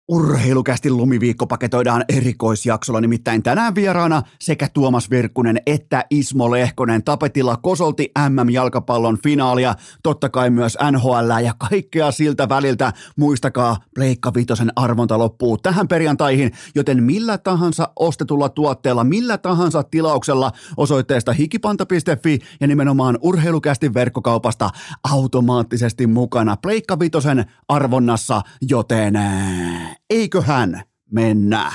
Urheilukästi lumiviikko paketoidaan erikoisjaksolla, nimittäin tänään vieraana sekä Tuomas Virkkunen että Ismo Lehkonen. Tapetilla kosolti MM-jalkapallon finaalia, totta kai myös NHL ja kaikkea siltä väliltä. Muistakaa, Pleikka Vitosen arvonta loppuu tähän perjantaihin, joten millä tahansa ostetulla tuotteella, millä tahansa tilauksella osoitteesta hikipanta.fi ja nimenomaan Urheilukästin verkkokaupasta automaattisesti mukana Pleikka Vitosen arvonnassa, joten eiköhän mennä.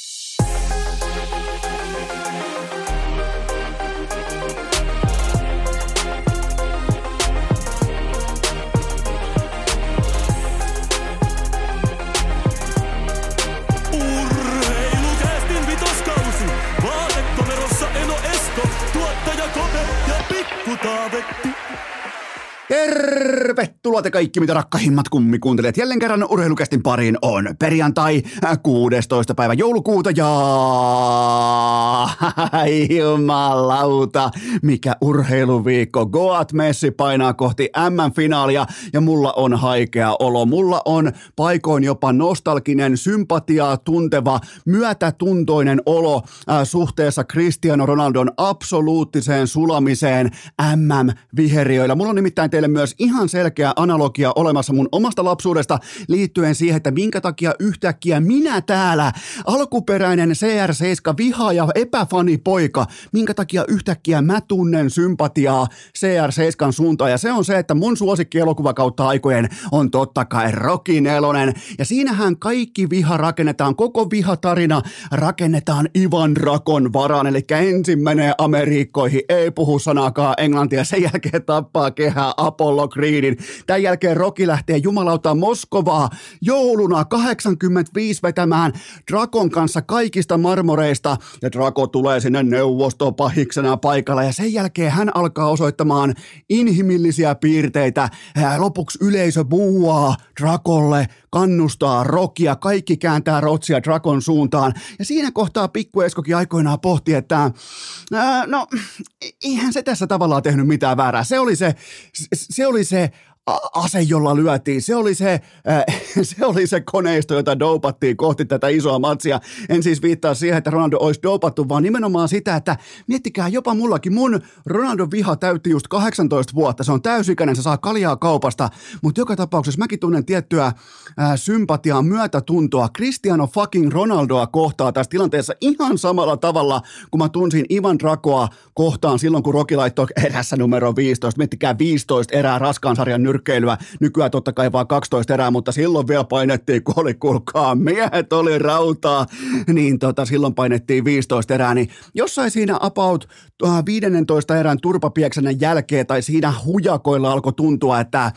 Urheilukästin vitoskausi. Vaatekomerossa Eno Esko, tuottaja Kove ja Pikku Taavetti. Tervetuloa te kaikki, mitä rakkahimmat kummikuuntelijat. Jälleen kerran Urheilukästin pariin on perjantai 16. päivä joulukuuta ja jumalauta, mikä urheiluviikko. Goat Messi painaa kohti MM-finaalia ja mulla on haikea olo. Mulla on paikoin jopa nostalginen, sympatiaa tunteva, myötätuntoinen olo suhteessa Cristiano Ronaldon absoluuttiseen sulamiseen MM-viheriöillä. Mulla on nimittäin teille myös ihan selkeä analogia olemassa mun omasta lapsuudesta liittyen siihen, että minkä takia yhtäkkiä minä täällä, alkuperäinen CR7 vihaaja epäfanipoika, minkä takia yhtäkkiä mä tunnen sympatiaa CR7 suuntaan, ja se on se, että mun suosikkielokuva kautta aikojen on totta kai Rocky 4, ja siinähän kaikki viha rakennetaan, koko vihatarina rakennetaan Ivan Drakon varaan, eli ensin menee Amerikkoihin, ei puhu sanaakaan englantia, sen jälkeen tappaa kehää Apollo Creedin. Tämän jälkeen Rocky lähtee jumalauta Moskovaa jouluna 85 vetämään Drakon kanssa kaikista marmoreista, ja Draco tulee sinne neuvostopahiksena paikalla, ja sen jälkeen hän alkaa osoittamaan inhimillisiä piirteitä. Lopuksi yleisö buuaa Dracolle, kannustaa Rockia, kaikki kääntää rotsia Drakon suuntaan, ja siinä kohtaa Pikku Eskokin aikoinaan pohti, että no, eihän se tässä tavallaan tehnyt mitään väärää. Se oli se ase, jolla lyötiin. Se oli se koneisto, jota dopattiin kohti tätä isoa matsia. En siis viittaa siihen, että Ronaldo olisi dopattu, vaan nimenomaan sitä, että miettikää jopa mullakin. Mun Ronaldo-viha täytti just 18 vuotta. Se on täysikäinen, se saa kaljaa kaupasta, mutta joka tapauksessa mäkin tunnen tiettyä sympatiaa, myötätuntoa Cristiano fucking Ronaldoa kohtaan tässä tilanteessa ihan samalla tavalla, kun mä tunsin Ivan Dracoa kohtaan silloin, kun Rocky laittoi erässä numero 15. Miettikää 15 erää raskaan sarjan nyrkkeilyä, nykyään totta kai vaan 12 erää, mutta silloin vielä painettiin, kun oli, kuulkaa, miehet oli rautaa, niin silloin painettiin 15 erää, niin jossain siinä about 15 erän turpapieksänä jälkeen tai siinä hujakoilla alkoi tuntua, että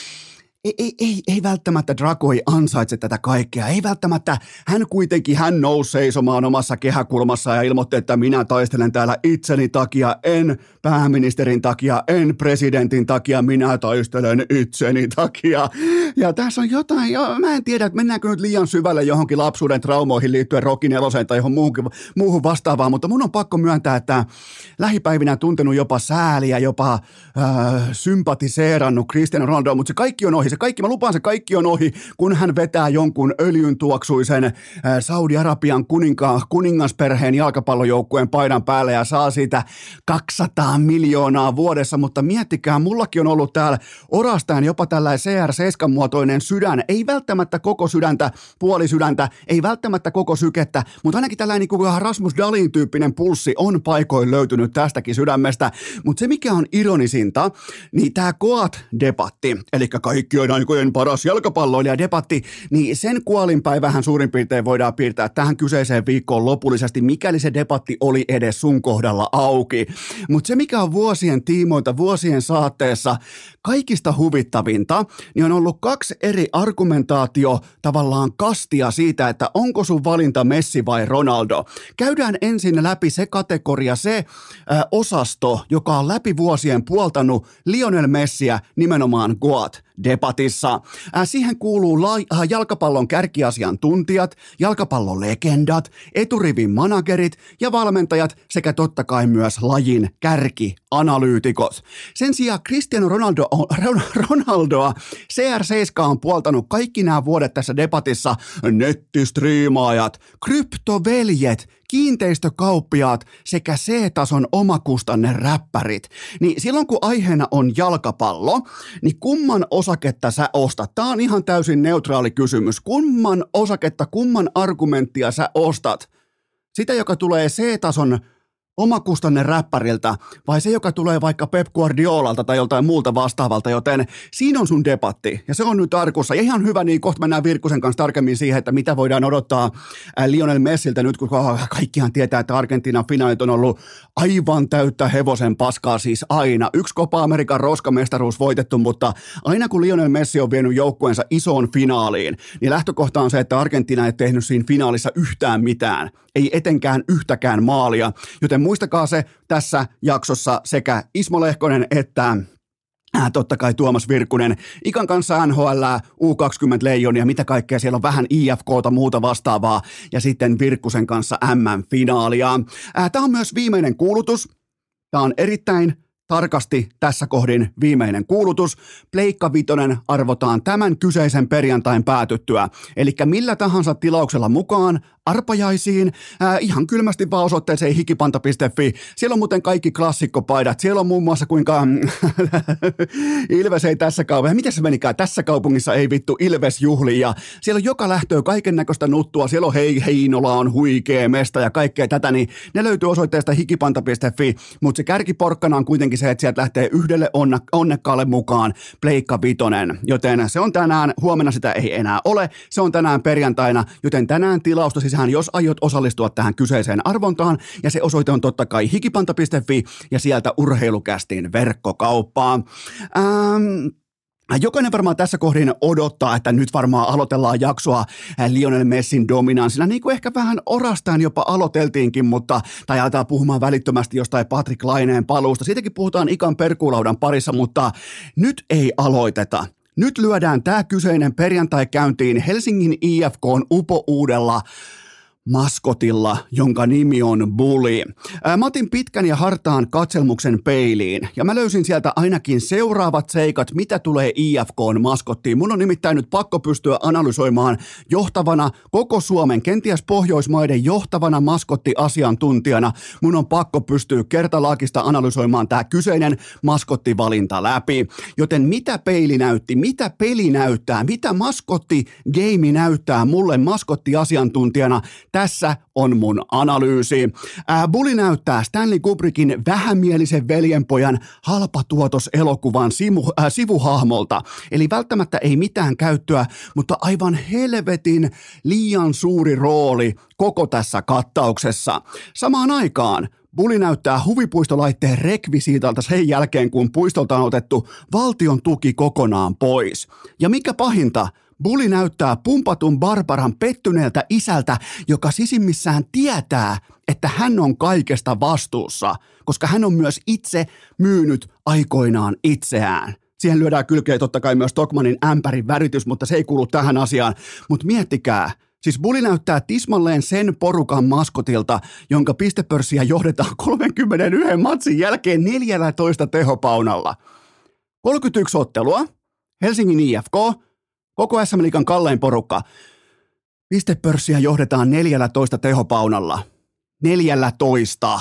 ei välttämättä Draco ei ansaitse tätä kaikkea. Ei välttämättä, hän nousi seisomaan omassa kehäkulmassa ja ilmoitti, että minä taistelen täällä itseni takia, en pääministerin takia, en presidentin takia, minä taistelen itseni takia. Ja tässä on jotain, mä en tiedä, että mennäänkö nyt liian syvälle johonkin lapsuuden traumoihin liittyen Rocky 4 tai johon muuhun vastaavaan, mutta mun on pakko myöntää, että lähipäivinä tuntenut jopa sääliä, jopa sympatiseerannut Cristiano Ronaldoa, mutta se kaikki on ohi. Mä lupaan, se kaikki on ohi, kun hän vetää jonkun öljyntuoksuisen Saudi-Arabian kuningasperheen jalkapallojoukkueen paidan päälle ja saa siitä 200 miljoonaa vuodessa, mutta miettikää, mullakin on ollut täällä orastajan jopa tällainen CR7-muotoinen sydän, ei välttämättä koko sydäntä, puoli sydäntä, ei välttämättä koko sykettä, mutta ainakin tällainen niin kuin Rasmus Dahlin tyyppinen pulssi on paikoin löytynyt tästäkin sydämestä, mutta se mikä on ironisinta, niin tämä Goat-debatti, eli kaikki on aikojen paras jalkapalloilija-debatti, niin sen kuolinpäivähän suurin piirtein voidaan piirtää tähän kyseiseen viikkoon lopullisesti, mikäli se debatti oli edes sun kohdalla auki. Mutta se, mikä on vuosien tiimoilta, vuosien saatteessa kaikista huvittavinta, niin on ollut kaksi eri argumentaatio tavallaan kastia siitä, että onko sun valinta Messi vai Ronaldo. Käydään ensin läpi se kategoria, se osasto, joka on läpi vuosien puoltanut Lionel Messiä, nimenomaan Goat. debatissa. Siihen kuuluu jalkapallon kärkiasiantuntijat, jalkapallon legendat, eturivin managerit ja valmentajat sekä totta kai myös lajin kärkianalyytikot. Sen sijaan Cristiano Ronaldoa CR7 on puoltanut kaikki nämä vuodet tässä debatissa nettistriimaajat, kryptoveljet, kiinteistökauppiaat sekä C-tason omakustanne räppärit. Niin silloin kun aiheena on jalkapallo, niin kumman osaketta sä ostat? Tää on ihan täysin neutraali kysymys. Kumman osaketta, kumman argumenttia sä ostat? Sitä, joka tulee C-tason omakustanne räppäriltä vai se, joka tulee vaikka Pep Guardiolalta tai joltain muulta vastaavalta, joten siinä on sun debatti ja se on nyt arkussa. Ja ihan hyvä, niin kohta mennään Virkkusen kanssa tarkemmin siihen, että mitä voidaan odottaa Lionel Messiltä nyt, kun kaikkihan tietää, että Argentiinan finaalit on ollut aivan täyttä hevosen paskaa siis aina. Yksi Copa American roskamestaruus voitettu, mutta aina kun Lionel Messi on vienyt joukkueensa isoon finaaliin, niin lähtökohta on se, että Argentiina ei tehnyt siinä finaalissa yhtään mitään. Ei etenkään yhtäkään maalia, joten muistakaa se tässä jaksossa sekä Ismo Lehkonen että totta kai Tuomas Virkkunen, Ikan kanssa NHL, U20 Leijonia, mitä kaikkea, siellä on vähän IFK:ta muuta vastaavaa ja sitten Virkkusen kanssa MM-finaalia. Tämä on myös viimeinen kuulutus, tämä on erittäin tarkasti tässä kohdin viimeinen kuulutus. Pleikka Vitonen arvotaan tämän kyseisen perjantain päätyttyä. Eli millä tahansa tilauksella mukaan arpajaisiin, ihan kylmästi vaan osoitteeseen hikipanta.fi. Siellä on muuten kaikki klassikkopaidat. Siellä on muun muassa kuinka Ilves ei tässä kaupungissa. Miten se menikään? Tässä kaupungissa ei vittu Ilves juhli. Ja siellä on joka lähtöä kaiken näköistä nuttua. Siellä on Heinola on huikea mesta ja kaikkea tätä. Niin ne löytyy osoitteesta hikipanta.fi. Mutta se kärkiporkkana on kuitenkin se, että sieltä lähtee yhdelle onnekkaalle mukaan Pleikka Vitonen. Joten se on tänään, huomenna sitä ei enää ole. Se on tänään perjantaina, joten tänään tilausta sisään, jos aiot osallistua tähän kyseiseen arvontaan, ja se osoite on totta kai hikipanta.fi ja sieltä Urheilukästin verkkokauppaa. Jokainen varmaan tässä kohdin odottaa, että nyt varmaan aloitellaan jaksoa Lionel Messin dominanssina, niin kuin ehkä vähän orastaen jopa aloiteltiinkin, tai aletaan puhumaan välittömästi jostain Patrick Laineen paluusta. Siitäkin puhutaan Ikan perkuulaudan parissa, mutta nyt ei aloiteta. Nyt lyödään tämä kyseinen perjantai käyntiin Helsingin IFK:n upouudella maskotilla, jonka nimi on Bully. Mä otin pitkän ja hartaan katselmuksen peiliin, ja mä löysin sieltä ainakin seuraavat seikat, mitä tulee IFK:n maskottiin. Mun on nimittäin nyt pakko pystyä analysoimaan johtavana koko Suomen, kenties Pohjoismaiden johtavana maskottiasiantuntijana. Mun on pakko pystyä kertalaakista analysoimaan tää kyseinen maskottivalinta läpi. Joten mitä peili näytti, mitä peli näyttää, mitä maskottigeimi näyttää mulle maskottiasiantuntijana, tässä on mun analyysi. Bully näyttää Stanley Kubrickin vähämielisen veljenpojan halpatuotos-elokuvan sivuhahmolta. Eli välttämättä ei mitään käyttöä, mutta aivan helvetin liian suuri rooli koko tässä kattauksessa. Samaan aikaan Bully näyttää huvipuistolaitteen rekvisiitalta sen jälkeen, kun puistolta on otettu valtion tuki kokonaan pois. Ja mikä pahinta? Bully näyttää pumpatun Barbaran pettyneeltä isältä, joka sisimmissään tietää, että hän on kaikesta vastuussa, koska hän on myös itse myynyt aikoinaan itseään. Siihen lyödään kylkeen totta kai myös Stockmannin ämpärin väritys, mutta se ei kuulu tähän asiaan. Mutta miettikää, siis Bully näyttää tismalleen sen porukan maskotilta, jonka pistepörssiä johdetaan 31 matsin jälkeen 14 tehopaunalla. 31 ottelua, Helsingin IFK, koko SM Liigan kallein porukka. Pistepörssiä johdetaan 14 tehopaunalla. 14.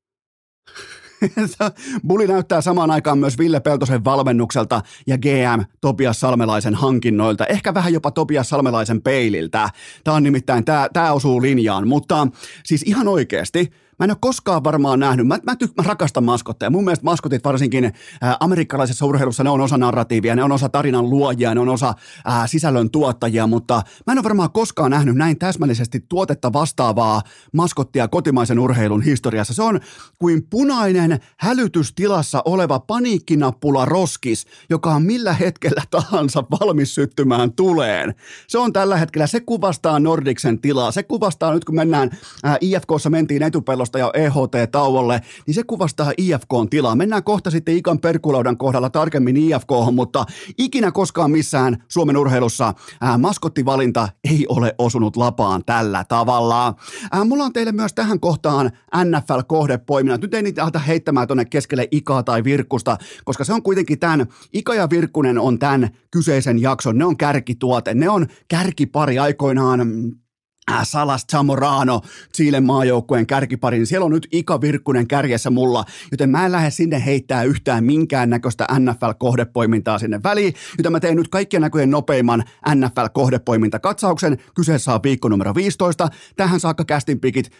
Bully näyttää samaan aikaan myös Ville Peltosen valmennukselta ja GM Topias Salmelaisen hankinnoilta. Ehkä vähän jopa Topias Salmelaisen peililtä. Tämä on nimittäin, tämä osuu linjaan. Mutta siis ihan oikeasti, mä en ole koskaan varmaan nähnyt, mä rakastan maskotteja. Mun mielestä maskotit varsinkin amerikkalaisessa urheilussa, ne on osa narratiivia, ne on osa tarinan luojia, ne on osa sisällön tuottajia, mutta mä en ole varmaan koskaan nähnyt näin täsmällisesti tuotetta vastaavaa maskottia kotimaisen urheilun historiassa. Se on kuin punainen hälytystilassa oleva paniikkinappula roskis, joka on millä hetkellä tahansa valmis syttymään tuleen. Se on tällä hetkellä, se kuvastaa Nordicsen tilaa, se kuvastaa nyt kun mennään IFK:ssa mentiin etupellossa lopputulostauosta ja EHT-tauolle, niin se kuvastaa IFK:n tilaa. Mennään kohta sitten Ikan perkulaudan kohdalla tarkemmin IFK:hon, mutta ikinä koskaan missään Suomen urheilussa maskottivalinta ei ole osunut lapaan tällä tavalla. Mulla on teille myös tähän kohtaan NFL-kohdepoiminnan. Nyt ei niitä alta heittämään tuonne keskelle Ikaa tai Virkkusta, koska se on kuitenkin tämän, Ika ja Virkkunen on tämän kyseisen jakson, ne on kärkituote, ne on kärkipari aikoinaan. Salas Zamorano, Chilen maajoukkueen kärkipari, niin siellä on nyt Ika Virkkunen kärjessä mulla, joten mä en lähde sinne heittää yhtään minkäännäköistä NFL-kohdepoimintaa sinne väliin, joten mä teen nyt kaikkien näköjen nopeimman NFL-kohdepoimintakatsauksen. Kyseessä on viikko numero 15. Tähän saakka casting pickit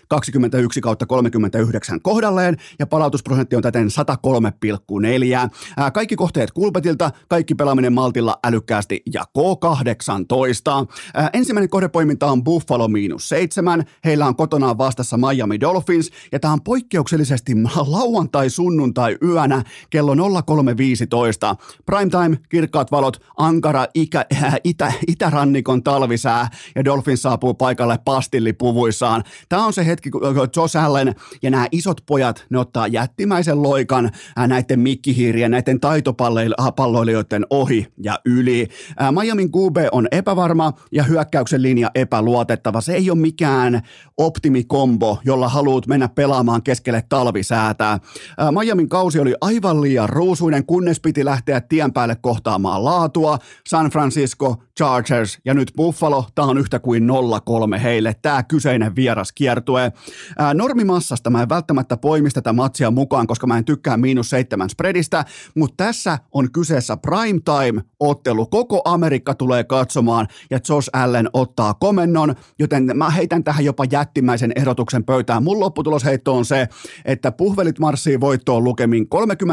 21/39 kohdalleen ja palautusprosentti on täten 103,4. Kaikki kohteet Kulpetilta, kaikki pelaaminen maltilla, älykkäästi ja K18. Ensimmäinen kohdepoiminta on Buffalo -7. Heillä on kotonaan vastassa Miami Dolphins, ja tämä on poikkeuksellisesti lauantai-sunnuntai yönä kello 03:15. Primetime, kirkkaat valot, ankara itärannikon talvisää, ja Dolphins saapuu paikalle pastillipuvuissaan. Tämä on se hetki, kun Josh Allen ja nämä isot pojat, ne ottaa jättimäisen loikan näiden mikkihiirien, näiden taitopalloilijoiden ohi ja yli. Miamin QB on epävarma ja hyökkäyksen linja epäluotettava. Se ei ole mikään optimikombo, jolla haluat mennä pelaamaan keskelle talvisäätää. Miamin kausi oli aivan liian ruusuinen, kunnes piti lähteä tien päälle kohtaamaan laatua. San Francisco, Chargers ja nyt Buffalo, tämä on yhtä kuin 0-3 heille, tämä kyseinen vieraskiertue. Normimassasta mä en välttämättä poimi tätä matsia mukaan, koska mä en tykkää -7 spreadistä, mutta tässä on kyseessä prime time-ottelu. Koko Amerikka tulee katsomaan ja Josh Allen ottaa komennon, joten mä heitän tähän jopa jättimäisen ehdotuksen pöytään. Mun lopputulosheitto on se, että puhvelit marssii voittoon lukemin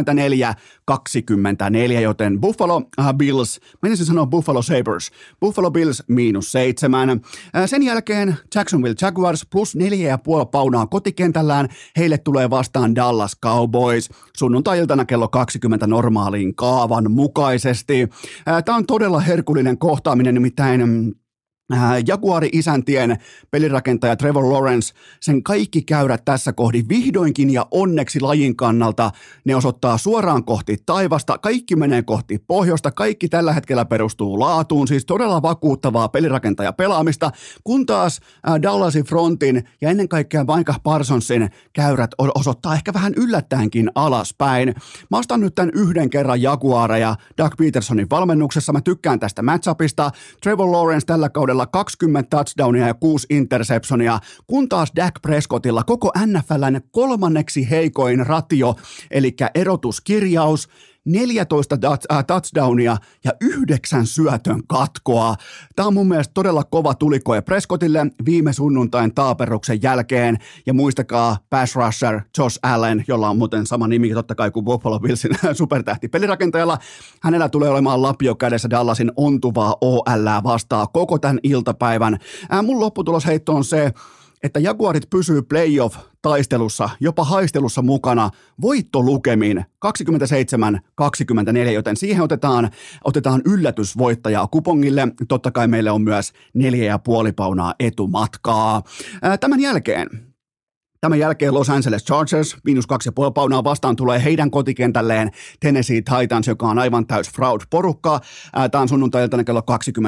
34-24, joten Buffalo Bills, menisin sanoa Buffalo Sabres, Buffalo Bills -7. Sen jälkeen Jacksonville Jaguars +4,5 paunaa kotikentällään. Heille tulee vastaan Dallas Cowboys sunnuntai-iltana kello 20 normaaliin kaavan mukaisesti. Tämä on todella herkullinen kohtaaminen, nimittäin Jaguari-isäntien pelirakentaja Trevor Lawrence, sen kaikki käyrät tässä kohdin vihdoinkin ja onneksi lajin kannalta, ne osoittaa suoraan kohti taivasta, kaikki menee kohti pohjoista, kaikki tällä hetkellä perustuu laatuun, siis todella vakuuttavaa pelirakentaja pelaamista, kun taas Dallasin frontin ja ennen kaikkea Micah Parsonsin käyrät osoittaa ehkä vähän yllättäenkin alaspäin. Mä ostan nyt tämän yhden kerran Jaguareja Doug Petersonin valmennuksessa, mä tykkään tästä matchupista, Trevor Lawrence tällä kaudella 20 touchdownia ja 6 interceptionia, kun taas Dak Prescottilla koko NFL:n kolmanneksi heikoin ratio, eli erotuskirjaus, 14 touchdownia ja 9 syötön katkoa. Tämä on mun mielestä todella kova tulikoe Prescottille viime sunnuntain taaperruksen jälkeen. Ja muistakaa pass rusher Josh Allen, jolla on muuten sama nimi totta kai kuin Buffalo Billsin supertähti pelirakentajalla. Hänellä tulee olemaan lapio kädessä Dallasin ontuvaa OL:ää vastaan koko tämän iltapäivän. Mun lopputulosheitto on se, että Jaguarit pysyy playoff-taistelussa, jopa haistelussa mukana voittolukemin 27-24, joten siihen otetaan yllätysvoittajaa kupongille. Totta kai meille on myös 4,5 paunaa etumatkaa. Tämän jälkeen Los Angeles Chargers, -2,5 paunaa vastaan tulee heidän kotikentälleen Tennessee Titans, joka on aivan täys fraud-porukka. Tämä on sunnuntai-iltana kello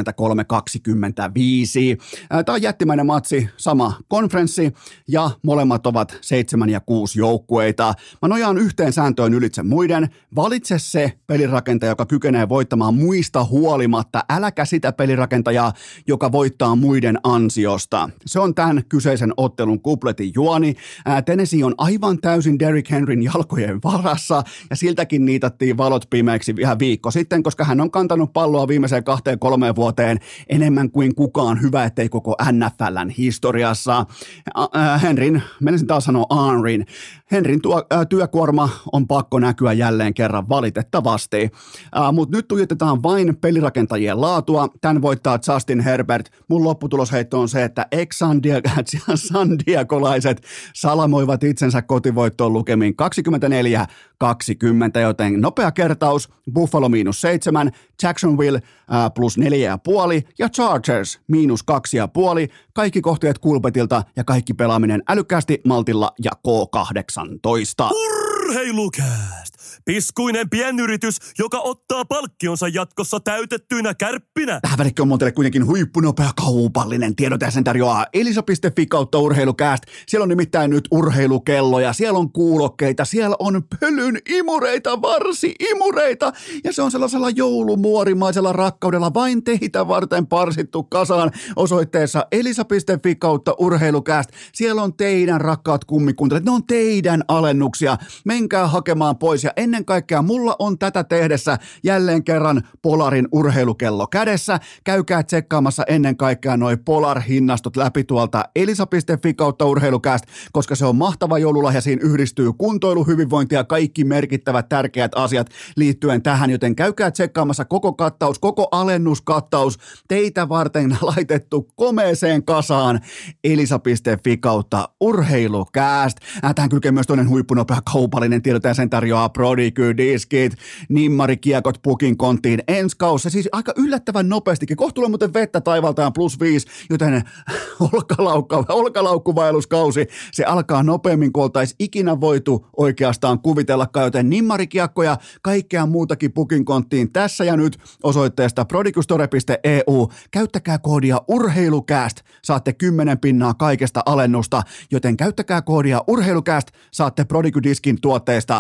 23:25. Tämä on jättimäinen matsi, sama konferenssi, ja molemmat ovat 7 ja 6 joukkueita. Mä nojaan yhteen sääntöön ylitse muiden. Valitse se pelirakentaja, joka kykenee voittamaan muista huolimatta. Äläkä sitä pelirakentajaa, joka voittaa muiden ansiosta. Se on tämän kyseisen ottelun kupletin juoni. Tennessee on aivan täysin Derrick Henryn jalkojen varassa ja siltäkin niitattiin valot pimeäksi ihan viikko sitten, koska hän on kantanut palloa viimeiseen 2-3 vuoteen enemmän kuin kukaan, hyvä ettei koko NFL:n historiassa. Henryn, menisin taas sanoa Henryn. Henrin työkuorma on pakko näkyä jälleen kerran valitettavasti, mutta nyt tuijotetaan vain pelirakentajien laatua. Tän voittaa Justin Herbert. Mun lopputulosheitto on se, että ex-sandiakolaiset salamoivat itsensä kotivoittoon lukemiin 24-20, joten nopea kertaus, Buffalo -7, Jacksonville +4,5 ja Chargers -2,5. Kaikki kohteet Kulpetilta ja kaikki pelaaminen älykkäästi, maltilla ja K18. Urheilukääst! Piskuinen pienyritys, joka ottaa palkkionsa jatkossa täytettyinä kärppinä. Tähän välikköön on teille kuitenkin huippunopea kaupallinen tiedot ja sen tarjoaa elisa.fi/urheilukääst. Siellä on nimittäin nyt urheilukelloja, siellä on kuulokkeita, siellä on pölyn imureita, varsi-imureita ja se on sellaisella joulumuorimaisella rakkaudella vain teitä varten parsittu kasaan osoitteessa elisa.fi/urheilukääst. Siellä on teidän rakkaat kummikuuntelijat, ne on teidän alennuksia. Menkää hakemaan pois ja ennen kaikkea mulla on tätä tehdessä jälleen kerran Polarin urheilukello kädessä. Käykää tsekkaamassa ennen kaikkea noi Polar-hinnastot läpi tuolta elisa.fi/urheilukääst, koska se on mahtava joululahja, siinä yhdistyy kuntoilu, hyvinvointi ja kaikki merkittävät tärkeät asiat liittyen tähän, joten käykää tsekkaamassa koko kattaus, koko alennuskattaus teitä varten laitettu komeeseen kasaan elisa.fi/urheilukääst. Tähän kylkee myös toinen huippunopea kaupallinen tiedot ja sen tarjoaa Prodigy-diskit, nimmarikiekot pukin konttiin ensi kausi. Siis aika yllättävän nopeastikin. Kohta tulee muuten vettä taivaltaan +5, joten olkalaukkuvaelluskausi, se alkaa nopeammin kuin oltaisi ikinä voitu oikeastaan kuvitellakaan, joten nimmarikiekkoja, kaikkea muutakin pukin konttiin tässä ja nyt osoitteesta prodigystore.eu. Käyttäkää koodia urheilukääst, saatte 10% kaikesta alennusta, joten käyttäkää koodia urheilukääst, saatte Prodigy-diskin tuotteesta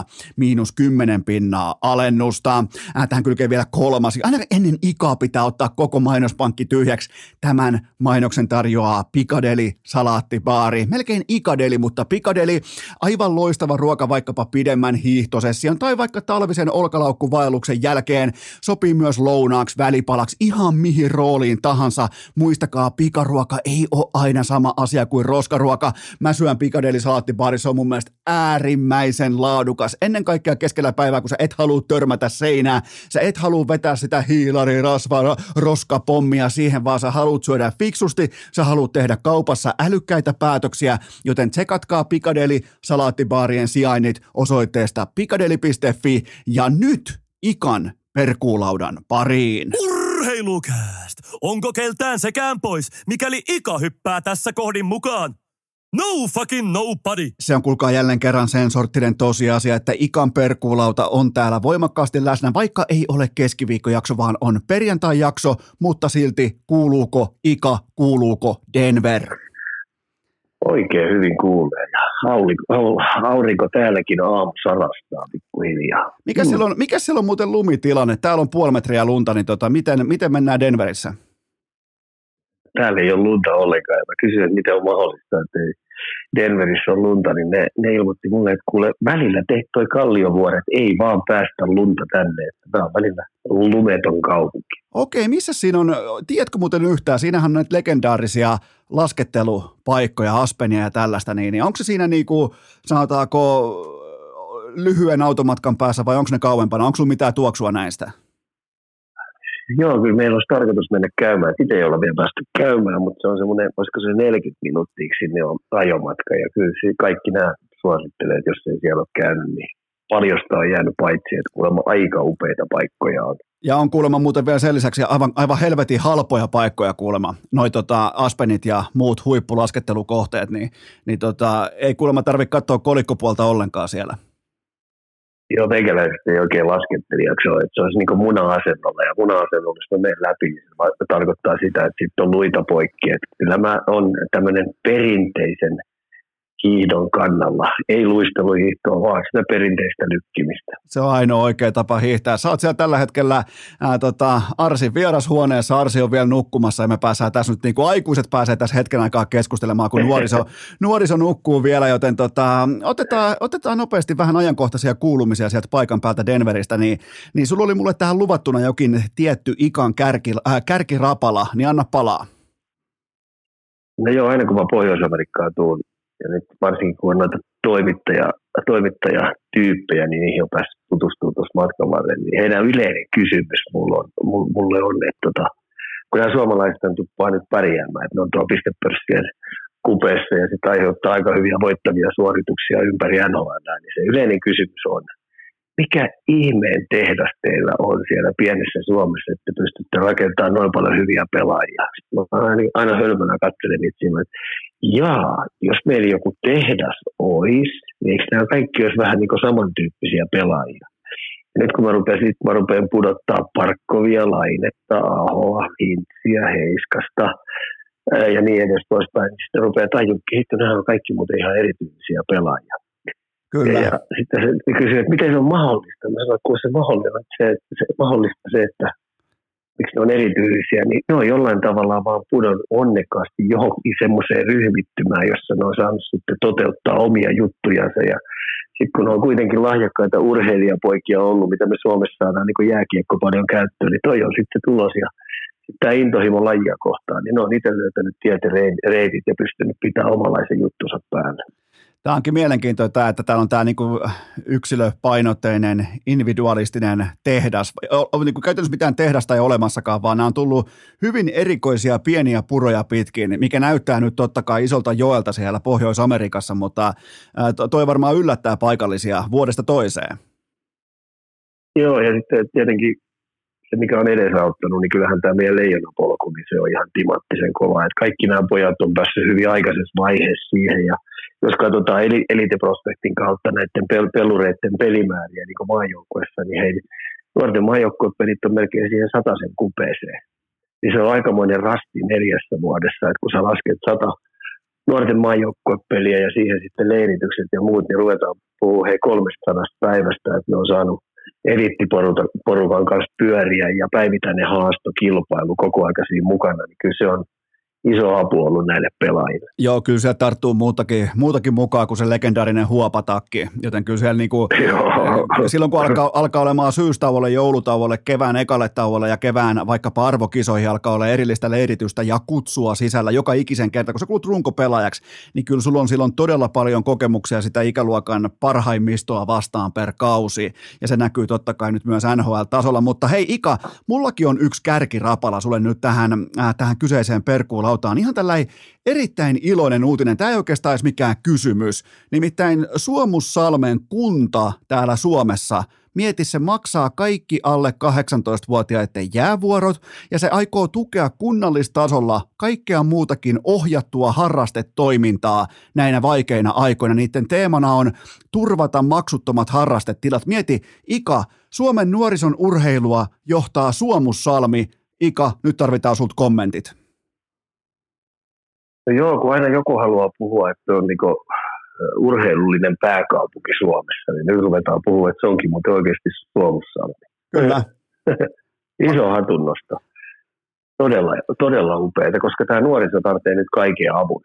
-10% alennusta. Tähän kylkee vielä kolmas. Aina ennen ikaa pitää ottaa koko mainospankki tyhjäksi. Tämän mainoksen tarjoaa Pikadeli salaattibaari. Melkein ikadeli, mutta Pikadeli, aivan loistava ruoka vaikkapa pidemmän hiihtosession tai vaikka talvisen olkalaukkuvaelluksen jälkeen. Sopii myös lounaaksi, välipalaksi, ihan mihin rooliin tahansa. Muistakaa, pikaruoka ei ole aina sama asia kuin roskaruoka. Mä syön Pikadeli salaattibaari, se on mun mielestä äärimmäisen laadukas. Ennen kaikkea keskellä päivää, kun sä et halua törmätä seinää, sä et halua vetää sitä roskapommia siihen, vaan sä haluat syödä fiksusti, sä haluat tehdä kaupassa älykkäitä päätöksiä, joten tsekatkaa Pikadeli salaattibaarien sijainnit osoitteesta pikadeli.fi ja nyt ikan perkuulaudan pariin. Urheilukääst! Onko keltään sekään pois, mikäli Ika hyppää tässä kohdin mukaan? No fucking nobody! Se on kuulkaa jälleen kerran sen sorttinen tosiasia, että Ikan perkuulauta on täällä voimakkaasti läsnä, vaikka ei ole keskiviikkojakso, vaan on perjantai-jakso, mutta silti kuuluuko Ika, kuuluuko Denver? Oikein hyvin kuulee. Aurinko täälläkin aamussa sarastaa pikkuhiljaa. Mikä siellä on muuten lumitilanne? Täällä on 0,5 metriä lunta, niin miten mennään Denverissä? Täällä ei ole lunta ollenkaan. Mä kysyin, että miten on mahdollista, että Denverissä on lunta, niin ne ilmoitti mulle, että kuule, välillä toi Kalliovuoret ei vaan päästä lunta tänne. Tämä on välillä lumeton kaupunki. Okei, missä siinä on, tiedätkö muuten yhtään, siinähän on näitä legendaarisia laskettelupaikkoja, Aspenia ja tällaista, niin onko se siinä niinku, sanotaanko, lyhyen automatkan päässä vai onko ne kauempana, onko sulla mitään tuoksua näistä? Joo, kyllä meillä olisi tarkoitus mennä käymään. Sitä ei olla vielä päästy käymään, mutta se on semmoinen, olisiko se 40 minuuttia sinne on ajomatka. Ja kyllä kaikki nämä suosittelee, että jos ei siellä ole käynyt, niin paljosta on jäänyt paitsi, että kuulemma aika upeita paikkoja on. Ja on kuulemma muuten vielä sen lisäksi aivan helvetin halpoja paikkoja kuulemma, noi Aspenit ja muut huippulaskettelukohteet, niin ei kuulemma tarvitse katsoa kolikkopuolta ollenkaan siellä. Joo, meikäläiset ei oikein laskentelijaksi ole, että se olisi niin kuin muna-asennolla, ja muna-asennolla, jos mä menen läpi, niin se tarkoittaa sitä, että sitten on luita poikki. Että kyllä mä on tämmöinen perinteisen hiihdon kannalla, ei luisteluhiihtoa, vaan sitä perinteistä lykkimistä. Se on ainoa oikea tapa hiihtää. Sä oot siellä tällä hetkellä Arsin vierashuoneessa, Arsi on vielä nukkumassa ja me pääsään tässä nyt, niin kuin aikuiset pääsee tässä hetken aikaa keskustelemaan, kun nuoriso nukkuu vielä, joten otetaan nopeasti vähän ajankohtaisia kuulumisia sieltä paikan päältä Denveristä, niin sulla oli mulle tähän luvattuna jokin tietty Ikan kärkirapala, niin anna palaa. No joo, aina kun mä Pohjois-Amerikkaan tuun, ja nyt varsinkin kun on noita toimittajatyyppejä, niin niihin on päässyt tutustumaan tuossa matkan varrella. Niin heidän yleinen kysymys mulle on, että kun nämä suomalaiset tuppaa nyt pärjäämään, että ne on tuo pistepörssien kupeessa ja sitten aiheuttaa aika hyviä voittavia suorituksia ympäri NHL:ää, niin se yleinen kysymys on, mikä ihmeen tehdas teillä on siellä pienessä Suomessa, että pystytte rakentamaan noin paljon hyviä pelaajia. Mä aina hölmönä katselen niitä siinä, että jos meillä joku tehdas olisi, niin eikö nämä kaikki olisi vähän niin kuin samantyyppisiä pelaajia? Ja nyt kun mä rupean pudottaa Parkkovia, Lainetta, Ahoa, Hintsiä, Heiskasta ja niin edes poispäin, niin sitten rupeaa tajumaan, että nämä on kaikki muuten ihan erityisiä pelaajia. Kyllä. Ja sitten se kysyy, että miten se on mahdollista. Mä sanoin, että kun se mahdollista se, että miksi ne on erityisiä, niin ne on jollain tavalla vaan pudonnut onnekkaasti johonkin semmoiseen ryhmittymään, jossa ne on saanut sitten toteuttaa omia juttujansa. Ja sitten kun on kuitenkin lahjakkaita urheilijapoikia ollut, mitä me Suomessa saadaan niin kuin jääkiekko paljon käyttöön, niin toi on sitten tulos. Ja tämä intohimo lajia kohtaan, niin ne on itse löytänyt reitit ja pystynyt pitämään omalaisen juttunsa päällä. Tämä onkin mielenkiintoista, että täällä on tämä niinku yksilöpainotteinen, individualistinen tehdas. Niinku käytännössä mitään tehdasta ei olemassakaan, vaan nämä on tullut hyvin erikoisia pieniä puroja pitkin, mikä näyttää nyt totta kai isolta joelta siellä Pohjois-Amerikassa, mutta toi varmaan yllättää paikallisia vuodesta toiseen. Joo, ja sitten tietenkin se, mikä on edesauttanut, niin kyllähän tämä meidän leijonapolku, niin se on ihan timanttisen kova. Että kaikki nämä pojat on päässyt hyvin aikaisessa vaiheessa siihen, ja jos katsotaan Elite-prospektin kautta näiden pelureiden pelimääriä niin kuin maajoukkuessa, niin heidän nuorten maajoukkuepelit on melkein siihen 100 kupeeseen. Niin se on aikamoinen rasti 4 vuodessa, että kun sä lasket 100 nuorten maajoukkuepeliä ja siihen sitten leiritykset ja muut, niin ruvetaan puhumaan 300 päivästä, että ne on saanut eliittiporukan kanssa pyöriä ja päivittäinen haastokilpailu koko ajan siinä mukana, niin kyllä se on iso apu ollut näille pelaajille. Joo, kyllä siellä tarttuu muutakin mukaan kuin se legendaarinen huopatakki, joten kyllä siellä niinku, silloin kun alkaa olemaan syystauolle, joulutauolle, kevään ekalle tauolle ja kevään vaikkapa arvokisoihin alkaa olla erillistä leiritystä ja kutsua sisällä joka ikisen kerta, kun sä kuulut runkopelaajaksi, niin kyllä sulla on silloin todella paljon kokemuksia sitä ikäluokan parhaimmistoa vastaan per kausi, ja se näkyy totta kai nyt myös NHL-tasolla, mutta hei Ika, mullakin on yksi kärkirapala sulle nyt tähän kyseiseen perkuun lautaan. Ihan tällainen erittäin iloinen uutinen. Tämä ei oikeastaan edes mikään kysymys. Nimittäin Suomussalmen kunta täällä Suomessa, mieti, se maksaa kaikki alle 18-vuotiaiden jäävuorot ja se aikoo tukea kunnallistasolla kaikkea muutakin ohjattua harrastetoimintaa näinä vaikeina aikoina. Niiden teemana on turvata maksuttomat harrastetilat. Mieti, Ika, Suomen nuorison urheilua johtaa Suomussalmi. Ika, nyt tarvitaan sulta kommentit. No joo, kun aina joku haluaa puhua, että on niinku urheilullinen pääkaupunki Suomessa, niin nyt ruvetaan puhua, että se onkin muuten oikeasti Suomussalmi. Kyllä. Iso hatunnosto. Todella upeita, koska tämä nuoriso tarvitsee nyt kaiken avun.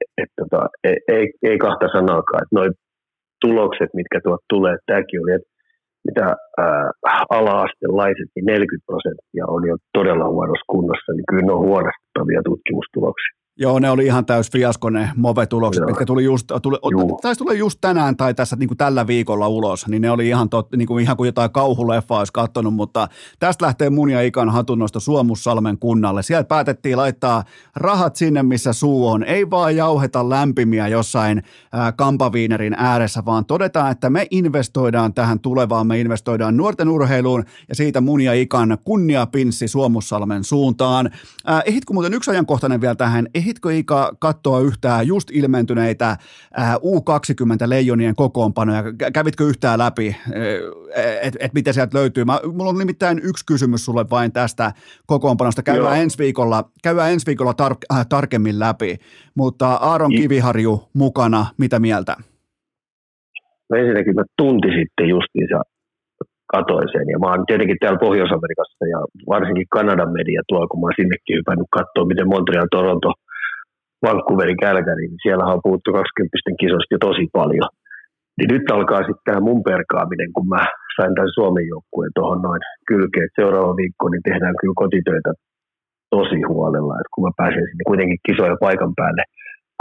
Ei kahta sanaakaan. Että noi tulokset, mitkä tuot tulee, tämäkin oli, että mitä ala-astelaiset, niin 40% on jo todella huonossa kunnossa, niin kyllä ne on huolestuttavia tutkimustuloksia. Joo, ne oli ihan täys fiasko ne Move-tulokset, mitkä taisi tulla just tänään tai tässä niin kuin tällä viikolla ulos, niin ne oli ihan kuin jotain kauhuleffaa olisi katsonut, mutta tästä lähtee mun ja Ikan hatunnosto Suomussalmen kunnalle. Sieltä päätettiin laittaa rahat sinne, missä suu on, ei vaan jauheta lämpimiä jossain kampaviinerin ääressä, vaan todetaan, että me investoidaan tähän tulevaan, me investoidaan nuorten urheiluun ja siitä mun ja Ikan kunniapinssi Suomussalmen suuntaan. Ehitkö muuten yksi ajankohtainen vielä tähän? Ehitkö Ika katsoa yhtään just ilmentyneitä U20 leijonien kokoonpanoja? Kävitkö yhtään läpi, että mitä sieltä löytyy? Mulla on nimittäin yksi kysymys sulle vain tästä kokoonpanosta. Käydään ensi viikolla tarkemmin läpi, mutta Aaron Kiviharju mukana, mitä mieltä? No ensinnäkin mä tunti sitten justiinsa katoin sen, ja mä oon tietenkin täällä Pohjois-Amerikassa ja varsinkin Kanadan media tuolla, kun mä oon sinnekin hypännyt katsoa, miten Montreal, Toronto, Vancouverin, Calgary, niin siellähän on puhuttu 20 kisoista jo tosi paljon. Niin nyt alkaa sitten tämä mun perkaaminen, kun mä sain tämän Suomen joukkueen tuohon noin kylkeen. Seuraava viikko niin tehdään kyllä kotitöitä tosi huolella, että kun mä pääsen sinne kuitenkin kisoja paikan päälle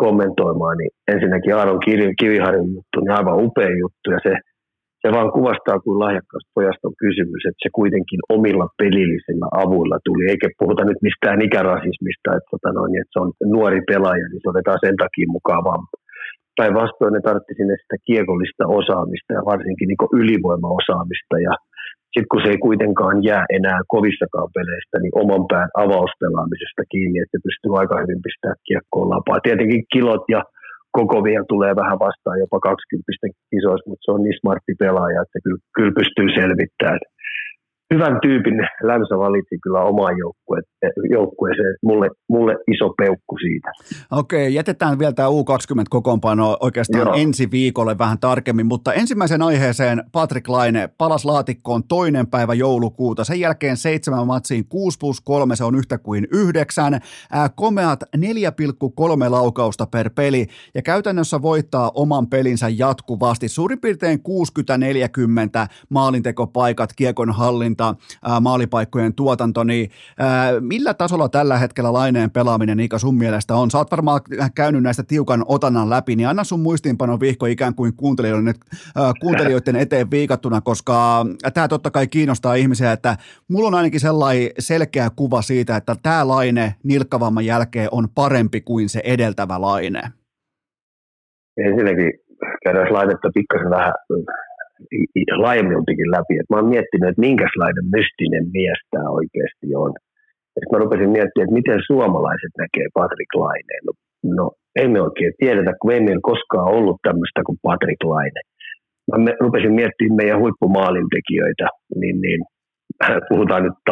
kommentoimaan, niin ensinnäkin Aaron Kiviharjun juttu, niin aivan upea juttu, ja se vaan kuvastaa, kuin lahjakkaasta pojasta on kysymys, että se kuitenkin omilla pelillisillä avuilla tuli, eikä puhuta nyt mistään ikärasismista, että se on nuori pelaaja, niin se otetaan sen takia mukaan, vaan päinvastoin ne tarvitsi sinne sitä kiekollista osaamista ja varsinkin niin ylivoimaosaamista, ja sitten kun se ei kuitenkaan jää enää kovissakaan peleistä, niin oman pään avauspelaamisesta kiinni, että se pystyy aika hyvin pistämään kiekkoon lapaa. Tietenkin kilot ja koko vielä tulee vähän vastaan jopa 20 kisoissa, mutta se on niin smartti pelaaja, että se kyllä pystyy selvittämään. Hyvän tyypin Länsä valitsi kyllä omaan joukkueeseen. Mulle iso peukku siitä. Okei, jätetään vielä tämä U20-kokoonpano oikeastaan ensi viikolle vähän tarkemmin, mutta ensimmäisen aiheeseen Patrik Laine palasi laatikkoon 2. päivä joulukuuta. Sen jälkeen 7 matsiin 6+3, se on yhtä kuin 9. Komeat 4,3 laukausta per peli ja käytännössä voittaa oman pelinsä jatkuvasti. Suurin piirtein 60-40 maalintekopaikat, kiekon hallinta, maalipaikkojen tuotanto, niin millä tasolla tällä hetkellä Laineen pelaaminen, Ika, sun mielestä on? Sä oot varmaan käynyt näistä tiukan otannan läpi, niin anna sun muistiinpanon vihko ikään kuin kuuntelijoiden eteen viikattuna, koska tämä totta kai kiinnostaa ihmisiä, että mulla on ainakin sellainen selkeä kuva siitä, että tämä Laine nilkkavamman jälkeen on parempi kuin se edeltävä Laine. Ensinnäkin käydään Lainetta pikkasen vähän laajemmiltakin läpi. Et mä oon miettinyt, että minkälainen mystinen mies tämä oikeasti on. Et mä rupesin miettimään, että miten suomalaiset näkee Patrik Laineen. No ei me oikein tiedetä, kun ei meillä koskaan ollut tämmöistä kuin Patrik Laine. Mä rupesin miettimään meidän huippumaalintekijöitä, niin puhutaan nyt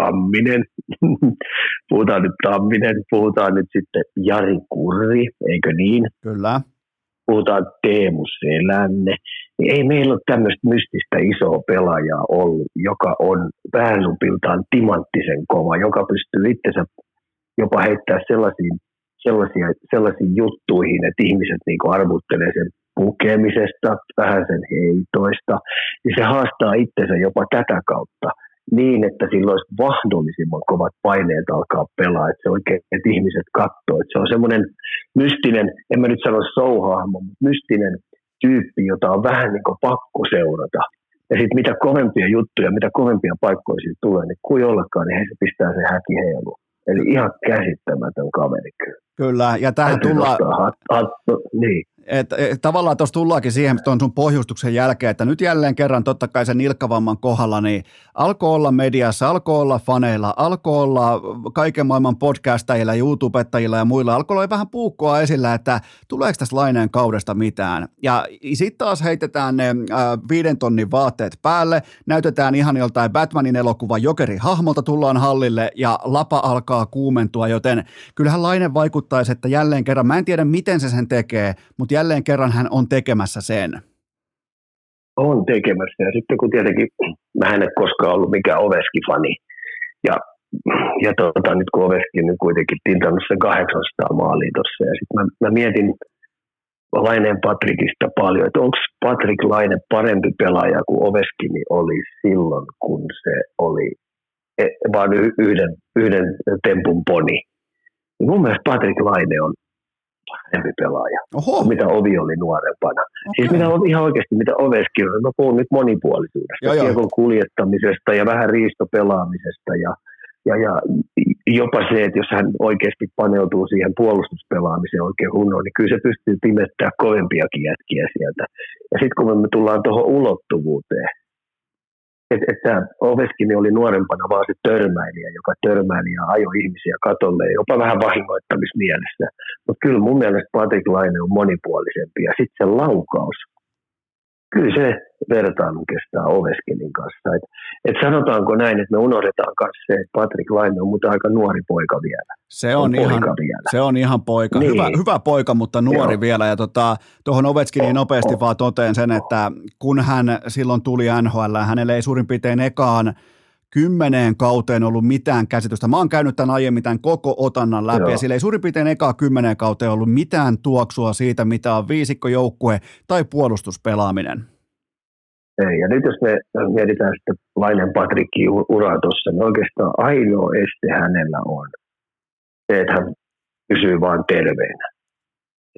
Tamminen, puhutaan nyt sitten Jari Kurri, eikö niin? Kyllä. Puhutaan Teemu Selänne, niin ei meillä ole tämmöistä mystistä isoa pelaajaa ollut, joka on päänupiltaan timanttisen kova, joka pystyy itsensä jopa heittämään sellaisiin juttuihin, että ihmiset niinku arvuttelee sen pukemisesta, vähän sen heitoista, niin se haastaa itsensä jopa tätä kautta niin, että sillä olisi mahdollisimman kovat paineet alkaa pelaa, että se oikein, että ihmiset katsoo, että se on semmoinen mystinen, en mä nyt sano show-hahmo, mutta mystinen tyyppi, jota on vähän niin kuin pakko seurata. Ja sitten mitä kovempia juttuja, mitä kovempia paikkoja siitä tulee, niin kuin ollakaan, niin se pistää se häki heiluun. Eli ihan käsittämätön kaveri kyllä. Kyllä, ja tähän tullaan... Niin. Tavallaan tuossa tullaakin siihen tuon sun pohjustuksen jälkeen, että nyt jälleen kerran totta kai sen nilkkavamman kohdalla, niin alkoi olla mediassa, alkoi olla faneilla, alkoi olla kaiken maailman podcastajilla, YouTubettajilla ja muilla, alkoi olla vähän puukkoa esillä, että tuleeko tässä Laineen kaudesta mitään. Ja sitten taas heitetään ne 5 tonnin vaatteet päälle, näytetään ihan joltain Batmanin elokuvan Jokeri-hahmolta, tullaan hallille ja lapa alkaa kuumentua, joten kyllähän Laine vaikuttaisi, että jälleen kerran, mä en tiedä miten se sen tekee, mutta jälleen kerran hän on tekemässä sen. On tekemässä, ja sitten kun tietenkin mä en ole koskaan ollut mikään Ovechkin-fani, ja nyt kun Ovechkin nyt kuitenkin tintannut sen 800 maalia tuossa, ja sitten mä mietin Laineen Patrikista paljon, että onko Patrik Laine parempi pelaaja kuin Ovechkin oli silloin, kun se oli vaan yhden tempun poni. Mun mielestä Patrik Laine on parempi pelaaja, mitä Ovi oli nuorempana. Okay. Siis ihan oikeasti, mitä Ovechkin on. Mä puhun nyt monipuolisuudesta, kiekon kuljettamisesta ja vähän riistopelaamisesta ja jopa se, että jos hän oikeasti paneutuu siihen puolustuspelaamiseen oikein hunnoon, niin kyllä se pystyy pimettämään kovempiakin jätkiä sieltä. Ja sitten kun me tullaan tuohon ulottuvuuteen, että Ovechkin oli nuorempana vaan se törmäilijä, joka törmäili ja ajoi ihmisiä katolle, jopa vähän vahingoittamismielessä. Mutta kyllä mun mielestä Patrik Laine on monipuolisempi. Ja sitten se laukaus, kyllä se vertailu kestää Ovechkinin kanssa. Et sanotaanko näin, että me unohdetaan myös se, että Patrik Laine on mutta aika nuori poika vielä. Se on ihan poika. Niin. Hyvä poika, mutta nuori vielä. Ja tuohon Ovechkiniin nopeasti vaan toteen sen, että kun hän silloin tuli NHL, hänelle ei suurin piirtein ekaan 10 kauteen ollut mitään käsitystä. Mä oon käynyt tämän aiemmin tämän koko otannan läpi, ja sillä ei suurin piirtein ekaa 10 kauteen ollut mitään tuoksua siitä, mitä on viisikkojoukkue tai puolustuspelaaminen. Ei, ja nyt jos me mietitään sitten Laineen Patrikin uraa tuossa, niin oikeastaan ainoa este hänellä on se, että hän pysyy vaan terveenä.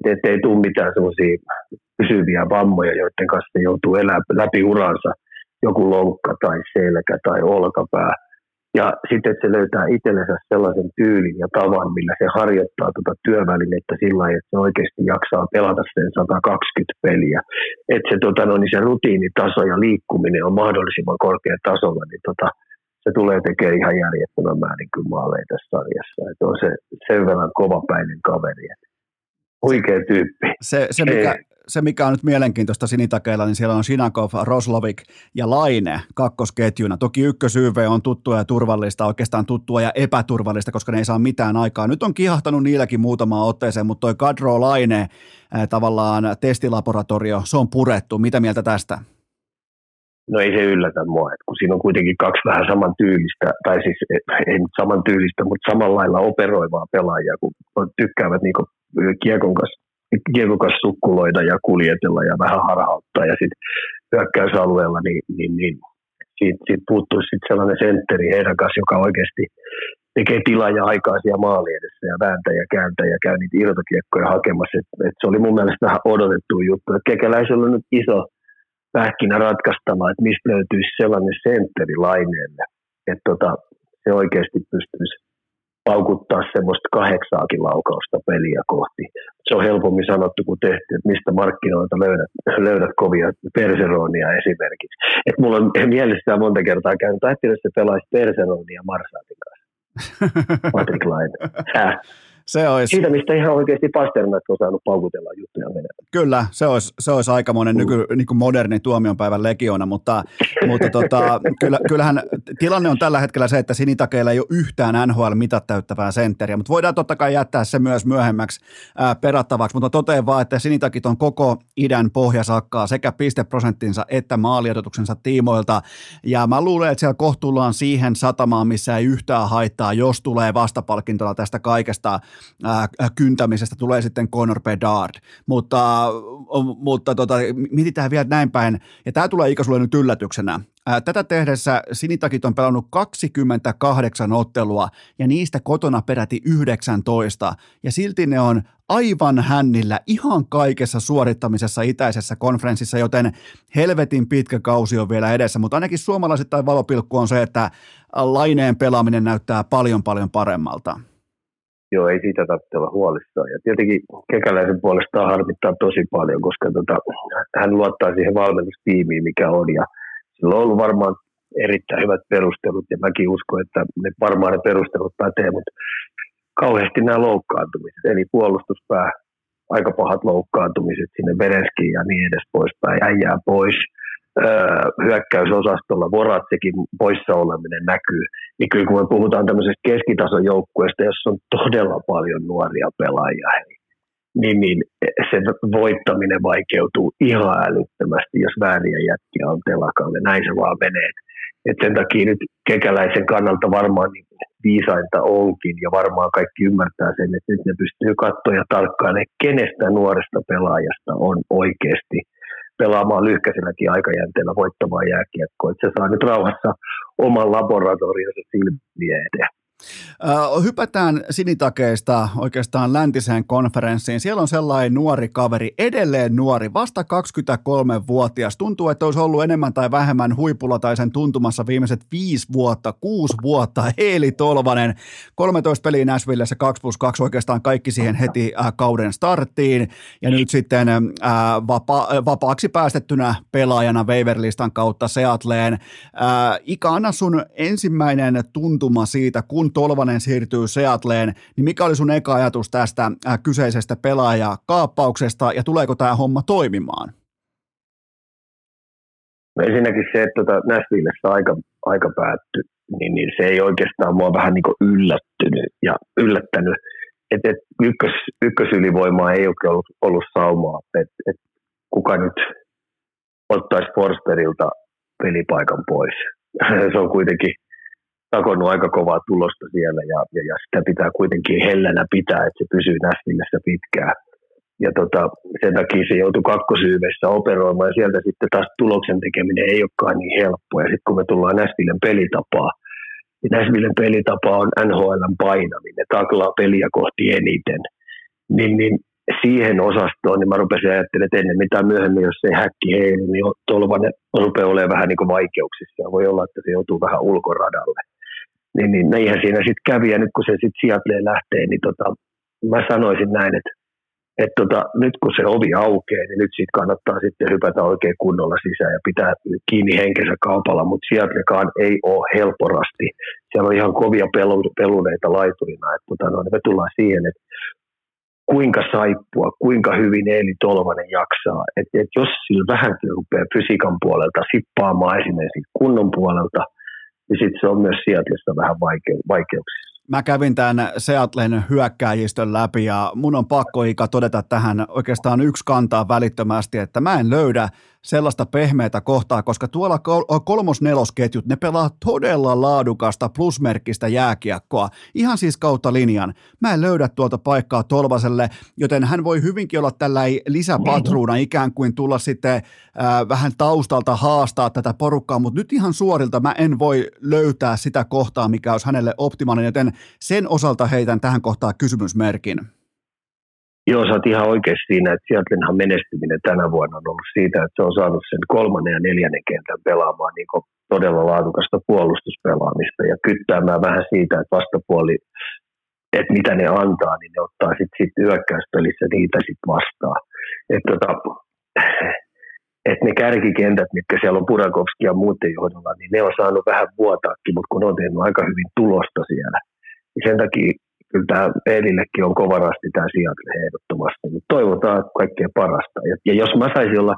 Ettei tule mitään sellaisia pysyviä vammoja, joiden kanssa joutuu elämään läpi uransa joku lonkka tai selkä tai olkapää. Ja sitten, että se löytää itsellensä sellaisen tyylin ja tavan, millä se harjoittaa tuota työvälinettä sillä lailla, että se oikeasti jaksaa pelata sen 120 peliä. Että se, niin se rutiinitaso ja liikkuminen on mahdollisimman korkean tasolla, niin se tulee tekemään ihan järjettömän määrin kyllä maaleja tässä sarjassa. Että on se sen verran kovapäinen kaveri. Huikea tyyppi. Se, mikä on nyt mielenkiintoista sinitakeilla, niin siellä on Sinakov, Roslovic ja Laine kakkosketjuna. Toki ykkös-YV on tuttua ja turvallista, oikeastaan tuttua ja epäturvallista, koska ne ei saa mitään aikaa. Nyt on kihahtanut niilläkin muutamaan otteeseen, mutta toi Kadro Laine, tavallaan testilaboratorio, se on purettu. Mitä mieltä tästä? No ei se yllätä mua, että kun siinä on kuitenkin kaksi vähän samantyylistä, tai siis ei nyt samantyylistä, mutta samalla lailla operoivaa pelaajia, kun tykkäävät niinku kiekon kanssa sukkuloida ja kuljetella ja vähän harhauttaa ja sitten hyökkäysalueella, niin siitä puuttuisi sitten sellainen sentteri heidän kanssa, joka oikeasti tekee tilaa ja aikaa siellä maali edessä ja vääntää ja kääntää ja käy niitä irtokiekkoja hakemassa. Et se oli mun mielestä vähän odotettu juttu. Et Kekäläisellä on nyt iso pähkinä ratkaistava, että mistä löytyisi sellainen sentteri Laineelle, että se oikeasti pystyisi paukuttaa semmoista 8 laukausta peliä kohti. Se on helpommin sanottu kuin tehty, että mistä markkinoilta löydät kovia Perseronia esimerkiksi. Et mulla on mielessä monta kertaa käynyt, että se pelaisi Perseronia Marsaatin kanssa. Patrick Laine. Se olisi... Siitä, mistä ihan oikeasti Pasternak on saanut paukutella juttuja menemään. Kyllä, se olisi aikamoinen niin kuin moderni tuomionpäivän legiona, mutta kyllähän tilanne on tällä hetkellä se, että sinitakeilla ei ole yhtään NHL-mitat täyttävää sentteriä, mutta voidaan totta kai jättää se myös myöhemmäksi perattavaksi, mutta totean vaan, että sinitakit on koko idän pohjasakkaa sekä pisteprosenttinsa että maaliodotuksensa tiimoilta, ja mä luulen, että siellä kohtuullaan siihen satamaan, missä ei yhtään haittaa, jos tulee vastapalkintona tästä kaikesta kyntämisestä tulee sitten Connor Bedard, mutta mietitään vielä näin päin, ja tämä tulee Ika sulle nyt yllätyksenä. Tätä tehdessä sinitakit on pelannut 28 ottelua, ja niistä kotona peräti 19, ja silti ne on aivan hännillä ihan kaikessa suorittamisessa itäisessä konferenssissa, joten helvetin pitkä kausi on vielä edessä, mutta ainakin suomalaisittain valopilkku on se, että Laineen pelaaminen näyttää paljon paremmalta. Joo, ei siitä tarvitse olla huolissaan. Ja tietenkin Kekäläisen puolestaan harmittaa tosi paljon, koska hän luottaa siihen valmennustiimiin, mikä on. Ja sillä on ollut varmaan erittäin hyvät perustelut, ja mäkin uskon, että varmaan ne perustelut pätee, mutta kauheasti nämä loukkaantumiset, eli puolustuspää, aika pahat loukkaantumiset sinne Vereskiin ja niin edes poispäin, äijää pois. Hyökkäysosastolla Voratsekin poissa oleminen näkyy, niin kyllä kun me puhutaan tämmöisestä keskitason joukkueesta, jossa on todella paljon nuoria pelaajia, niin se voittaminen vaikeutuu ihan älyttömästi, jos vääriä jätkiä on telakalla. Näin se vaan menee. Et sen takia nyt Kekäläisen kannalta varmaan niin viisainta onkin, ja varmaan kaikki ymmärtää sen, että nyt ne pystyy katsoa ja tarkkailemaan, kenestä nuoresta pelaajasta on oikeasti pelaamaan lyhkäiselläkin aikajänteellä voittavaa jääkiekkoa. Se saa nyt rauhassa oman laboratorionsa silmiä eteen. Hypätään sinitakeista oikeastaan läntiseen konferenssiin. Siellä on sellainen nuori kaveri, edelleen nuori, vasta 23-vuotias. Tuntuu, että olisi ollut enemmän tai vähemmän huipulla tai sen tuntumassa viimeiset 6 vuotta. Eeli Tolvanen, 13 peliä Nashvillessä, 2+2, oikeastaan kaikki siihen heti kauden starttiin. Ja nyt sitten vapaaksi päästettynä pelaajana waiver-listan kautta Seattleen. Ika, anna sun ensimmäinen tuntuma siitä, kun Tolvanen siirtyy Seattleen, niin mikä oli sun eka ajatus tästä kyseisestä pelaajakaappauksesta, ja tuleeko tämä homma toimimaan? No ensinnäkin se, että Nashvillessä aika päättyi, niin se ei oikeastaan mua vähän niin kuin yllättänyt. Että ykkösylivoimaa ei ole ollut saumaa, että kuka nyt ottaisi Forsbergilta pelipaikan pois. Se on kuitenkin takonnut aika kovaa tulosta siellä, ja sitä pitää kuitenkin hellänä pitää, että se pysyy Nashvillessä pitkään. Ja sen takia se joutui kakkosyyveissä operoimaan, ja sieltä sitten taas tuloksen tekeminen ei olekaan niin helppoa. Ja sitten kun me tullaan Nashvillen pelitapaa, niin Nashvillen pelitapa on NHL:n painaminen, taklaa peliä kohti eniten. Niin siihen osastoon, niin mä rupesin ajattelemaan, että ennen mitään myöhemmin, jos ei häkki heilu, niin Tolvanen rupeaa olemaan vähän niin kuin vaikeuksissa. Voi olla, että se joutuu vähän ulkoradalle. Niin näinhän siinä sitten kävi, ja nyt kun se sitten Seattleen lähtee, niin mä sanoisin näin, että nyt kun se ovi aukeaa, niin nyt siitä kannattaa sitten hypätä oikein kunnolla sisään ja pitää kiinni henkensä kaupalla, mutta Seattlekaan ei ole helporasti. Siellä on ihan kovia peluneita laiturina, että me tullaan siihen, että kuinka saippua, kuinka hyvin Eeli Tolvanen jaksaa. Et jos sillä vähänkin rupeaa fysiikan puolelta sippaamaan esimerkiksi kunnon puolelta, niin sitten se on myös Seattleissa vähän vaikeuksissa. Mä kävin tämän Seattlen hyökkääjistön läpi ja mun on pakko Ika todeta tähän oikeastaan yksi kantaa välittömästi, että mä en löydä sellaista pehmeätä kohtaa, koska tuolla 3-4-ketjut, ne pelaa todella laadukasta plusmerkkistä jääkiekkoa, ihan siis kautta linjan. Mä en löydä tuolta paikkaa Tolvaselle, joten hän voi hyvinkin olla tällä lisäpatruuna ikään kuin tulla sitten vähän taustalta haastaa tätä porukkaa, mutta nyt ihan suorilta mä en voi löytää sitä kohtaa, mikä olisi hänelle optimaalinen, joten sen osalta heitän tähän kohtaan kysymysmerkin. Joo, sä oot ihan oikeassa siinä, että Seattlenhan menestyminen tänä vuonna on ollut siitä, että se on saanut sen 3. ja 4. kentän pelaamaan niin todella laadukasta puolustuspelaamista ja kyttäämään vähän siitä, että vastapuoli, että mitä ne antaa, niin ne ottaa sitten hyökkäyspelissä niitä sitten vastaan. Että ne kärkikentät, mitkä siellä on Burakovski ja muuten johdolla, niin ne on saanut vähän vuotaakin, mutta kun ne on tehnyt aika hyvin tulosta siellä, niin sen takia kyllä tämä Eelillekin on kovarasti tämä Seattle ehdottomasti, mutta toivotaan kaikkea parasta. Ja jos mä saisin olla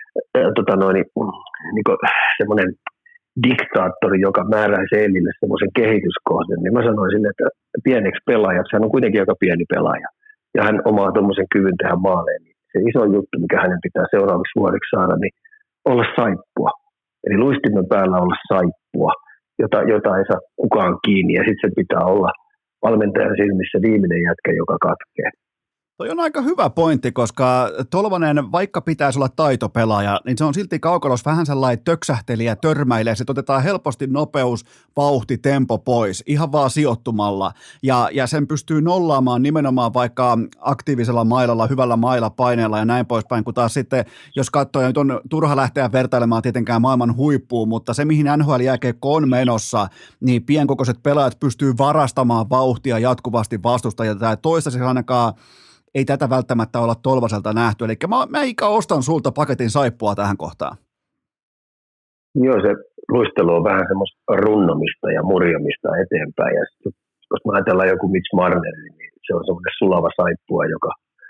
niin semmoinen diktaattori, joka määräisi Eelille semmoisen kehityskohden, niin mä sanoisin, että pieneksi pelaajaksi, hän on kuitenkin aika pieni pelaaja, ja hän omaa tuommoisen kyvyn tehdä maaleen, niin se iso juttu, mikä hänen pitää seuraavaksi vuodeksi saada, niin olla saippua. Eli luistimen päällä olla saippua, jota ei saa kukaan kiinni, ja sitten se pitää olla valmentajan silmissä viimeinen jätkä, joka katkee. Toi on aika hyvä pointti, koska Tolvanen, vaikka pitäisi olla taitopelaaja, niin se on silti kaukalossa vähän sellainen töksähtelijä, törmäilee. Se otetaan helposti nopeus, vauhti, tempo pois, ihan vaan sijoittumalla. Ja sen pystyy nollaamaan nimenomaan vaikka aktiivisella mailalla, hyvällä mailapaineella ja näin poispäin, kun taas sitten, jos katsoo, ja nyt on turha lähteä vertailemaan tietenkään maailman huippuun, mutta se, mihin NHL-jääkiekko on menossa, niin pienkokoiset pelaajat pystyy varastamaan vauhtia jatkuvasti vastustajia, tai toistaiseksi ainakaan ei tätä välttämättä olla Tolvaselta nähty. Eli mä Ika ostan sulta paketin saippua tähän kohtaan. Joo, se luistelu on vähän semmoista runnomista ja murjomista eteenpäin. Ja sit, jos me ajatellaan joku Mitch Marner, niin se on semmoinen sulava saippua, joka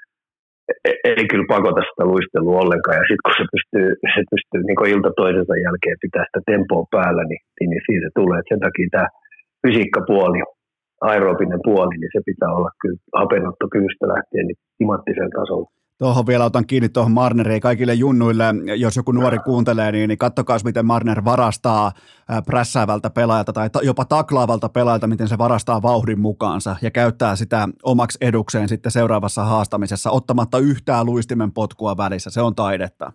ei kyllä pakota sitä luistelua ollenkaan. Ja sitten kun se pystyy niin ilta toisensa jälkeen pitää sitä tempoa päällä, niin siinä se tulee. Et sen takia tämä fysiikkapuoli, aerobinen puoli, niin se pitää olla kyllä hapenottokyvystä lähtien niin timanttisen tasolla. Tuohon vielä otan kiinni tuohon Marneriin kaikille junnuille, jos joku nuori kuuntelee, niin kattokaa miten Marner varastaa prässäävältä pelaajalta tai jopa taklaavalta pelaajalta, miten se varastaa vauhdin mukaansa ja käyttää sitä omaksi edukseen sitten seuraavassa haastamisessa, ottamatta yhtään luistimen potkua välissä. Se on taidetta.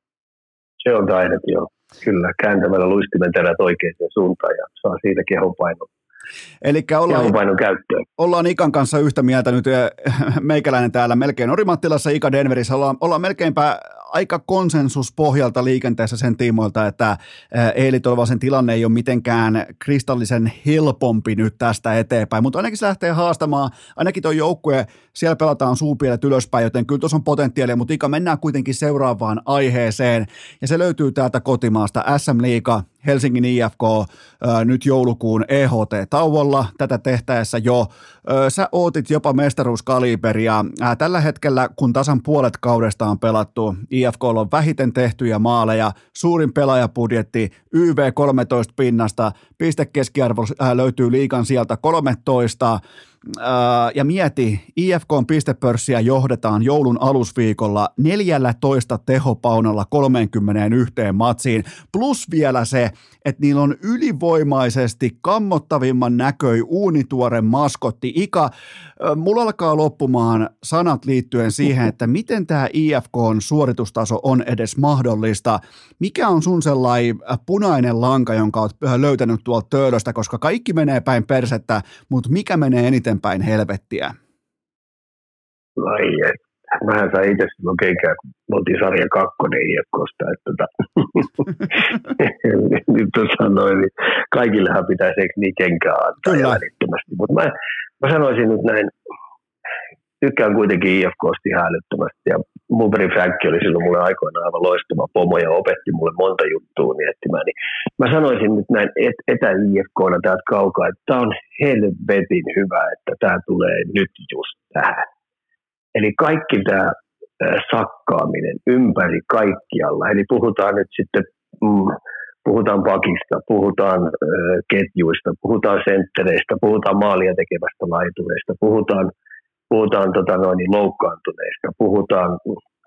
Se on taidetta, joo. Kyllä, kääntämällä luistimen terät oikeaan suuntaan ja saa siitä kehonpainon. Eli ollaan Ikan kanssa yhtä mieltä nyt, meikäläinen täällä melkein Orimattilassa, Ika Denverissä, ollaan melkeinpä aika konsensuspohjalta liikenteessä sen tiimoilta, että Eeli Tolvasen tilanne ei ole mitenkään kristallisen helpompi nyt tästä eteenpäin, mutta ainakin se lähtee haastamaan, ainakin tuo joukkue, siellä pelataan suupielet ylöspäin, joten kyllä tuossa on potentiaalia, mutta Ika, mennään kuitenkin seuraavaan aiheeseen, ja se löytyy täältä kotimaasta, SM-liiga, Helsingin IFK nyt joulukuun EHT-tauolla, tätä tehtäessä jo. Sä ootit jopa mestaruuskaliberia. Tällä hetkellä, kun tasan puolet kaudesta on pelattu, IFK:lla on vähiten tehtyjä maaleja, suurin pelaajabudjetti, YV 13 pinnasta, pistekeskiarvo löytyy liigan sieltä 13, ja mieti, IFK:n pistepörssiä johdetaan joulun alusviikolla 14 tehopaunalla 31 matsiin, plus vielä se, että niillä on ylivoimaisesti kammottavimman näköi uunituore maskotti. Ika, mulla alkaa loppumaan sanat liittyen siihen, että miten tämä IFK:n suoritustaso on edes mahdollista. Mikä on sun sellainen punainen lanka, jonka olet löytänyt tuolta Töölöstä, koska kaikki menee päin persettä, mutta mikä menee eniten päin helvettiä? Ai, Mähän sain itse silloin kenkään, kun me oltiin sarja 2 IFK:sta, että nyt sanoin, niin kaikillehan pitäisi niin kenkää antaa ja välittömästi. Mutta mä sanoisin nyt näin, tykkään kuitenkin IFK:sta ihan älyttömästi ja Muberi Frankki oli silloin mulle aikoinaan aivan loistava pomo ja opetti mulle monta juttua miettimään. Niin mä sanoisin nyt näin etä-IFK:na täältä kaukaa, että tää on helvetin hyvä, että tää tulee nyt just tähän. Eli kaikki tämä sakkaaminen ympäri kaikkialla, eli puhutaan nyt sitten, puhutaan pakista, puhutaan ketjuista, puhutaan senttereistä, puhutaan maalia tekevästä laitureista, puhutaan loukkaantuneista, puhutaan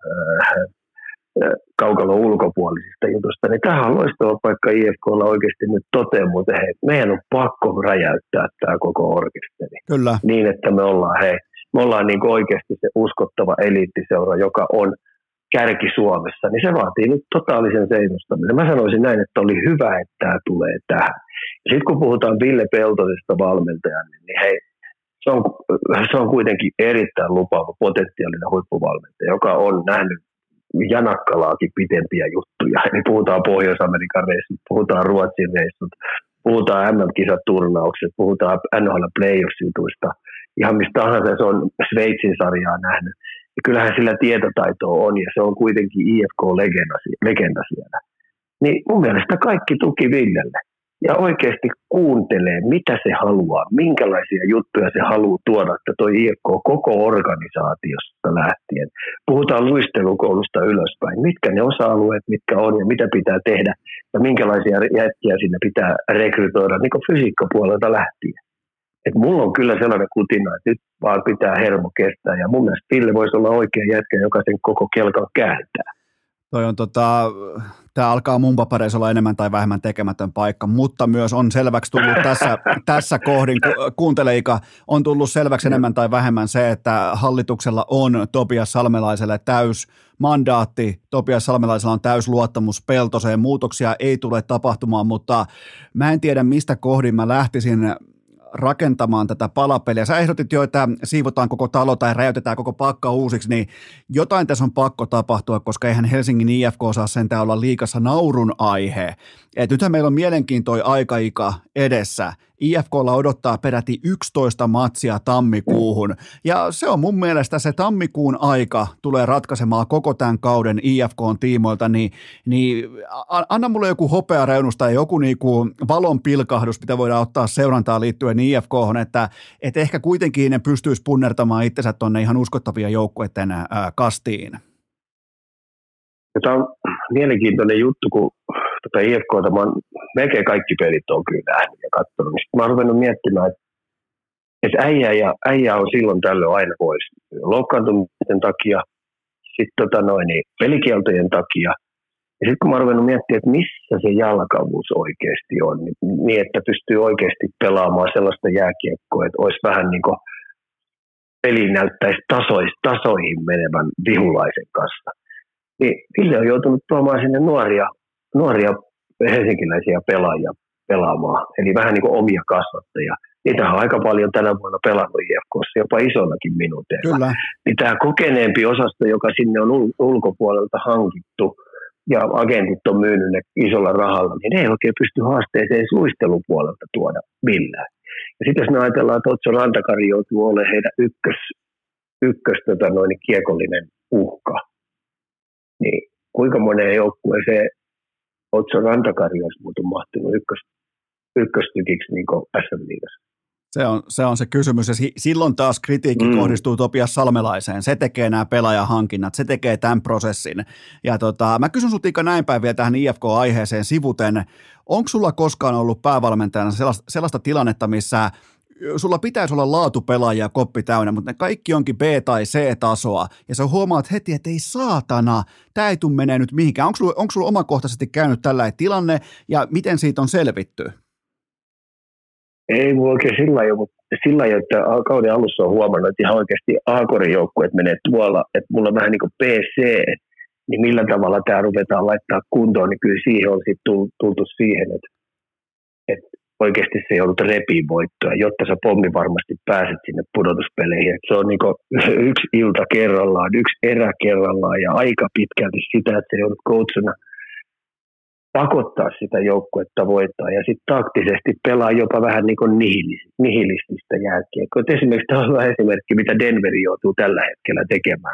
kaukalon ulkopuolisista jutusta, niin tämähän on loistava paikka IFK:lla oikeasti nyt toteen, mutta hei, meidän on pakko räjäyttää tämä koko orkesteri. Kyllä. Niin, että me ollaan niin oikeasti se uskottava eliittiseura, joka on kärki Suomessa, niin se vaatii nyt totaalisen seinostamisen. Mä sanoisin näin, että oli hyvä, että tämä tulee tähän. Ja sitten kun puhutaan Ville Peltosesta valmentajana, niin hei, se on kuitenkin erittäin lupaava potentiaalinen huippuvalmentaja, joka on nähnyt janakkalaakin pitempiä juttuja. Eli puhutaan Pohjois-Amerikan reissut, puhutaan Ruotsin reissut, puhutaan MM-kisaturnaukset, puhutaan NHL Playoffs-jutuista, ihan mistä tahansa se on Sveitsin sarjaa nähnyt. Ja kyllähän sillä tietotaitoa on, ja se on kuitenkin IFK-legenda siellä. Niin mun mielestä kaikki tuki Villelle. Ja oikeasti kuuntelee, mitä se haluaa, minkälaisia juttuja se haluaa tuoda, että toi IFK koko organisaatiosta lähtien. Puhutaan luistelukoulusta ylöspäin, mitkä ne osa-alueet, mitkä on ja mitä pitää tehdä, ja minkälaisia jätkiä sinne pitää rekrytoida, niin kuin fysiikkapuolelta lähtien. Et mulla on kyllä sellainen kutina, että nyt vaan pitää hermo kestää, ja mun mielestä Ville voisi olla oikea jätkä, joka sen koko kelkan kääntää. Toi on tämä alkaa mun papereissa olla enemmän tai vähemmän tekemätön paikka, mutta myös on selväksi tullut tässä kohdin, kuunteleika, on tullut selväksi enemmän tai vähemmän se, että hallituksella on Topias Salmelaiselle täys mandaatti, Topias Salmelaisella on täys luottamus Peltoseen, muutoksia ei tule tapahtumaan, mutta mä en tiedä mistä kohdin mä lähtisin rakentamaan tätä palapeliä. Sä ehdotit jo, että siivotaan koko talo tai räjäytetään koko pakka uusiksi, niin jotain tässä on pakko tapahtua, koska eihän Helsingin IFK saa sentään olla liigassa naurun aihe. Et nythän meillä on mielenkiintoinen aikaika edessä. IFK:lla odottaa peräti 11 matsia tammikuuhun, ja se on mun mielestä se tammikuun aika tulee ratkaisemaan koko tämän kauden IFK:n tiimoilta, niin anna mulle joku hopeareunus tai joku niinku valon pilkahdus, mitä voidaan ottaa seurantaa liittyen IFK:hon, että ehkä kuitenkin ne pystyisi punnertamaan itsensä tuonne ihan uskottavia joukkueiden kastiin. Tämä on mielenkiintoinen juttu, kun IFK:ta melkein kaikki pelit on kyllä nähnyt ja katsonut. Sitten mä oon ruvennut miettimään, että äijä on silloin tällöin aina pois loukkaantumisten takia, sitten pelikieltojen takia. Ja sitten kun mä oon ruvennut miettimään, että missä se jalkavuus oikeasti on, niin että pystyy oikeasti pelaamaan sellaista jääkiekkoa, että olisi vähän niin kuin peli näyttäisi tasoihin menevän vihulaisen kanssa. Niin Ville on joutunut tuomaan sinne nuoria helsinkiläisiä pelaajia pelaamaan, eli vähän niin kuin omia kasvattajia. Niitä on aika paljon tänä vuonna pelannut IFK:ssa, jopa isollakin minuuteilla. Kyllä. Niin tämä kokeneempi osasto, joka sinne on ulkopuolelta hankittu, ja agentit on myynyt ne isolla rahalla, niin ne ei oikein pysty haasteeseen luistelupuolelta tuoda millään. Ja sitten jos me ajatellaan, että Otso Rantakari joutuu olemaan heidän ykkös kiekollinen uhka, niin kuinka moneen joukkueeseen Otso Rantakari olisi muuten mahtunut ykköstykiksi niin kuin SM-liigassa? Se on se kysymys, ja silloin taas kritiikki kohdistuu Topias Salmelaiseen. Se tekee nämä pelaajahankinnat, se tekee tämän prosessin. Ja mä kysyn sulta Ika näin päin vielä tähän IFK-aiheeseen sivuten. Onko sulla koskaan ollut päävalmentajana sellaista tilannetta, missä sulla pitäisi olla laatupelaajia koppi täynnä, mutta ne kaikki onkin B- tai C-tasoa, ja sä huomaat heti, että ei saatana, tää ei tule menee nyt mihinkään. Onko sulla omakohtaisesti käynyt tällainen tilanne, ja miten siitä on selvitty? Ei mulla oikein sillä lailla, että kauden alussa on huomannut, että ihan oikeasti A-korin joukkueet menee tuolla, että mulla on vähän niin kuin PC, niin millä tavalla tämä ruvetaan laittaa kuntoon, niin kyllä siihen on sitten tultu siihen, että oikeasti se joudut repiin voittoa, jotta sä pommi varmasti pääset sinne pudotuspeleihin. Et se on niinku yksi ilta kerrallaan, yksi erä kerrallaan ja aika pitkälti sitä, että sä joudut coachina pakottaa sitä joukkuetta voittaa ja sitten taktisesti pelaa jopa vähän niin kuin nihilististä jääkiekkoa. Esimerkiksi tämä on hyvä esimerkki, mitä Denver joutuu tällä hetkellä tekemään.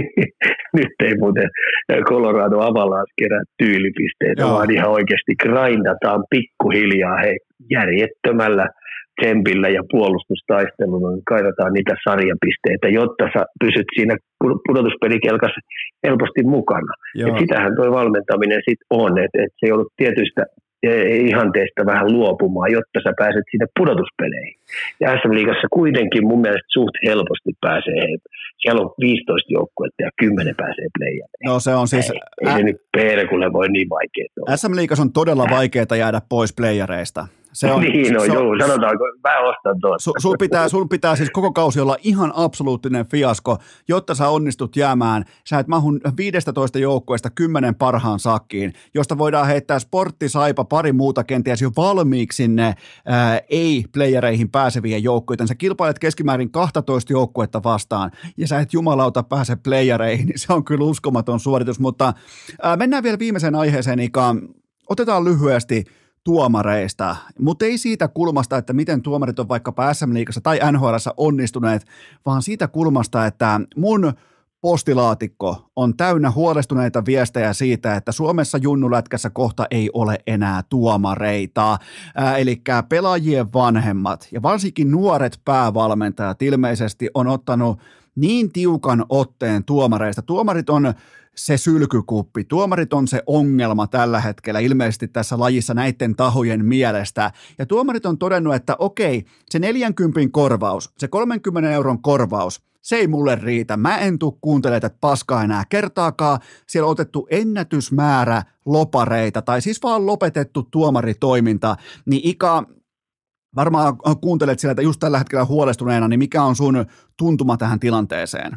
Nyt ei muuten Colorado Avalanche kerää tyylipisteitä, vaan ihan oikeasti grindataan pikkuhiljaa järjettömällä tsempillä ja puolustustaistelulla, niin kaivataan niitä sarjapisteitä, jotta sä pysyt siinä pudotuspelikelkassa helposti mukana. Et sitähän toi valmentaminen sitten on, että se joudut tietyistä ihanteista vähän luopumaan, jotta sä pääset sinne pudotuspeleihin. Ja SM-liigassa kuitenkin mun mielestä suht helposti pääsee. Siellä on 15 joukkuetta ja 10 pääsee playereihin. No se on siis... Ei se nyt perkulle voi niin vaikeaa olla. SM-liigassa on todella vaikeaa jäädä pois playereista. Sanotaanko, mä ostan tuon. Sul pitää siis koko kausi olla ihan absoluuttinen fiasko, jotta sä onnistut jäämään. Sä et mahun 15 joukkueesta 10 parhaan sakkiin, josta voidaan heittää Sportti, Saipa, pari muuta kenties jo valmiiksi sinne ei-playereihin pääsevien joukkueiden. Sä kilpailet keskimäärin 12 joukkuetta vastaan, ja sä et jumalauta pääse playereihin, niin se on kyllä uskomaton suoritus. Mutta mennään vielä viimeiseen aiheeseen, Ika. Otetaan lyhyesti tuomareista, mutta ei siitä kulmasta, että miten tuomarit on vaikkapa SM-liigassa tai NHL:ssä onnistuneet, vaan siitä kulmasta, että mun postilaatikko on täynnä huolestuneita viestejä siitä, että Suomessa junnulätkässä kohta ei ole enää tuomareita, eli pelaajien vanhemmat ja varsinkin nuoret päävalmentajat ilmeisesti on ottanut niin tiukan otteen tuomareista. Tuomarit on se sylkykuppi. Tuomarit on se ongelma tällä hetkellä ilmeisesti tässä lajissa näiden tahojen mielestä. Ja tuomarit on todennut, että okei, se 40 korvaus, se 30 euron korvaus, se ei mulle riitä. Mä en tuu kuuntelemaan tätä paskaa enää kertaakaan. Siellä on otettu ennätysmäärä lopareita tai siis vaan lopetettu tuomaritoiminta. Niin Ika, varmaan kuuntelet sieltä just tällä hetkellä huolestuneena, niin mikä on sun tuntuma tähän tilanteeseen?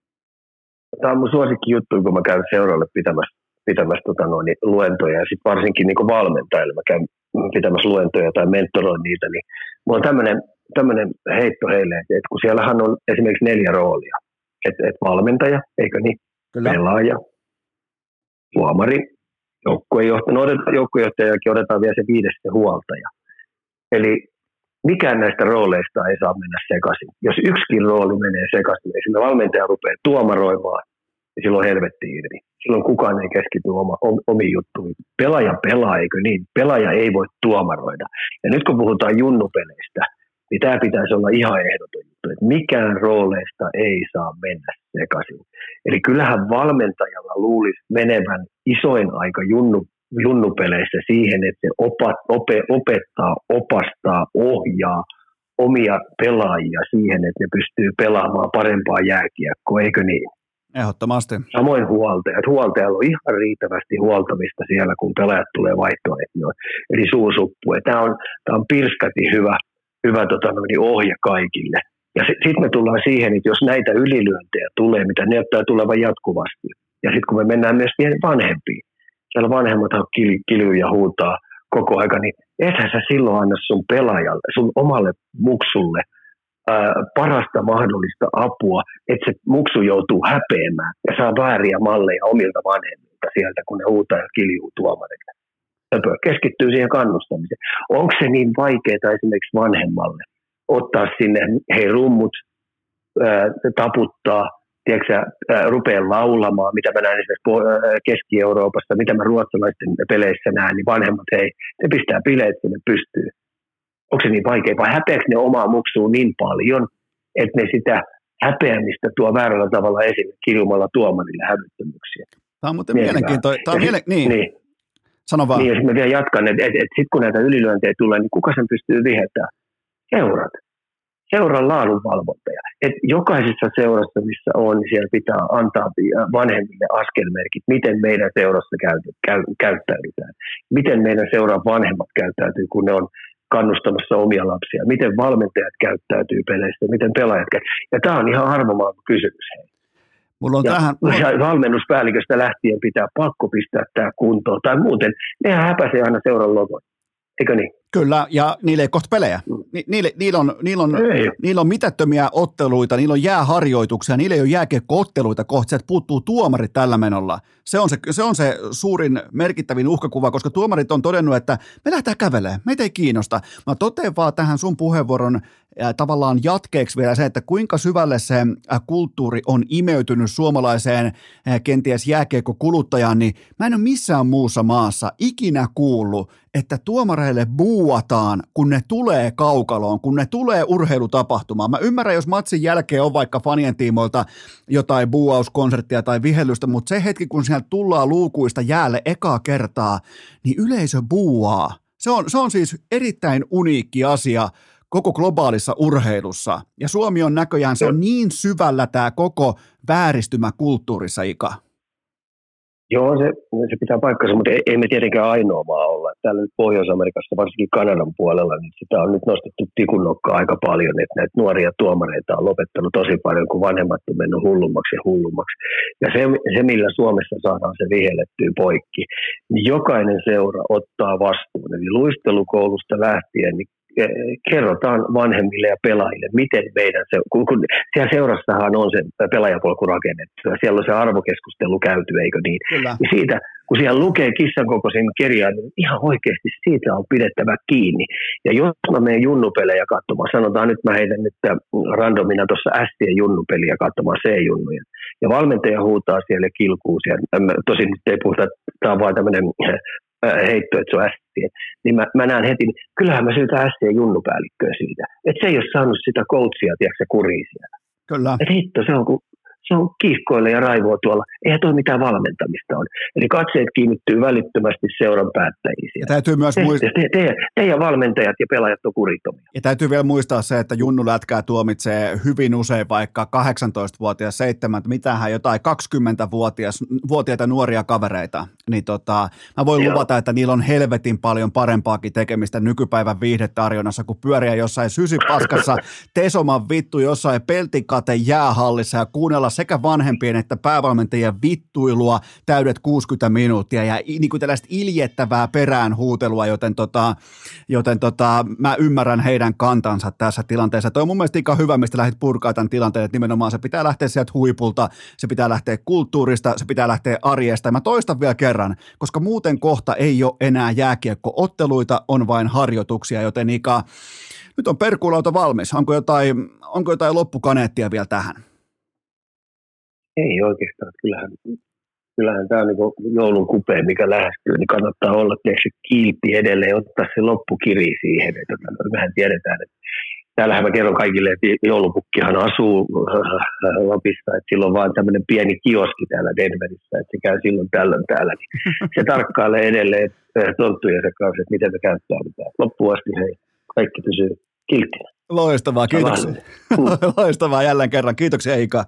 Tämä on mun suosikki juttu, kun mä käyn seuralle pitämässä luentoja ja sitten varsinkin niin valmentajille mä käyn pitämässä luentoja tai mentoroin niitä, niin mulla on tämmöinen heitto heille, että kun siellähän on esimerkiksi 4 roolia, että valmentaja, eikö niin, kyllä, pelaaja, tuomari, joukkuejohtajakin otetaan vielä se 5. huoltaja. Eli mikään näistä rooleista ei saa mennä sekaisin. Jos yksikin rooli menee sekaisin, niin siinä valmentaja rupeaa tuomaroimaan, niin silloin helvetti irti. Silloin kukaan ei keskity omiin juttuihin. Pelaaja pelaa, eikö niin? Pelaaja ei voi tuomaroida. Ja nyt kun puhutaan junnupeleistä, niin tämä pitäisi olla ihan ehdoton juttu, että mikään rooleista ei saa mennä sekaisin. Eli kyllähän valmentajalla luulisi menevän isoin aika junnupeleissä siihen, että se opettaa, opastaa, ohjaa omia pelaajia siihen, että ne pystyy pelaamaan parempaa jääkiekkoa, eikö niin? Ehdottomasti. Samoin huoltajalla on ihan riittävästi huoltamista siellä, kun pelaajat tulee vaihtoon, eli suusuppu. Tämä on pirskati hyvä ohje kaikille. Ja sitten me tullaan siihen, että jos näitä ylilyöntejä tulee, mitä näyttää tulevan jatkuvasti, ja sitten kun me mennään myös vanhempiin, siellä vanhemmat kilyy ja huutaa koko ajan, niin ethän sä silloin anna sun pelaajalle, sun omalle muksulle parasta mahdollista apua, että se muksu joutuu häpeämään ja saa vääriä malleja omilta vanhemmilta sieltä, kun ne huutaa ja kiljuu tuomarille. Keskittyy siihen kannustamiseen. Onko se niin vaikeaa esimerkiksi vanhemmalle ottaa sinne, hei rummut, taputtaa, tiedätkö, rupeaa laulamaan, mitä mä näen esimerkiksi Keski-Euroopassa, mitä mä ruotsalaisten peleissä näen, niin vanhemmat, hei, ne pistää bileet sinne pystyyn. Onko se niin vaikea, vai häpeäkö ne omaa muksua niin paljon, että ne sitä häpeämistä tuo väärällä tavalla esille kiljumalla tuomarille hävyttömyyksiä. Tämä on muuten mielenkiintoinen. Niin. Sano vaan. Niin, ja sitten mä vielä jatkan, että sitten kun näitä ylilyöntejä tulee, niin kuka sen pystyy vihettämään? Seuran laadunvalvontaja. Et jokaisessa seurassa, missä on, niin siellä pitää antaa vanhemmille askelmerkit, miten meidän seurassa käyttäydytään. Miten meidän seuran vanhemmat käyttäytyy, kun ne on kannustamassa omia lapsia. Miten valmentajat käyttäytyy peleissä, miten pelaajat käyttäytyy. Ja tämä on ihan arvomaailman kysymys. Valmennuspäälliköstä lähtien pitää pakko pistää tämä kuntoon. Tai muuten, nehän häpäisee aina seuran logon. Eikö niin? Kyllä, ja niillä ei kohta pelejä. Niillä on mitättömiä otteluita, niillä on jääharjoituksia, niillä ei ole jääkiekko-otteluita kohta, sieltä puuttuu tuomarit tällä menolla. Se on se suurin merkittävin uhkakuva, koska tuomarit on todennut, että me lähdetään kävelemään, meitä ei kiinnosta. Mä totean vaan tähän sun puheenvuoron tavallaan jatkeeksi vielä se, että kuinka syvälle se kulttuuri on imeytynyt suomalaiseen kenties jääkiekko-kuluttajaan, niin mä en ole missään muussa maassa ikinä kuullut, että tuomareille buuataan, kun ne tulee kaukaloon, kun ne tulee urheilutapahtumaan. Mä ymmärrän, jos matsin jälkeen on vaikka fanien tiimoilta jotain buuauskonserttia tai vihellystä, mutta se hetki, kun sieltä tullaan luukuista jäälle ekaa kertaa, niin yleisö buuaa. Se on siis erittäin uniikki asia koko globaalissa urheilussa. Ja Suomi on näköjään, se on niin syvällä tämä koko vääristymä kulttuurissa, Ika. Joo, se pitää paikkansa, mutta ei me tietenkään ainoa maa olla. Täällä nyt Pohjois-Amerikassa, varsinkin Kanadan puolella, niin sitä on nyt nostettu tikunnokkaa aika paljon, että näitä nuoria tuomareita on lopettanut tosi paljon, kun vanhemmat on mennyt hullummaksi ja hullummaksi. Ja se millä Suomessa saadaan se vihellettyä poikki, niin jokainen seura ottaa vastuun. Eli luistelukoulusta lähtien, niin kerrotaan vanhemmille ja pelaajille, miten meidän kun siellä seurassahan on se pelaajapolku rakennettu, ja siellä on se arvokeskustelu käyty, eikö niin? Kyllä. Ja siitä, kun siellä lukee kissan kokoisen kirjaan, niin ihan oikeasti siitä on pidettävä kiinni. Ja jos mä menen junnupelejä katsomaan, sanotaan nyt mä heitän nyt randomina tuossa Ässien junnupeliä katsomaan C-junnuja, ja valmentaja huutaa siellä kilkuu siellä, tosin nyt ei puhuta, tämä on vaan tämmöinen heitto, että se on Ässien, niin mä näen heti, niin kyllähän mä syytän Ässien junnupäällikköä siitä, että se ei ole saanut sitä coachia, tiedätkö, kuria siellä. Kyllä. Että hitto, se on kiihkoille ja raivoa tuolla. Eihän toi mitään valmentamista on. Eli katseet kiinnittyy välittömästi seuran päättäjiin. Ja täytyy myös muistaa. Teidän valmentajat ja pelaajat on kurittomia. Ja täytyy vielä muistaa se, että junnulätkää tuomitsee hyvin usein vaikka 18-vuotias, 7, mitähän jotain 20-vuotiaita nuoria kavereita. Niin mä voin luvata, että niillä on helvetin paljon parempaakin tekemistä nykypäivän viihdetarjonnassa, kun pyöriä jossain sysipaskassa Tesoman vittu jossain Peltikate jäähallissa ja kuunnella sekä vanhempien että päävalmentajien vittuilua täydet 60 minuuttia ja niin kuin tällaista iljettävää perään huutelua, joten mä ymmärrän heidän kantansa tässä tilanteessa. Toi on mun mielestä ihan hyvä, mistä lähdit purkaa tämän tilanteen, että nimenomaan se pitää lähteä sieltä huipulta, se pitää lähteä kulttuurista, se pitää lähteä arjesta. Ja mä toistan vielä kerran, koska muuten kohta ei ole enää jääkiekko-otteluita, on vain harjoituksia, joten Ika, nyt on perkuulauta valmis. Onko jotain loppukaneettia vielä tähän? Ei oikeastaan. Kyllähän tämä on niin joulun kupea, mikä lähestyy, niin kannattaa olla se kilpi edelleen, ottaa se loppukiri siihen. Mehän tiedetään, että täällähän mä kerron kaikille, että joulupukkihan asuu Lapissa, että sillä on vaan tämmöinen pieni kioski täällä Denverissä, että se käy silloin tällöin täällä. Niin se tarkkailee edelleen tonttujensa kanssa, että miten me käyttäydytään. Loppuun asti hei, kaikki pysyy kilttinä. Loistavaa, kiitoksia. Loistavaa jälleen kerran. Kiitoksia Eika.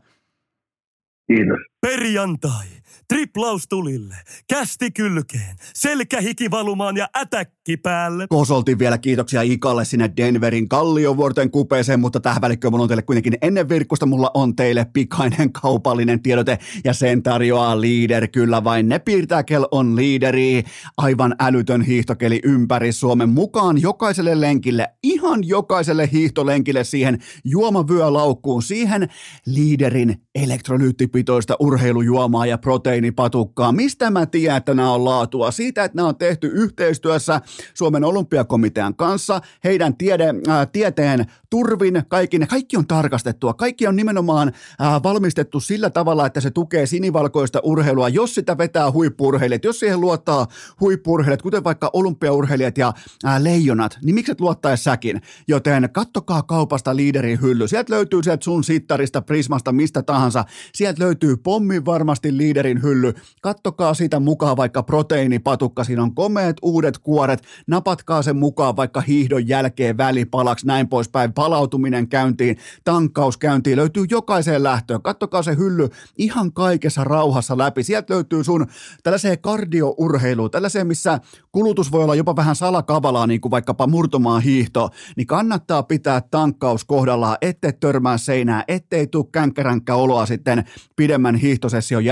Kiitos. Perjantai. Triplaus tulille, kästi kylkeen, selkähiki valumaan ja ätäkki päälle. Kosoltin vielä kiitoksia Ikalle sinne Denverin Kalliovuorten kupeeseen, mutta tähän välikköön mulla on teille kuitenkin ennen virkkusta, mulla on teille pikainen kaupallinen tiedote ja sen tarjoaa Leader. Kyllä vain ne piirtää, kel on Leaderi. Aivan älytön hiihtokeli ympäri Suomen mukaan jokaiselle lenkille, ihan jokaiselle hiihtolenkille siihen juomavyölaukkuun, siihen Leaderin elektrolyyttipitoista urheilujuomaa ja proteiinipatukkaa. Mistä mä tiedän, että nämä on laatua? Siitä, että nämä on tehty yhteistyössä Suomen olympiakomitean kanssa, heidän tieteen turvin, kaikki on tarkastettua. Kaikki on nimenomaan valmistettu sillä tavalla, että se tukee sinivalkoista urheilua, jos sitä vetää huippu-urheilijat, jos siihen luottaa huippu-urheilijat, kuten vaikka olympiaurheilijat ja leijonat, niin miksi et luottaisi säkin? Joten kattokaa kaupasta Leaderin hylly. Sieltä löytyy sieltä sun sittarista, Prismasta, mistä tahansa. Sieltä löytyy pommin varmasti Leaderin hylly. Kattokaa siitä mukaan vaikka proteiinipatukka. Siinä on komeet uudet kuoret. Napatkaa sen mukaan vaikka hiihdon jälkeen välipalaksi, näin poispäin. Palautuminen käyntiin, tankkaus käyntiin. Löytyy jokaiseen lähtöön. Kattokaa se hylly ihan kaikessa rauhassa läpi. Sieltä löytyy sun tällaiseen kardiourheiluun, tällaiseen, missä kulutus voi olla jopa vähän salakavalaa, niin kuin vaikkapa murtomaan hiihto, niin kannattaa pitää tankkaus kohdallaan, ettei törmää seinää, ettei tule känkkäränkkä oloa sitten pidemmän hiihtosession jälkeen, joten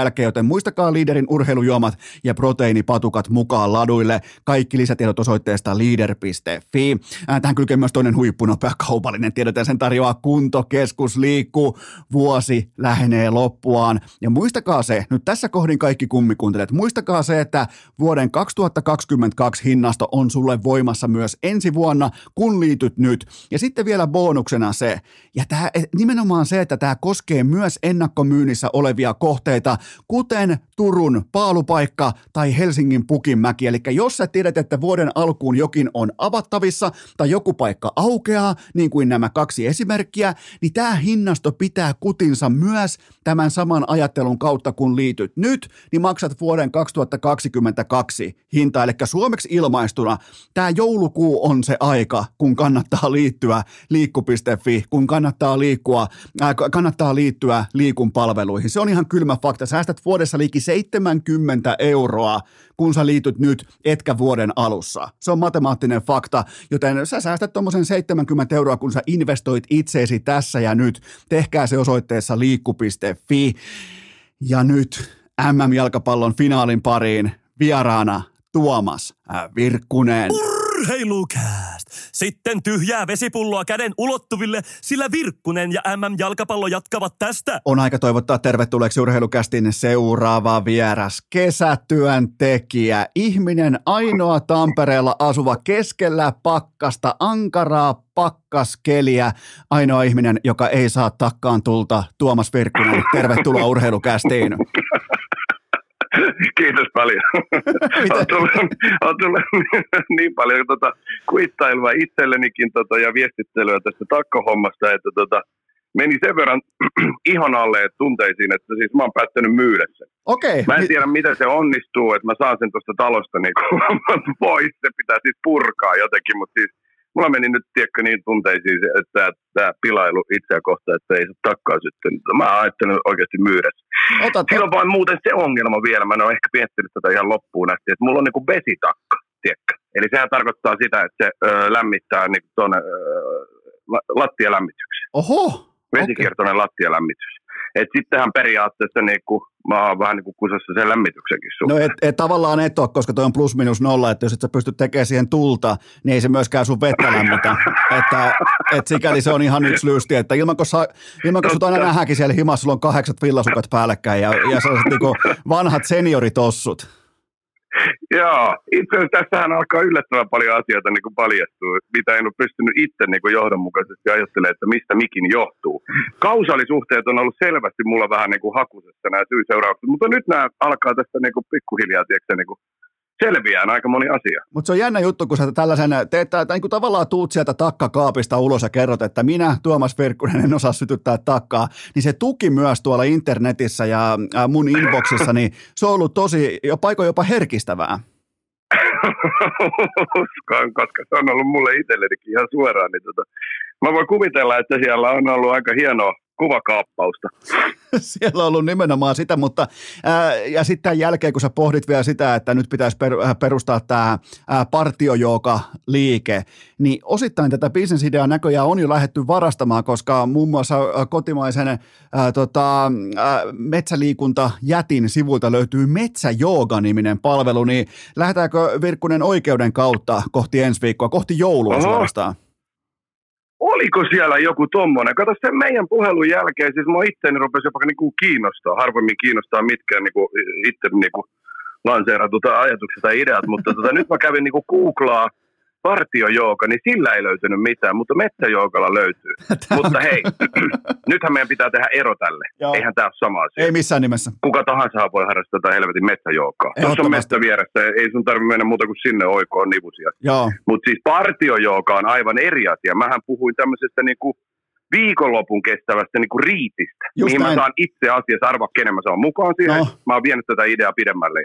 Muistakaa Leaderin urheilujuomat ja proteiinipatukat mukaan laduille. Kaikki lisätiedot osoitteesta leader.fi. Tähän kylkee myös toinen huippunopea kaupallinen tiedote, sen tarjoaa Kuntokeskus Liikku. Vuosi lähenee loppuaan. Ja muistakaa se, nyt tässä kohdin kaikki kummikuuntelijat, muistakaa se, että vuoden 2022 hinnasto on sulle voimassa myös ensi vuonna, kun liityt nyt. Ja sitten vielä bonuksena se, ja tämä, nimenomaan se, että tämä koskee myös ennakkomyynnissä olevia kohteita, kuten Turun paalupaikka tai Helsingin Pukinmäki. Eli jos sä tiedät, että vuoden alkuun jokin on avattavissa tai joku paikka aukeaa, niin kuin nämä kaksi esimerkkiä, niin tämä hinnasto pitää kutinsa myös tämän saman ajattelun kautta, kun liityt nyt, niin maksat vuoden 2022 hinta. Eli suomeksi ilmaistuna tämä joulukuu on se aika, kun kannattaa liittyä liikku.fi, kun kannattaa liittyä Liikun palveluihin. Se on ihan kylmä fakta. Säästät vuodessa liki 70 €, kun sä liityt nyt, etkä vuoden alussa. Se on matemaattinen fakta, joten sä säästät tuommoisen 70 €, kun sä investoit itseesi tässä ja nyt. Tehkää se osoitteessa liikku.fi. Ja nyt MM-jalkapallon finaalin pariin vieraana Tuomas Virkkunen. Urheilukääst! Sitten tyhjää vesipulloa käden ulottuville, sillä Virkkunen ja MM-jalkapallo jatkavat tästä. On aika toivottaa tervetulleeksi Urheilukästin seuraava vieras, kesätyöntekijä, ihminen ainoa Tampereella asuva keskellä pakkasta, ankaraa pakkaskeliä, ainoa ihminen, joka ei saa takkaan tulta, Tuomas Virkkunen. Tervetuloa Urheilukästiin. Kiitos paljon. On tullut niin paljon kuittailua itsellenikin ja viestittelyä tästä takkohommasta, että meni sen verran ihon alle tunteisiin, että siis mä oon päättänyt myydä sen. Okei. Mä en tiedä, miten se onnistuu, että mä saan sen tuosta talosta niin pois. Se pitää siis purkaa jotenkin, mutta siis mulla meni nyt niin tunteisiin, että tämä pilailu itseä kohtaan, että ei se takkaa sitten. Mä ajattelin oikeasti myydä. Sillä on vaan muuten se ongelma vielä. Mä en ole ehkä miettinyt tätä ihan loppuun asti, että mulla on niinku vesitakka, tiedätkö? Eli sehän tarkoittaa sitä, että se lämmittää niinku tuonne lattialämmityksen. Oho! Vesikiertoinen lattialämmitys. Että sittenhän periaatteessa niinku, mä oon vähän niin kuin kusassa sen lämmityksenkin suhteen. No et tavallaan et ole, koska toi on plus minus nolla, että jos et sä pysty tekemään siihen tulta, niin ei se myöskään sun vettä lämmitä. että sikäli se on ihan yksi lysti, että ilman kun sut aina nähdäänkin siellä himassa, sulla on 8 villasukat päällekkäin ja sellaiset niinku vanhat senioritossut. Joo, itse asiassa tässähän alkaa yllättävän paljon asioita niin kuin paljastua, mitä en ole pystynyt itse niin kuin johdonmukaisesti ajattelemaan, että mistä mikin johtuu. Kausaalisuhteet on ollut selvästi mulla vähän niin kuin hakusessa nämä syy-seuraukset, mutta nyt nämä alkaa tästä niin kuin pikkuhiljaa niin kuin selviään aika moni asia. Mutta se on jännä juttu, kun sä tällaisen teet, niin kuin tavallaan tuut sieltä takkakaapista ulos ja kerrot, että minä, Tuomas Virkkunen, en osaa sytyttää takkaa, niin se tuki myös tuolla internetissä ja mun inboxissa, niin se on ollut tosi, jopa herkistävää. Uskon, koska se on ollut mulle itsellenikin ihan suoraan, niin mä voin kuvitella, että siellä on ollut aika hienoa kuvakaappausta. Siellä on ollut nimenomaan sitä, mutta ja sitten tämän jälkeen, kun sä pohdit vielä sitä, että nyt pitäisi perustaa tämä partiojooga-liike, niin osittain tätä bisnesideaa näköjään on jo lähdetty varastamaan, koska muun muassa kotimaisen metsäliikuntajätin sivuilta löytyy Metsäjooga-niminen palvelu, niin lähdetäänkö Virkkunen oikeuden kautta kohti ensi viikkoa, kohti joulua suorastaan? Oliko siellä joku tommonen? Kato sen meidän puhelun jälkeen, siis mua itseäni rupesi jopa niinku kiinnostaa, harvemmin kiinnostaa mitkään niinku itse niinku lanseeratut ajatukset tai ideat, mutta nyt mä kävin niinku googlaa partiojooga, niin sillä ei löytynyt mitään, mutta metsäjoogalla löytyy. Mutta hei, nythän meidän pitää tehdä ero tälle. Joo. Eihän tämä ole sama asia. Ei missään nimessä. Kuka tahansa voi harrastaa tätä helvetin metsäjoogaa. Tuossa on metsä vieressä, ei sun tarvitse mennä muuta kuin sinne oikoon nivusia. Mutta siis partiojooga on aivan eri asia. Mähän puhuin tämmöisestä niinku viikonlopun kestävästä niinku riitistä, just mihin näin. Mä saan itse asiassa arvaa, kenen mä saan mukaan siihen. Mä oon vienyt tätä ideaa pidemmälle.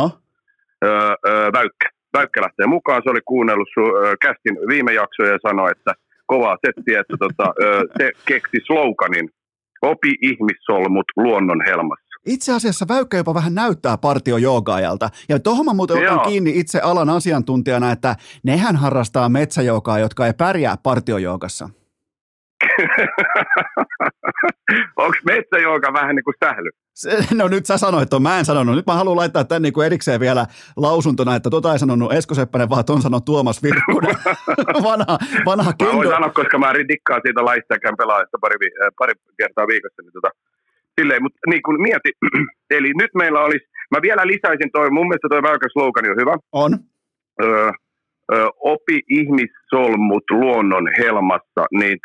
Väykkä lähtee mukaan, se oli kuunnellut kästin viime jaksoja ja sanoi, että kovaa settiä, että se keksi sloganin, opi ihmissolmut luonnon helmassa. Itse asiassa Väykkä jopa vähän näyttää partiojoogajalta. Ja tohon mä muuten otan kiinni itse alan asiantuntijana, että nehän harrastaa metsäjoogaa, jotka ei pärjää partiojoogassa. Onko metsäjooga vähän niin kuin sähly? No nyt sä sanoit ton, mä en sanonut. Nyt mä haluan laittaa tän niin kuin erikseen vielä lausuntona, että ei sanonut Esko Seppänen, vaan ton sanoi Tuomas Virkkunen. vanha kendo. Mä voin sanoa, koska mä dikkaan siitä laista ja pelaajasta pari kertaa viikossa. Niin silleen, mutta niin kuin mieti, eli nyt meillä olisi, mä vielä lisäisin mun mielestä toi Väykän slogani on hyvä. On. Opi ihmissolmut luonnon helmassa, niin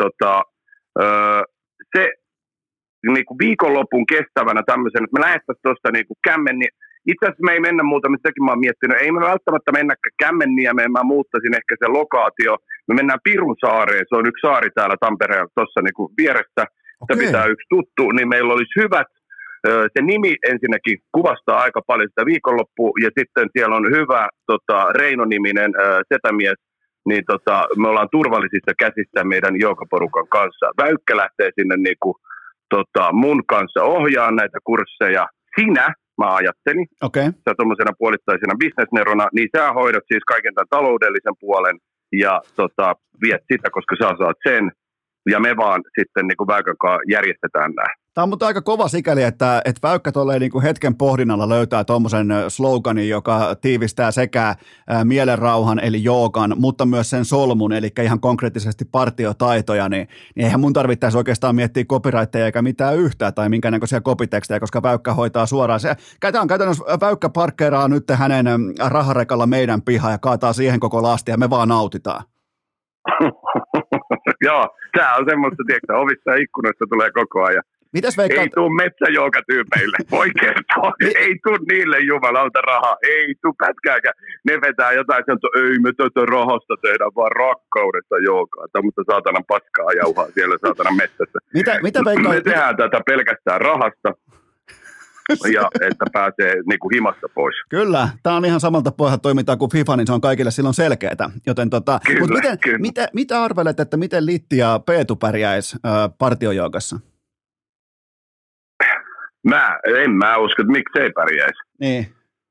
se niin kuin viikonlopun kestävänä tämmöisen, että me lähettäisiin tuosta niin kuin Kämmenniä. Itse asiassa me ei mennä muuta, mitäkin mä oon miettinyt. Ei me välttämättä mennä Kämmenniemeen, mä muuttaisin ehkä se lokaatio. Me mennään Pirunsaareen, se on yksi saari täällä Tampereella tuossa niin kuin vieressä. Se pitää yksi tuttu, niin meillä olisi hyvät. Se nimi ensinnäkin kuvastaa aika paljon sitä viikonloppua, ja sitten siellä on hyvä Reino-niminen setämies, niin me ollaan turvallisissa käsissä meidän joogaporukan kanssa. Väykkä lähtee sinne niin kuin, mun kanssa ohjaa näitä kursseja. Mä ajattelin, sä tuommoisena puolittaisena bisnesnerona, niin sä hoidat siis kaiken tämän taloudellisen puolen ja viet sitä, koska sä saat sen. Ja me vaan sitten niin kuin Väykän kanssa järjestetään nämä. Tämä on mutta aika kova sikäli, että Väykkä tolleen niin kuin hetken pohdinnalla löytää tuommoisen sloganin, joka tiivistää sekä mielenrauhan eli joogan, mutta myös sen solmun, eli ihan konkreettisesti partiotaitoja, niin eihän mun tarvittaisi oikeastaan miettiä copyrightteja eikä mitään yhtään tai minkään näköisiä kopitekstejä, koska Väykkä hoitaa suoraan. Käytännössä Väykkä parkkeeraa nyt hänen raharekalla meidän pihaa ja kaataa siihen koko lasti ja me vaan nautitaan. Joo, tää on semmoista, tiedätkö, ovissa ja ikkunoissa tulee koko ajan. Ei tuu metsäjoukatyypeille, voi kertoa. Ei tuu niille jumalauta rahaa, ei tuu pätkääkään. Ne vetää jotain, ei me tätä rahasta tehdä, vaan rakkaudesta joogaa. Tämmöistä saatanan paskaa jauhaa siellä saatanan metsässä. Mitä Veikka... Me tehdään tätä pelkästään rahasta. Ja että pääsee niin kuin himasta pois. Kyllä, tämä on ihan samalta pohjalta toimintaa kuin FIFA, niin se on kaikille silloin selkeätä. Joten mitä arvelet, että miten Litti ja Peetu pärjäisi partiojoukassa? En mä usko, että miksei pärjäisi. Niin.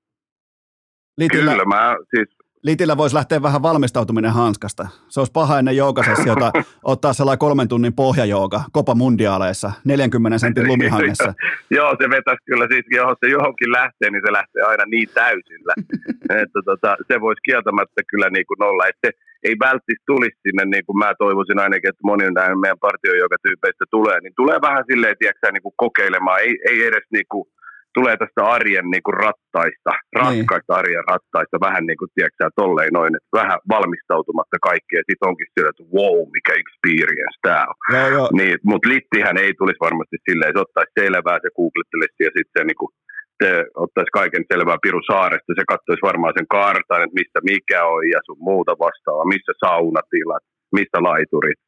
Litillä voisi lähteä vähän valmistautuminen hanskasta. Se olisi paha ennen joogasessiota ottaa sellainen 3 tunnin pohjajooga Copa Mundialeissa 40 sentin lumihangessa. Joo, se vetäisi kyllä siis, jos se johonkin lähtee, niin se lähtee aina niin täysillä. Että se voisi kieltämättä kyllä niin kuin olla. Että se ei välttämättä tulisi sinne, niin kuin mä toivoisin ainakin, että moni näin meidän partiojoukatyypeistä tulee, niin tulee vähän silleen, tiedätkö, niin kuin kokeilemaan. Ei edes niin kuin tulee tästä arjen niin kuin raskaista arjen rattaista, vähän niin kuin, tiedätkö, tolleen noin, että vähän valmistautumatta kaikkea, ja sitten onkin sillä, että wow, mikä experience tää on. Niin, mutta Littihän ei tulisi varmasti silleen, se ottaisi selvää, se googlettelisi, ja sitten se, niin kuin, se ottaisi kaiken selvää Pirunsaaresta, se katsoisi varmaan sen kartan, että mistä mikä on, ja sun muuta vastaavaa, missä saunatilat, missä laiturit.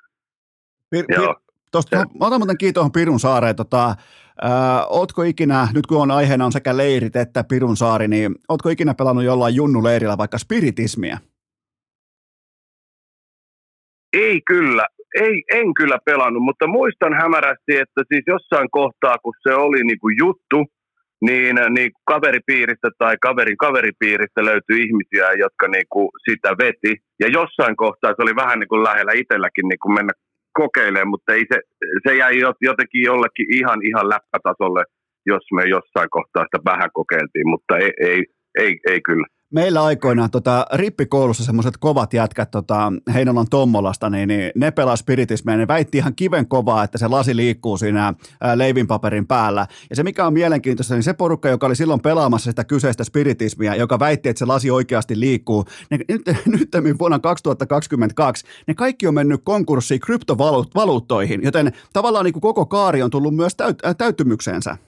Otan muuten kiinni tuohon Pirunsaareen. Ootko ikinä, nyt kun aiheena on sekä leirit että Pirunsaari, niin ootko ikinä pelannut jollain junnuleirillä vaikka spiritismiä? Ei kyllä, en kyllä pelannut, mutta muistan hämärästi, että siis jossain kohtaa, kun se oli niinku juttu, niin kaveripiiristä tai kaverin kaveripiiristä löytyi ihmisiä, jotka niinku sitä veti. Ja jossain kohtaa se oli vähän niinku lähellä itselläkin niinku mennä kokeilemaan, mutta ei se jäi jotenkin jollekin ihan läppätasolle, jos me jossain kohtaa sitä vähän kokeiltiin, mutta ei kyllä. Meillä aikoinaan rippikoulussa semmoiset kovat jätkät Heinolan Tommolasta, niin ne pelaa spiritismia, ne väitti ihan kiven kovaa, että se lasi liikkuu siinä leivinpaperin päällä. Ja se mikä on mielenkiintoista, niin se porukka, joka oli silloin pelaamassa sitä kyseistä spiritismia, joka väitti, että se lasi oikeasti liikkuu, nyt vuonna 2022, ne kaikki on mennyt konkurssiin kryptovaluuttoihin, joten tavallaan niin kuin koko kaari on tullut myös täyttymykseensä.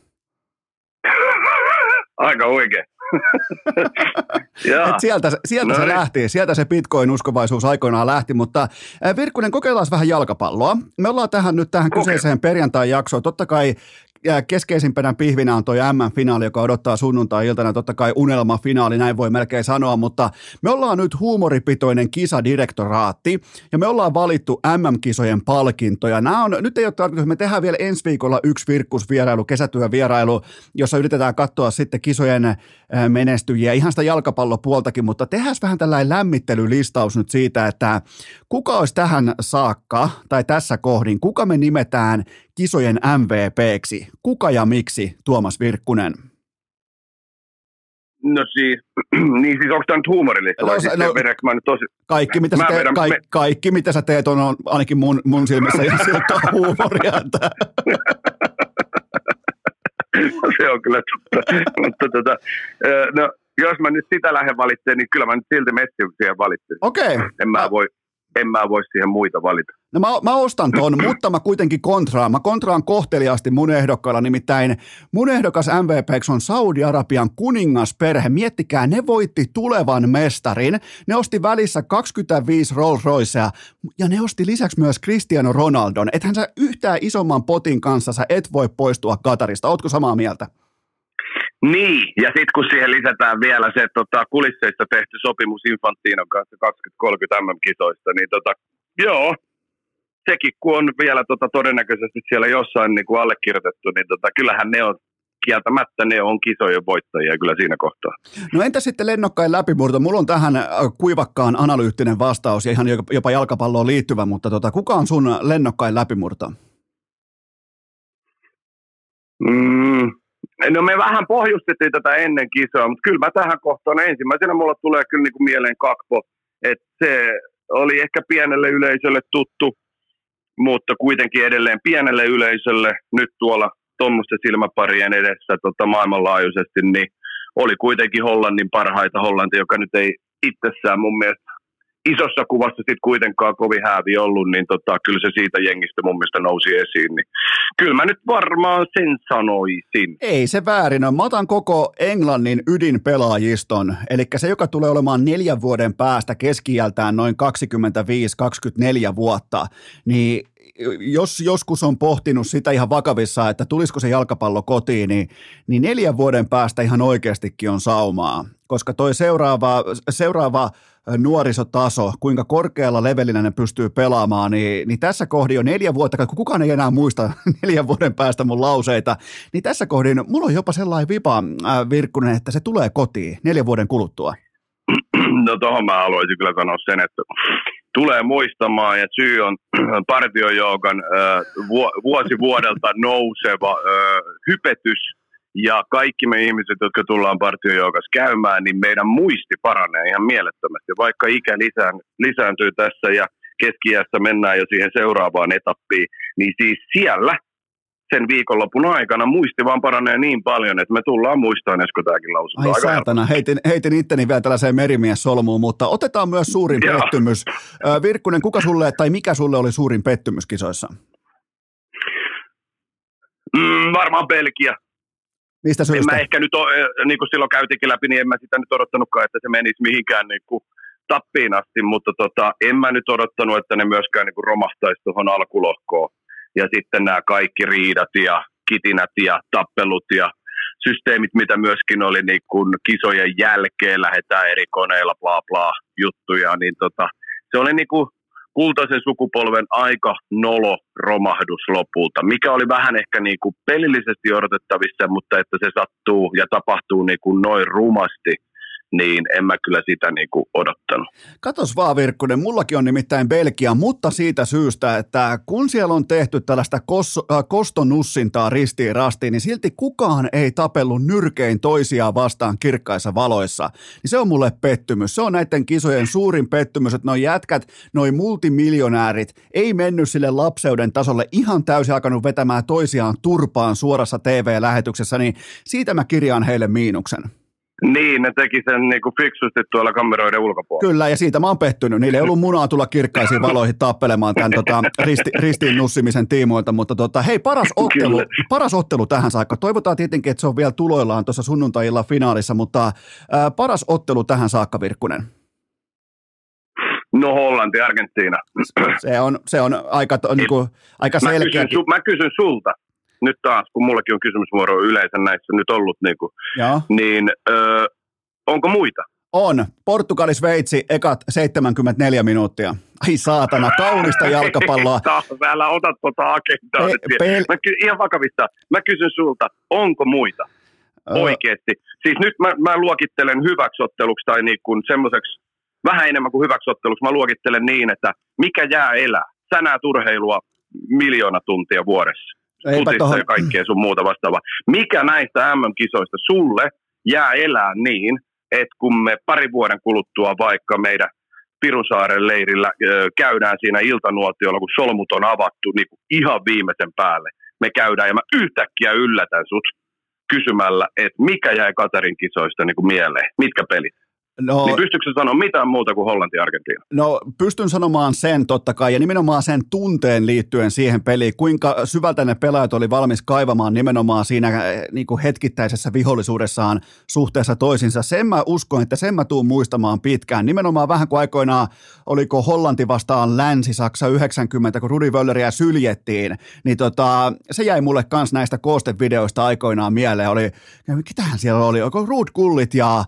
Aika oikein. Sieltä se lähti, sieltä se Bitcoin-uskovaisuus aikoinaan lähti, mutta Virkkunen, kokeillaan vähän jalkapalloa. Me ollaan tähän kyseiseen perjantai-jaksoon. Totta kai keskeisimpänä pihvinä on toi M-finaali, joka odottaa sunnuntai-iltana, totta kai unelmafinaali, näin voi melkein sanoa, mutta me ollaan nyt huumoripitoinen kisadirektoraatti, ja me ollaan valittu MM-kisojen palkintoja. Nyt ei ole tarkoitus, me tehdään vielä ensi viikolla yksi Virkkus-vierailu, kesätyövierailu, jossa yritetään katsoa sitten kisojen menestyjiä, ihan sitä jalkapallopuoltakin, mutta tehdään vähän tällainen lämmittelylistaus nyt siitä, että kuka olisi tähän saakka, tai tässä kohdin, kuka me nimetään kisojen MVP:ksi? Kuka ja miksi, Tuomas Virkkunen? No siis, niin siis onko tämä nyt huumorillista vai siis vedänkö mä nyt tosi... Kaikki, mitä sä teet, on ainakin mun silmissä ihan siltä huumoria. Se on kyllä totta. Mutta no, jos mä nyt sitä lähden valitsemaan, niin kyllä mä nyt silti Messi siihen valitsen. Okei. En mä voi siihen muita valita. No mä ostan ton, mutta mä kuitenkin kontraan. Mä kontraan kohteliaasti mun ehdokkailla, nimittäin mun ehdokas MVP:ksi on Saudi-Arabian kuningasperhe. Miettikää, ne voitti tulevan mestarin. Ne osti välissä 25 Rolls Roycea ja ne osti lisäksi myös Cristiano Ronaldon. Ethän sä yhtään isomman potin kanssa sä et voi poistua Katarista. Ootko samaa mieltä? Niin, ja sitten kun siihen lisätään vielä se kulisseista tehty sopimus Infantinon kanssa 2030 MM-kisoista, niin joo, sekin kun on vielä todennäköisesti siellä jossain niin kuin allekirjoitettu, niin kyllähän ne on kieltämättä ne on kisojen voittajia kyllä siinä kohtaa. No entä sitten lennokkain läpimurto? Mulla on tähän kuivakkaan analyyttinen vastaus ja ihan jopa jalkapalloon liittyvä, mutta kuka on sun lennokkain läpimurto? No me vähän pohjustettiin tätä ennen kisoa, mutta kyllä mä tähän kohtaan ensimmäisenä mulla tulee kyllä niin kuin mieleen Kakpo, että se oli ehkä pienelle yleisölle tuttu, mutta kuitenkin edelleen pienelle yleisölle nyt tuolla tuommoisten silmäparien edessä maailmanlaajuisesti, niin oli kuitenkin Hollannin parhaita. Hollanti, joka nyt ei itsessään mun mielestä isossa kuvassa sitten kuitenkaan kovin häävi ollut, niin kyllä se siitä jengistä mun mielestä nousi esiin. Niin kyllä mä nyt varmaan sen sanoisin. Ei se väärin on. Mä otan koko Englannin ydinpelaajiston, eli se, joka tulee olemaan 4 vuoden päästä keski-iältään noin 25-24 vuotta, niin jos joskus on pohtinut sitä ihan vakavissaan, että tulisiko se jalkapallo kotiin, niin 4 vuoden päästä ihan oikeastikin on saumaa, koska toi seuraava nuorisotaso, kuinka korkealla levelillä ne pystyy pelaamaan, niin tässä kohdin on 4 vuotta, kun kukaan ei enää muista 4 vuoden päästä mun lauseita, niin tässä kohdin mulla on jopa sellainen vipa, Virkkunen, että se tulee kotiin 4 vuoden kuluttua. No tohon mä haluaisin kyllä sanoa sen, että tulee muistamaan, ja syy on partiojoukan vuosi vuodelta nouseva hypetys, ja kaikki me ihmiset, jotka tullaan partiojoukassa käymään, niin meidän muisti paranee ihan mielettömästi. Vaikka ikä lisääntyy tässä ja keski-iässä mennään jo siihen seuraavaan etappiin, niin siis siellä sen viikonlopun aikana muisti vaan paranee niin paljon, että me tullaan muistamaan, Esko, tämäkin lausunto. Ai saatana, heitin itteni vielä tällaiseen merimies-solmuun, mutta otetaan myös suurin pettymys. Virkkunen, kuka sulle tai mikä sulle oli suurin pettymys kisoissa? Varmaan Belgia. Mistä syystä? En mä ehkä nyt, niin kuin silloin käytikin läpi, niin en mä sitä nyt odottanutkaan, että se menisi mihinkään niin kuin tappiin asti, mutta en mä nyt odottanut, että ne myöskään niin kuin romahtaisi tuohon alkulohkoon. Ja sitten nämä kaikki riidat ja kitinät ja tappelut ja systeemit, mitä myöskin oli niin kuin kisojen jälkeen, lähdetään eri koneilla, bla bla juttuja, niin se oli niin kuin kultaisen sukupolven aika nolo romahdus lopulta, mikä oli vähän ehkä niin kuin pelillisesti odotettavissa, mutta että se sattuu ja tapahtuu niin kuin noin rumasti, niin en mä kyllä sitä niin kuin odottanut. Katos vaan, Virkkunen, mullakin on nimittäin Belgia, mutta siitä syystä, että kun siellä on tehty tällaista kostonussintaa ristiin rastiin, niin silti kukaan ei tapellut nyrkein toisiaan vastaan kirkkaissa valoissa. Niin se on mulle pettymys. Se on näiden kisojen suurin pettymys, että noi jätkät, noi multimiljonäärit ei mennyt sille lapseuden tasolle ihan täysin alkanut vetämään toisiaan turpaan suorassa TV-lähetyksessä, niin siitä mä kirjaan heille miinuksen. Niin, ne teki sen niinku fiksusti tuolla kameroiden ulkopuolella. Kyllä, ja siitä mä oon pettynyt. Niillä ei ollut munaa tulla kirkkaisiin valoihin tappelemaan tämän ristiin nussimisen tiimoilta, mutta hei, paras ottelu tähän saakka. Toivotaan tietenkin, että se on vielä tuloillaan tuossa sunnuntai-illan finaalissa, mutta paras ottelu tähän saakka, Virkkunen. No Hollanti, Argentiina. Se on aika selkeä. Mä kysyn sulta. Nyt taas, kun mullakin on kysymysvuoro yleensä näissä nyt ollut, niin onko muita? On. Portugali, Sveitsi, ekat 74 minuuttia. Ai saatana, kaunista jalkapalloa. Älä ota tuota agendaa. Ihan vakavista. Mä kysyn sulta, onko muita? Oikeesti. Siis nyt mä luokittelen hyväksotteluksi tai niin kuin semmoiseksi vähän enemmän kuin hyväksotteluksi. Mä luokittelen niin, että mikä jää elää. Sä näet urheilua 1 000 000 tuntia vuodessa. futista ja kaikkea sun muuta vastaavaa. Mikä näistä MM-kisoista sulle jää elää niin, että kun me pari vuoden kuluttua vaikka meidän Pirunsaaren leirillä käydään siinä iltanuotiolla, kun solmut on avattu niin kuin ihan viimeisen päälle. Me käydään ja mä yhtäkkiä yllätän sut kysymällä, että mikä jäi Katarin kisoista niin kuin mieleen, mitkä pelit? No, niin pystytkö sanoa mitään muuta kuin Hollanti-Argentiina? No pystyn sanomaan sen totta kai ja nimenomaan sen tunteen liittyen siihen peliin, kuinka syvältä ne pelaajat oli valmis kaivamaan nimenomaan siinä niin kuin hetkittäisessä vihollisuudessaan suhteessa toisinsa. Sen mä uskon, että sen mä tuun muistamaan pitkään. Nimenomaan vähän kuin aikoinaan oliko Hollanti vastaan Länsi-Saksa 90, kun Rudi Völleriä syljettiin, niin se jäi mulle kans näistä koostevideoista aikoinaan mieleen. Mitähän siellä oli? Onko Ruud Gullit ja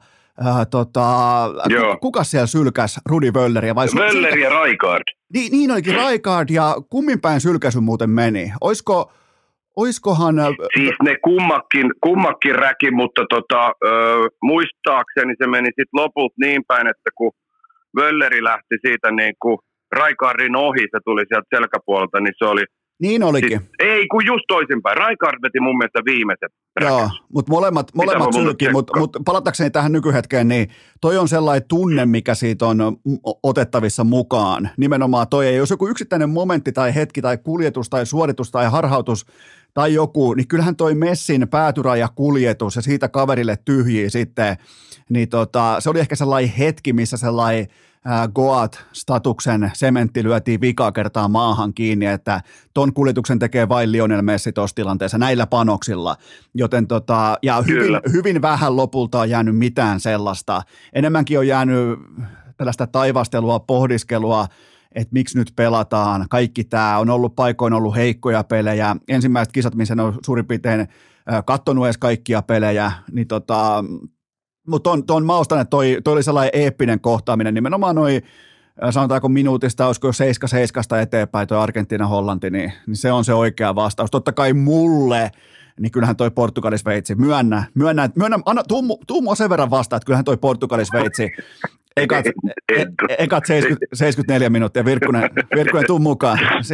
kuka siellä sylkäs Rudi Völleriä? Völleri ja Rijkaard. Niin olikin Rijkaard ja kummin päin sylkäsy muuten meni? Oiskohan... Siis ne kummakin räki, mutta muistaakseni se meni sitten lopulta niin päin, että kun Völleri lähti siitä niin kuin Rijkaardin ohi, se tuli sieltä selkäpuolelta, niin se oli... Niin olikin. Ei, kun just toisinpäin. Rijkaard veti mun mielestä viimeiset. Joo, mutta molemmat sylki, mutta palatakseni tähän nykyhetkeen, niin toi on sellainen tunne, mikä siitä on otettavissa mukaan. Nimenomaan toi ei, jos joku yksittäinen momentti tai hetki tai kuljetus tai suoritus tai harhautus tai joku, niin kyllähän toi Messin päätyrajakuljetus ja siitä kaverille tyhjiä sitten, niin se oli ehkä sellainen hetki, missä sellainen Goat-statuksen sementti lyötiin vikaa kertaa maahan kiinni, että ton kuljetuksen tekee vain Lionel Messi tuossa tilanteessa näillä panoksilla, joten ja hyvin vähän lopulta on jäänyt mitään sellaista. Enemmänkin on jäänyt tällaista taivastelua, pohdiskelua, että miksi nyt pelataan. Kaikki tämä on ollut paikoin ollut heikkoja pelejä. Ensimmäiset kisat, missä ne on suurin piirtein katsonut edes kaikkia pelejä, niin mutta mä ostan, että toi oli sellainen eeppinen kohtaaminen, nimenomaan sanotaanko minuutista, olisiko 7-7 eteenpäin toi Argentiina-Hollanti, niin se on se oikea vastaus. Totta kai mulle, niin kyllähän toi Portugali-Sveitsi, myönnä, anna, tuu mua sen verran vastaan, että kyllähän toi Portugali-Sveitsi, ekat 74 minuuttia, Virkkunen tuu mukaan.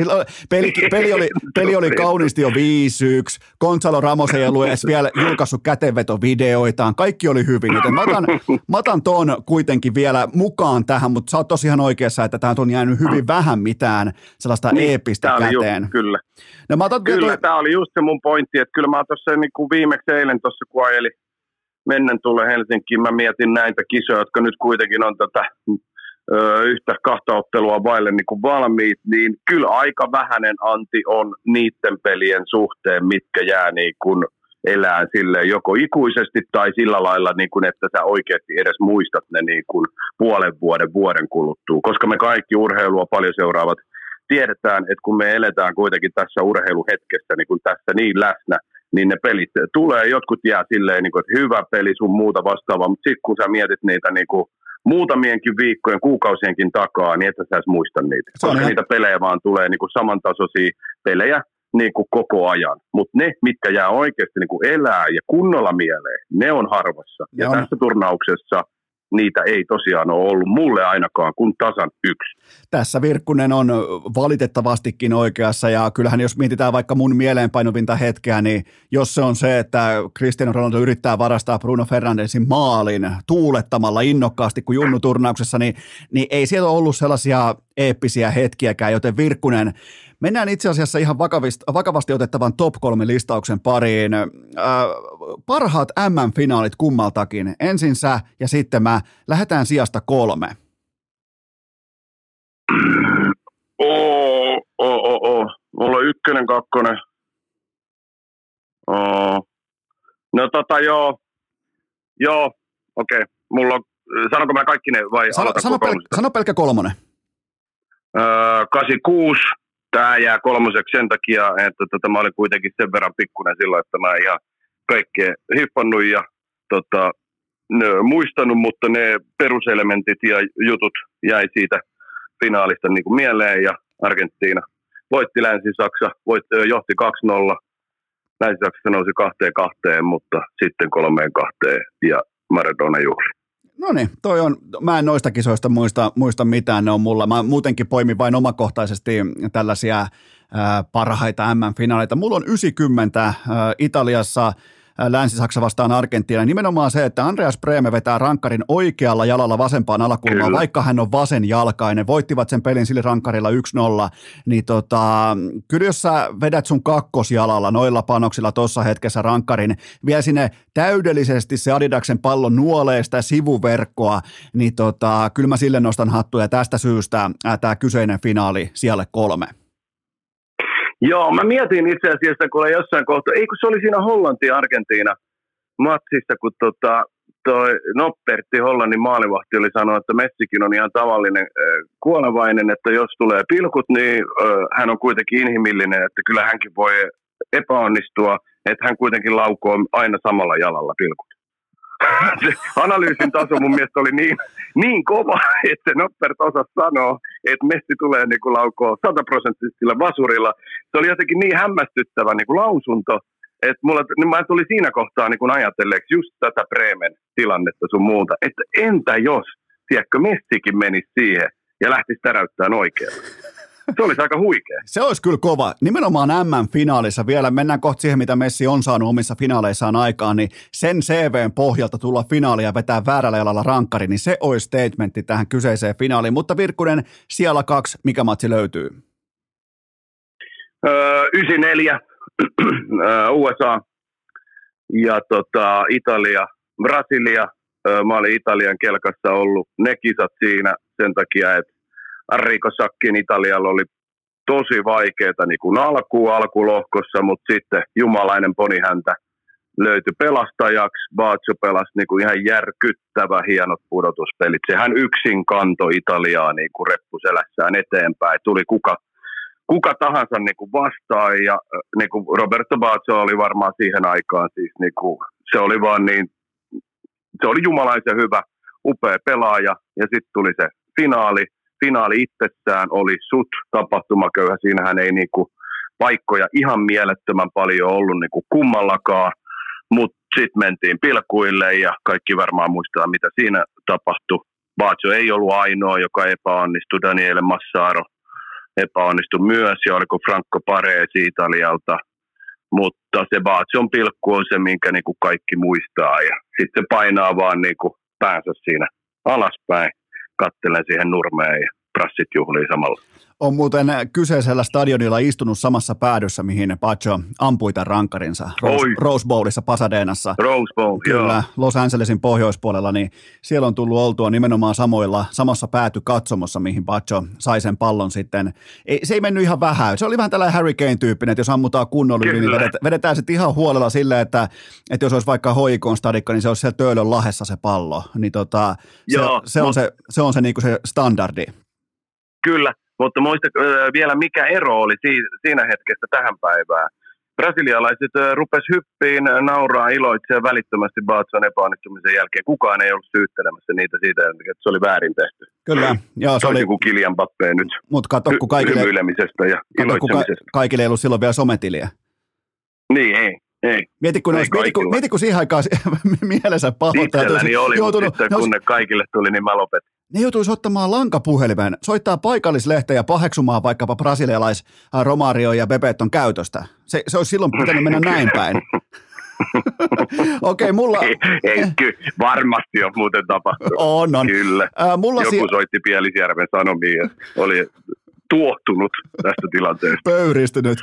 Peli oli kauniisti jo 5-1, Gonzalo Ramos ei ollut edes vielä julkaissut kätenvetovideoitaan, kaikki oli hyvin, joten mä otan ton kuitenkin vielä mukaan tähän, mutta sä oot tosi ihan oikeassa, että tähän on jäänyt hyvin vähän mitään sellaista eeppistä käteen. Just, kyllä. No, tämä oli just se mun pointti, että kyllä mä tuossa niin viimeksi eilen tuossa, kun ajelin mennen tulee Helsinkiin, mä mietin näitä kisoja, jotka nyt kuitenkin on yhtä kahta ottelua vaille niin kuin valmiit, niin kyllä aika vähäinen anti on niiden pelien suhteen, mitkä jää niin kuin elää silleen joko ikuisesti tai sillä lailla, niin kuin, että sä oikeasti edes muistat ne niin kuin puolen vuoden kuluttua, koska me kaikki urheilua paljon seuraavat tiedetään, että kun me eletään kuitenkin tässä urheiluhetkessä niin kuin tässä niin läsnä, niin ne pelit tulee, jotkut jää silleen, niin kuin, että hyvä peli sun muuta vastaavaa, mutta sitten kun sä mietit niitä niin kuin muutamienkin viikkojen, kuukausienkin takaa, niin et sä edes muista niitä. Koska niitä pelejä vaan tulee niin kuin samantasoisia pelejä niin kuin koko ajan. Mutta ne, mitkä jää oikeasti niin kuin elää ja kunnolla mieleen, ne on harvassa. Ja tässä turnauksessa niitä ei tosiaan ole ollut mulle ainakaan kuin tasan yksi. Tässä Virkkunen on valitettavastikin oikeassa ja kyllähän jos mietitään vaikka mun mieleenpainuvinta hetkeä, niin jos se on se, että Cristiano Ronaldo yrittää varastaa Bruno Fernandesin maalin tuulettamalla innokkaasti kuin Junnu-turnauksessa, niin ei siellä ollut sellaisia eeppisiä hetkiäkään, joten Virkkunen, mennään itse asiassa ihan vakavasti otettavan top 3 listauksen pariin. Parhaat MM-finaalit kummaltakin. Ensin sä ja sitten mä. Lähdetään sijasta 3. Mulla on 1, 2. No joo, okei. Mulla on, sanonko mä kaikki ne vai sano pelkkä 3. 86. Tämä jää 3 sen takia, että mä olin kuitenkin sen verran pikkuinen silloin, että mä ihan kaikkea hiffannut ja muistanut, mutta ne peruselementit ja jutut jäi siitä finaalista niin kuin mieleen ja Argentiina voitti Länsi-Saksa, johti 2-0, Länsi-Saksa nousi 2-2, mutta sitten 3-2 ja Maradona juhli. No niin, mä en noista kisoista muista mitään, ne on mulla. Mä muutenkin poimin vain omakohtaisesti tällaisia parhaita MM-finaaleita. Mulla on 90 Italiassa Länsi-Saksa vastaan Argentiina. Nimenomaan se, että Andreas Brehme vetää rankkarin oikealla jalalla vasempaan alakulmaan, vaikka hän on vasenjalkainen. Voittivat sen pelin sillä rankkarilla 1-0. Niin kyllä jos sä vedät sun kakkosjalalla noilla panoksilla tuossa hetkessä rankkarin, vielä sinne täydellisesti se Adidaksen pallon nuolee sitä sivuverkkoa, niin kyllä mä sille nostan hattua ja tästä syystä tämä kyseinen finaali siellä 3. Joo, mä mietin itse asiassa, kun olen jossain kohtaa, kun se oli siinä Hollanti-Argentiina matsissa, kun toi Nopperti, Hollannin maalivahti, oli sanonut, että Messikin on ihan tavallinen kuolevainen, että jos tulee pilkut, niin hän on kuitenkin inhimillinen, että kyllä hänkin voi epäonnistua, että hän kuitenkin laukoo aina samalla jalalla pilkut. Se analyysin taso mun mielestä oli niin kova, että Noppert osasi sanoa, että Messi tulee niin kuin laukoo 100% vasurilla. Se oli jotenkin niin hämmästyttävä niin kuin lausunto, että mä tuli siinä kohtaa niin kuin ajatelleeksi just tätä Bremen tilannetta sun muuta, että entä jos, tiedätkö, Messikin menisi siihen ja lähtisi täräyttämään oikealla. Se olisi aika huikea. Se olisi kyllä kova. Nimenomaan MM-finaalissa vielä, mennään kohta siihen, mitä Messi on saanut omissa finaaleissaan aikaan, niin sen CVn pohjalta tulla finaalia ja vetää väärällä jalalla rankkari, niin se olisi statementti tähän kyseiseen finaaliin. Mutta Virkkunen, siellä 2, mikä matsi löytyy? 94, USA ja Italia, Brasilia. Mä olin Italian kelkassa ollut ne kisat siinä sen takia, että Arrigo Sacchini Italialla oli tosi vaikeaa niin kuin alkulohkossa, mutta sitten jumalainen ponihäntä löytyi pelastajaksi. Baggio pelasi niin kuin ihan järkyttävä hienot pudotuspelit. Sehän yksin kantoi Italiaa niin kuin reppuselässään eteenpäin. Tuli kuka tahansa niin kuin vastaan ja niin kuin Roberto Baggio oli varmaan siihen aikaan siis niin kuin, se oli vaan niin, se oli jumalaisen hyvä, upea pelaaja ja sitten tuli se finaali. Finaali itsessään oli tapahtumaköyhä. Siinähän ei niinku paikkoja ihan mielettömän paljon ollut niinku kummallakaan, mutta sitten mentiin pilkuille ja kaikki varmaan muistaa, mitä siinä tapahtui. Baggio ei ollut ainoa, joka epäonnistui. Daniele Massaro epäonnistui myös ja oliko Franco Paresi Italialta. Mutta se Baggion pilkku on se, minkä niinku kaikki muistaa ja sitten se painaa vaan niinku päänsä siinä alaspäin. Kattelen siihen nurmeen ja prassit juhlii samalla. On muuten kyseisellä stadionilla istunut samassa päädyssä, mihin Baggio ampui tämän rankkarinsa Rose Bowlissa Pasadenassa. Rose Bowl, kyllä, joo. Los Angelesin pohjoispuolella, niin siellä on tullut oltua nimenomaan samassa päätykatsomossa, mihin Baggio sai sen pallon sitten. Se ei mennyt ihan vähän. Se oli vähän tällainen Harry Kane-tyyppinen, että jos ammutaan kunnolla yli, niin vedetään sitten ihan huolella silleen, että jos olisi vaikka HIK:n stadikka, niin se olisi siellä Töölön lahessa se pallo. Niin se on se, niinku se standardi. Kyllä. Mutta muista vielä, mikä ero oli siinä hetkessä tähän päivään. Brasilialaiset rupes hyppiin, nauraa, iloitsee välittömästi Baggion epäonnistumisen jälkeen. Kukaan ei ollut syyttelemässä niitä siitä, että se oli väärin tehty. Kyllä. Joo, se oli joku Kylian Mbappé nyt hymyilemisestä ja iloitsemisesta. Kaikille ei ollut silloin vielä sometiliä. Niin, ei. Mieti, kun siihen aikaan mielensä pahoittaa. Itselläni oli, mutta sitten kun ne kaikille tuli, niin mä lopetin. Ne joutuisi ottamaan lankapuhelimen, soittaa paikallislehteen ja paheksumaan vaikkapa brasilialais Romario ja Bebeton käytöstä. Se olisi silloin pitänyt mennä näin päin. Okei, mulla... varmasti on muuten tapahtunut. On. Kyllä. Joku soitti Pielisjärven Sanomiin ja oli tuohtunut tästä tilanteesta. Pöyristynyt.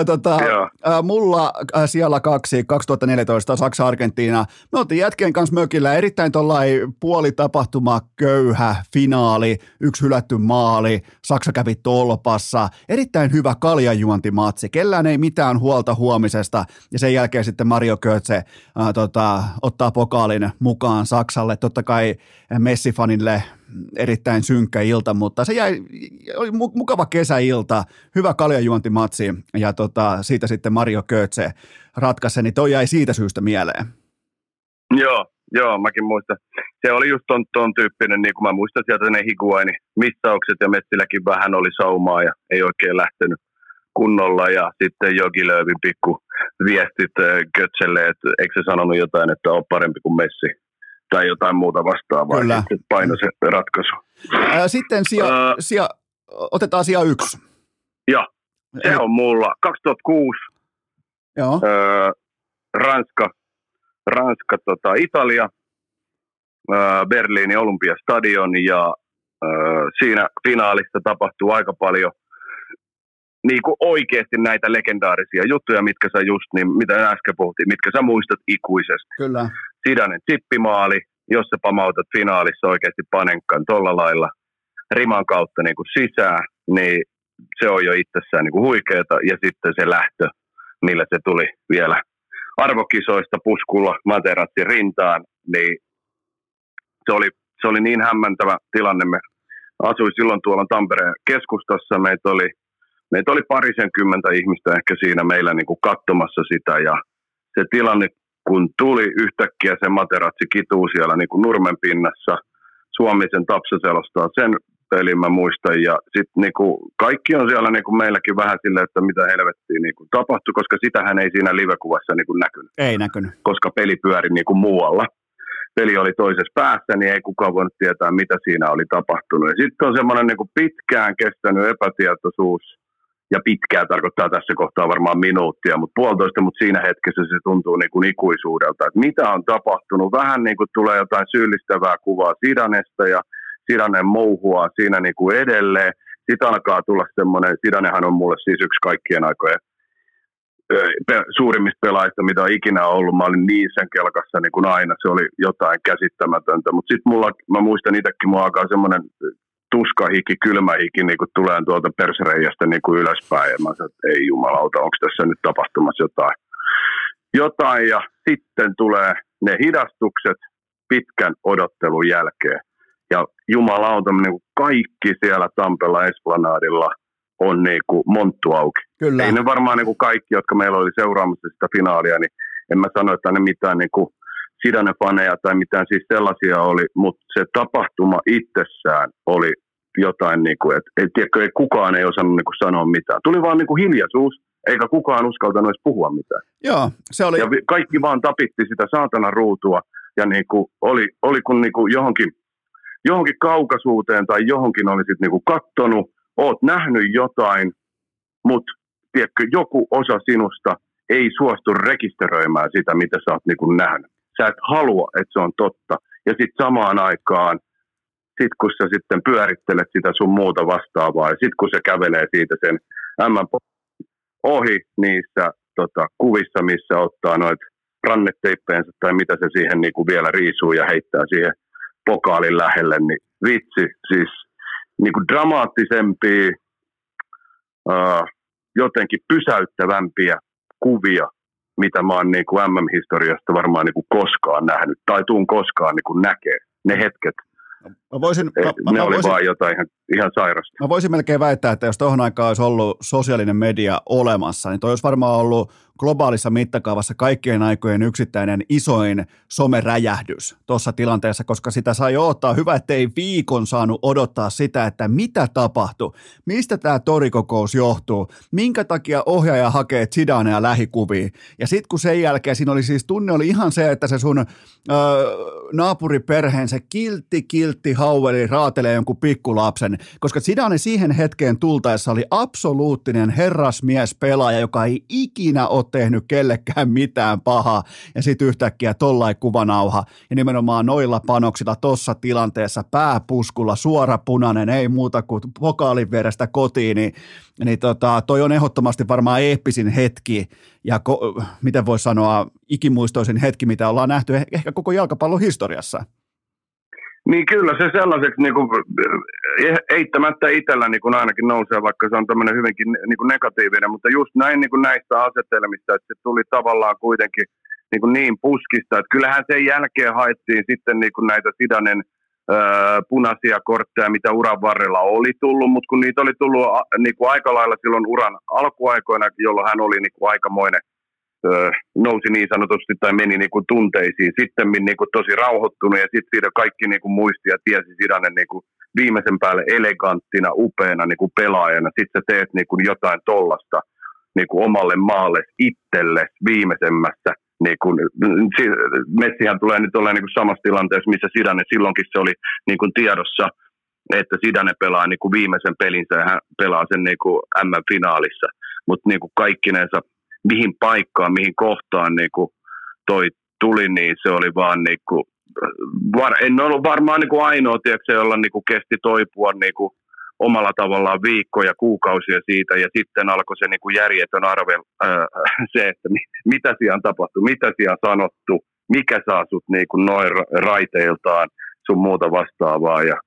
Mulla siellä 2, 2014 Saksa-Argentiina. Me oltiin jätkien kanssa mökillä erittäin tollain puolitapahtuma, köyhä finaali, 1 hylätty maali, Saksa kävi tolpassa, erittäin hyvä kaljanjuontimatsi, kellään ei mitään huolta huomisesta ja sen jälkeen sitten Mario Götze ottaa pokaalin mukaan Saksalle, totta kai Messi-fanille erittäin synkkä ilta, mutta se oli mukava kesäilta, hyvä kaljanjuontimatsi ja siitä sitten Mario Götze ratkaisi, niin toi jäi siitä syystä mieleen. Joo, mäkin muistan. Se oli just ton tyyppinen, niin kuin mä muistan sieltä ne Higuaini missaukset ja Messilläkin vähän oli saumaa ja ei oikein lähtenyt kunnolla ja sitten Jogi Löwin pikku viestit Götzelle, että eikö se sanonut jotain, että on parempi kuin Messi. Tai jotain muuta vastaavaa, sitten paino se ratkaisu. Sitten otetaan sija 1. Joo. Se on mulla 2006. Joo. Ranska, Italia, Berliinin Olympiastadion ja siinä finaalissa tapahtuu aika paljon niin kuin oikeasti näitä legendaarisia juttuja, mitkä sä just, niin mitä äsken puhuttiin, mitkä sä muistat ikuisesti. Kyllä. Zidanen chippimaali, jos sä pamautat finaalissa oikeasti Panenkan tolla lailla riman kautta niin kuin sisään, niin se on jo itsessään niin kuin huikeeta. Ja sitten se lähtö, millä se tuli vielä arvokisoista puskulla Materazzi rintaan, niin se oli niin hämmentävä tilanne. Me asuin silloin tuolla Tampereen keskustassa, meitä oli parisenkymmentä ihmistä ehkä siinä meillä niin kuin katsomassa sitä, ja se tilanne, kun tuli yhtäkkiä se Materazzi kituu siellä niin kuin nurmen pinnassa, Suomisen Tapsa selostaa sen pelin mä muistan, ja sitten niin kuin kaikki on siellä niin kuin meilläkin vähän silleen, että mitä helvettiä niin kuin tapahtui, koska sitähän ei siinä live-kuvassa niin kuin näkynyt. Ei näkynyt. Koska peli pyöri niin kuin muualla. Peli oli toisessa päässä, niin ei kukaan voinut tietää, mitä siinä oli tapahtunut. Ja sitten on semmoinen niin kuin pitkään kestänyt epätietoisuus, ja pitkään tarkoittaa tässä kohtaa varmaan minuuttia, mutta puolitoista, mutta siinä hetkessä se tuntuu niin kuin ikuisuudelta, että mitä on tapahtunut. Vähän niin kuin tulee jotain syyllistävää kuvaa Zidanesta, ja Zidane mouhuaa siinä niin kuin edelleen. Sitten alkaa tulla semmoinen, Zidanehan on mulle siis yksi kaikkien aikojen suurimmista pelaajista, mitä on ikinä ollut. Mä olin niin sen kelkassa niin kuin aina, se oli jotain käsittämätöntä. Mutta sitten mä muistan itsekin, mulla alkaa semmoinen tuskahiki, kylmähiki niin kuin tulee tuolta persreijästä niin kuin ylöspäin. Ja mä sanoin, että ei jumalauta, onko tässä nyt tapahtumassa jotain. Ja sitten tulee ne hidastukset pitkän odottelun jälkeen. Ja jumalauta, niin kuin kaikki siellä Tampella Esplanadilla on niin kuin monttu auki. Kyllä. Ei ne varmaan niin kuin kaikki, jotka meillä oli seuraamassa sitä finaalia, niin en mä sano, että ne mitään niin kuin Zidane-faneja tai mitään siis sellaisia oli, mutta se tapahtuma itsessään oli jotain, niin kuin, että kukaan ei osannut niin kuin sanoa mitään. Tuli vaan niin kuin hiljaisuus, eikä kukaan uskaltanut edes puhua mitään. Joo, se oli. Ja kaikki vaan tapitti sitä saatana ruutua ja niin kuin oli kun niin kuin johonkin kaukaisuuteen tai johonkin olisit niin kuin kattonut, oot nähnyt jotain, mutta tiedätkö, joku osa sinusta ei suostu rekisteröimään sitä, mitä sä oot niin kuin nähnyt. Sä et halua, että se on totta. Ja sitten samaan aikaan, kun sä sitten pyörittelet sitä sun muuta vastaavaa, ja sitten kun se kävelee siitä sen ohi niissä kuvissa, missä ottaa noit ranneteippensä tai mitä se siihen niin kuin vielä riisuu ja heittää siihen pokaalin lähelle, niin vitsi, siis niin kuin dramaattisempia, jotenkin pysäyttävämpiä kuvia, mitä mä oon niin kuin MM-historiasta varmaan niin kuin koskaan nähnyt, tai tuun koskaan niin kuin näkee ne hetket. Ne oli vaan jotain ihan sairasta. Mä voisin melkein väittää, että jos tohon aikaan olisi ollut sosiaalinen media olemassa, niin toi olisi varmaan ollut globaalissa mittakaavassa kaikkien aikojen yksittäinen isoin someräjähdys tuossa tilanteessa, koska sitä sai odottaa. Hyvä, ettei viikon saanut odottaa sitä, että mitä tapahtui, mistä tämä torikokous johtuu, minkä takia ohjaaja hakee Zidanea lähikuviin. Ja sitten kun sen jälkeen siinä oli siis tunne oli ihan se, että se sun naapuriperheen se kiltti hauveli raatelee jonkun pikkulapsen, koska Zidane siihen hetkeen tultaessa oli absoluuttinen herrasmies-pelaaja, joka ei ikinä ole tehnyt kellekään mitään pahaa, ja sitten yhtäkkiä tollain kuvanauha, ja nimenomaan noilla panoksilla tossa tilanteessa, pääpuskulla, suora punainen, ei muuta kuin pokaalin vierestä kotiin, niin toi on ehdottomasti varmaan eeppisin hetki, ja miten voisi sanoa, ikimuistoisin hetki, mitä ollaan nähty ehkä koko jalkapallon historiassa. Niin kyllä se sellaiseksi niin kuin, eittämättä itsellä niin kuin ainakin nousee, vaikka se on tämmöinen hyvinkin niin kuin negatiivinen, mutta just näin niin kuin näistä asetelmista, että se tuli tavallaan kuitenkin niin puskista, että kyllähän sen jälkeen haettiin sitten niin kuin näitä Zidanen punaisia kortteja, mitä uran varrella oli tullut, mutta kun niitä oli tullut niin kuin aika lailla silloin uran alkuaikoina, jolloin hän oli niin kuin aikamoinen, nousi niin sanotusti tai meni niin kuin tunteisiin, sitten niin kuin tosi rauhoittunut, ja sitten siitä kaikki niin kuin muisti ja tiesi Zidanen niin kuin viimeisen päälle eleganttina, upeana niin kuin pelaajana. Sitten sä teet niin kuin jotain tollasta niin kuin omalle maalle, itselle viimeisemmässä. Niin kuin, Messihän tulee nyt olemaan niin kuin samassa tilanteessa, missä Zidane silloinkin se oli niin kuin tiedossa. että Zidane pelaa niin kuin viimeisen pelinsä ja hän pelaa sen niin kuin M-finaalissa. Mutta niin kuin kaikkinensa, mihin paikkaan, mihin kohtaan niin kuin toi tuli, niin se oli vaan niin kuin, en ollut varmaan niin kuin ainoa, tiedätkö, jolla niin kuin kesti toipua niin kuin omalla tavallaan viikkoja, kuukausia siitä, ja sitten alkoi se niin kuin järjetön arvel, se, että mitä siellä on tapahtunut, mitä siellä on sanottu, mikä saa sut niin kuin noin raiteiltaan, sun muuta vastaavaa, ja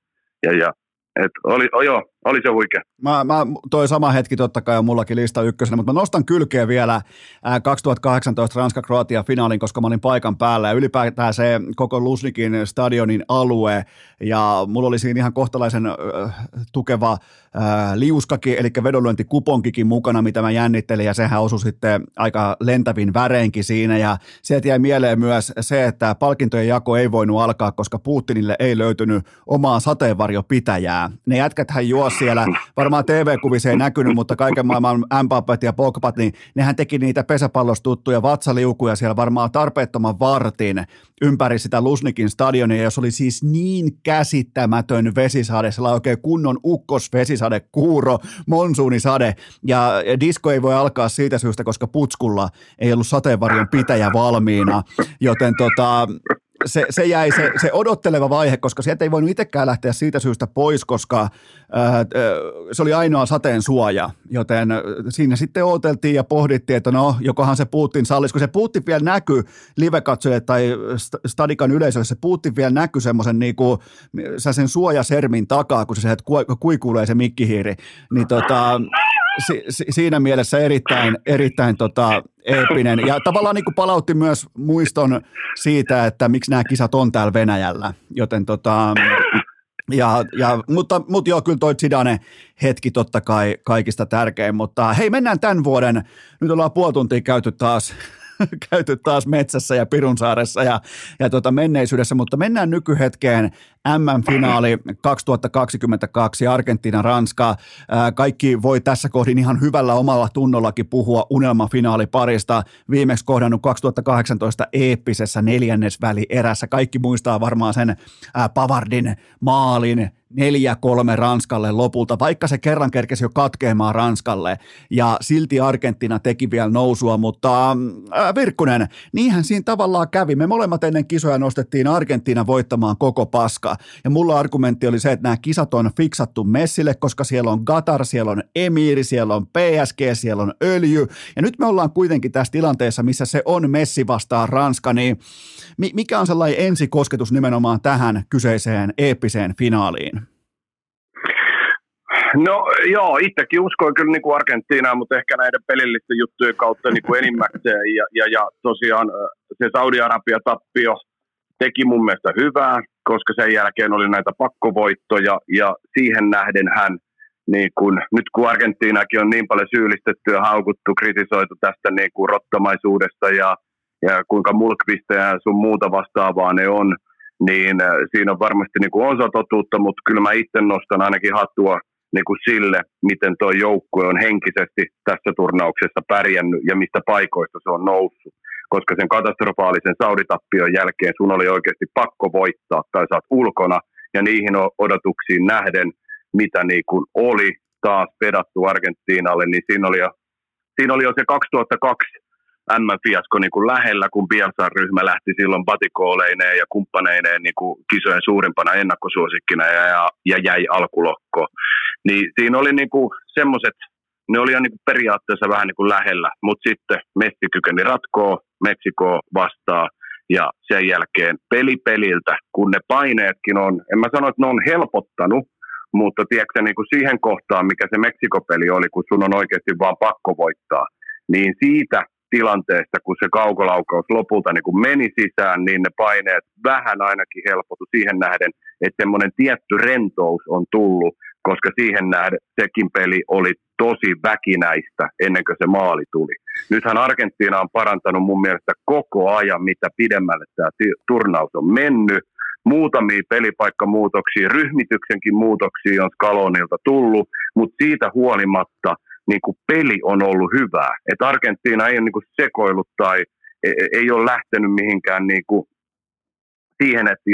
oli se huikea. Toi sama hetki totta kai on mullakin lista ykkösenä, mutta mä nostan kylkeen vielä 2018 Ranska-Kroatia finaalin, koska mä olin paikan päällä ja ylipäätään se koko Luzhnikin stadionin alue ja mulla oli siinä ihan kohtalaisen tukeva liuskakin, eli vedonlyöntikuponkikin mukana, mitä mä jännittelin ja sehän osui sitten aika lentävin väreinkin siinä ja sieltä jäi mieleen myös se, että palkintojen jako ei voinut alkaa, koska Putinille ei löytynyt omaa sateenvarjopitäjää. Ne jätkäthän juosi siellä, varmaan TV-kuvissa ei näkynyt, mutta kaiken maailman Mbappet ja Pogbat, niin nehän teki niitä pesäpallostuttuja vatsaliukuja siellä varmaan tarpeettoman vartin ympäri sitä Luzhnikin stadionia, jos oli siis niin käsittämätön vesisade, sellainen oikein kunnon ukkosvesisade, kuuro, monsuunisade, ja disko ei voi alkaa siitä syystä, koska putskulla ei ollut sateenvarjon pitäjä valmiina, joten se jäi se odotteleva vaihe, koska sieltä ei voinut itsekään lähteä siitä syystä pois, koska se oli ainoa sateen suoja, joten siinä sitten odoteltiin ja pohdittiin, että no, jokohan se Putin sallisi, kun se Putin vielä näkyi live-katsojille tai stadikan yleisölle, se Putin vielä näkyi semmoisen niinku, sen suojasermin takaa, kun se sieltä kuikuilee se mikkihiiri, niin siinä mielessä erittäin eeppinen ja tavallaan niin kuin palautti myös muiston siitä, että miksi nämä kisat on täällä Venäjällä, joten mutta joo, kyllä toi Zidane hetki totta kai kaikista tärkein, mutta hei, mennään tämän vuoden, nyt ollaan puoli tuntia käyty taas metsässä ja Pirunsaaressa ja menneisyydessä, mutta mennään nykyhetkeen. MM-finaali 2022 Argentiina-Ranska. Kaikki voi tässä kohdin ihan hyvällä omalla tunnollakin puhua unelmafinaaliparista. Viimeksi kohdannut 2018 eeppisessä neljännesvälierässä. Kaikki muistaa varmaan sen Pavardin maalin 4-3 Ranskalle lopulta, vaikka se kerran kerkesi jo katkeamaan Ranskalle ja silti Argentiina teki vielä nousua, mutta Virkkunen, niinhän siinä tavallaan kävi. Me molemmat ennen kisoja nostettiin Argentiina voittamaan koko paska ja mulla argumentti oli se, että nämä kisat on fiksattu Messille, koska siellä on Qatar, siellä on Emiri, siellä on PSG, siellä on öljy ja nyt me ollaan kuitenkin tässä tilanteessa, missä se on Messi vastaan Ranska, niin mikä on sellainen ensikosketus nimenomaan tähän kyseiseen eeppiseen finaaliin? No joo, itsekin uskoin kyllä niin kuin Argentiinaa, mutta ehkä näiden pelillisten juttujen kautta niin kuin enimmäkseen. Ja tosiaan se Saudi-Arabia-tappio teki mun mielestä hyvää, koska sen jälkeen oli näitä pakkovoittoja ja siihen nähden hän, niin kun, nyt kun Argentiinakin on niin paljon syyllistetty ja haukuttu, kritisoitu tästä niin kuin rottamaisuudesta ja kuinka mulkvisteja ja sun muuta vastaavaa ne on, niin siinä on varmasti niin kuin osa totuutta, mutta kyllä mä itse nostan ainakin hattua niin kuin sille, miten tuo joukkue on henkisesti tässä turnauksessa pärjännyt ja mistä paikoista se on noussut. Koska sen katastrofaalisen Saudi-tappion jälkeen sun oli oikeasti pakko voittaa tai sä oot ulkona ja niihin odotuksiin nähden, mitä niin kuin oli taas pedattu Argentiinalle, niin siinä oli jo se 2002 M-fiasko niin kuin lähellä, kun Bielsan ryhmä lähti silloin batikooleineen ja kumppaneineen niin kuin kisojen suurimpana ennakkosuosikkina ja jäi alkulokko. Niin siinä oli niin kuin semmoiset, ne oli jo niin kuin periaatteessa vähän niin kuin lähellä, mutta sitten Messi kykeni ratkoo, Meksiko vastaa ja sen jälkeen peliltä, kun ne paineetkin on, en mä sano, että ne on helpottanut, mutta tiedätkö niin kuin siihen kohtaan, mikä se Meksikopeli oli, kun sun on oikeasti vaan pakko voittaa, niin siitä tilanteesta, kun se kaukolaukaus lopulta niin kun meni sisään, niin ne paineet vähän ainakin helpotu siihen nähden, että semmoinen tietty rentous on tullut, koska siihen nähden sekin peli oli tosi väkinäistä ennen kuin se maali tuli. Nythän Argentiina on parantanut mun mielestä koko ajan, mitä pidemmälle tämä turnaus on mennyt. Muutamia pelipaikkamuutoksia, ryhmityksenkin muutoksia on Scalonilta tullut, mutta siitä huolimatta niin kuin peli on ollut hyvää. Että Argentiina ei ole niin kuin sekoillut tai ei ole lähtenyt mihinkään niin kuin siihen, että jos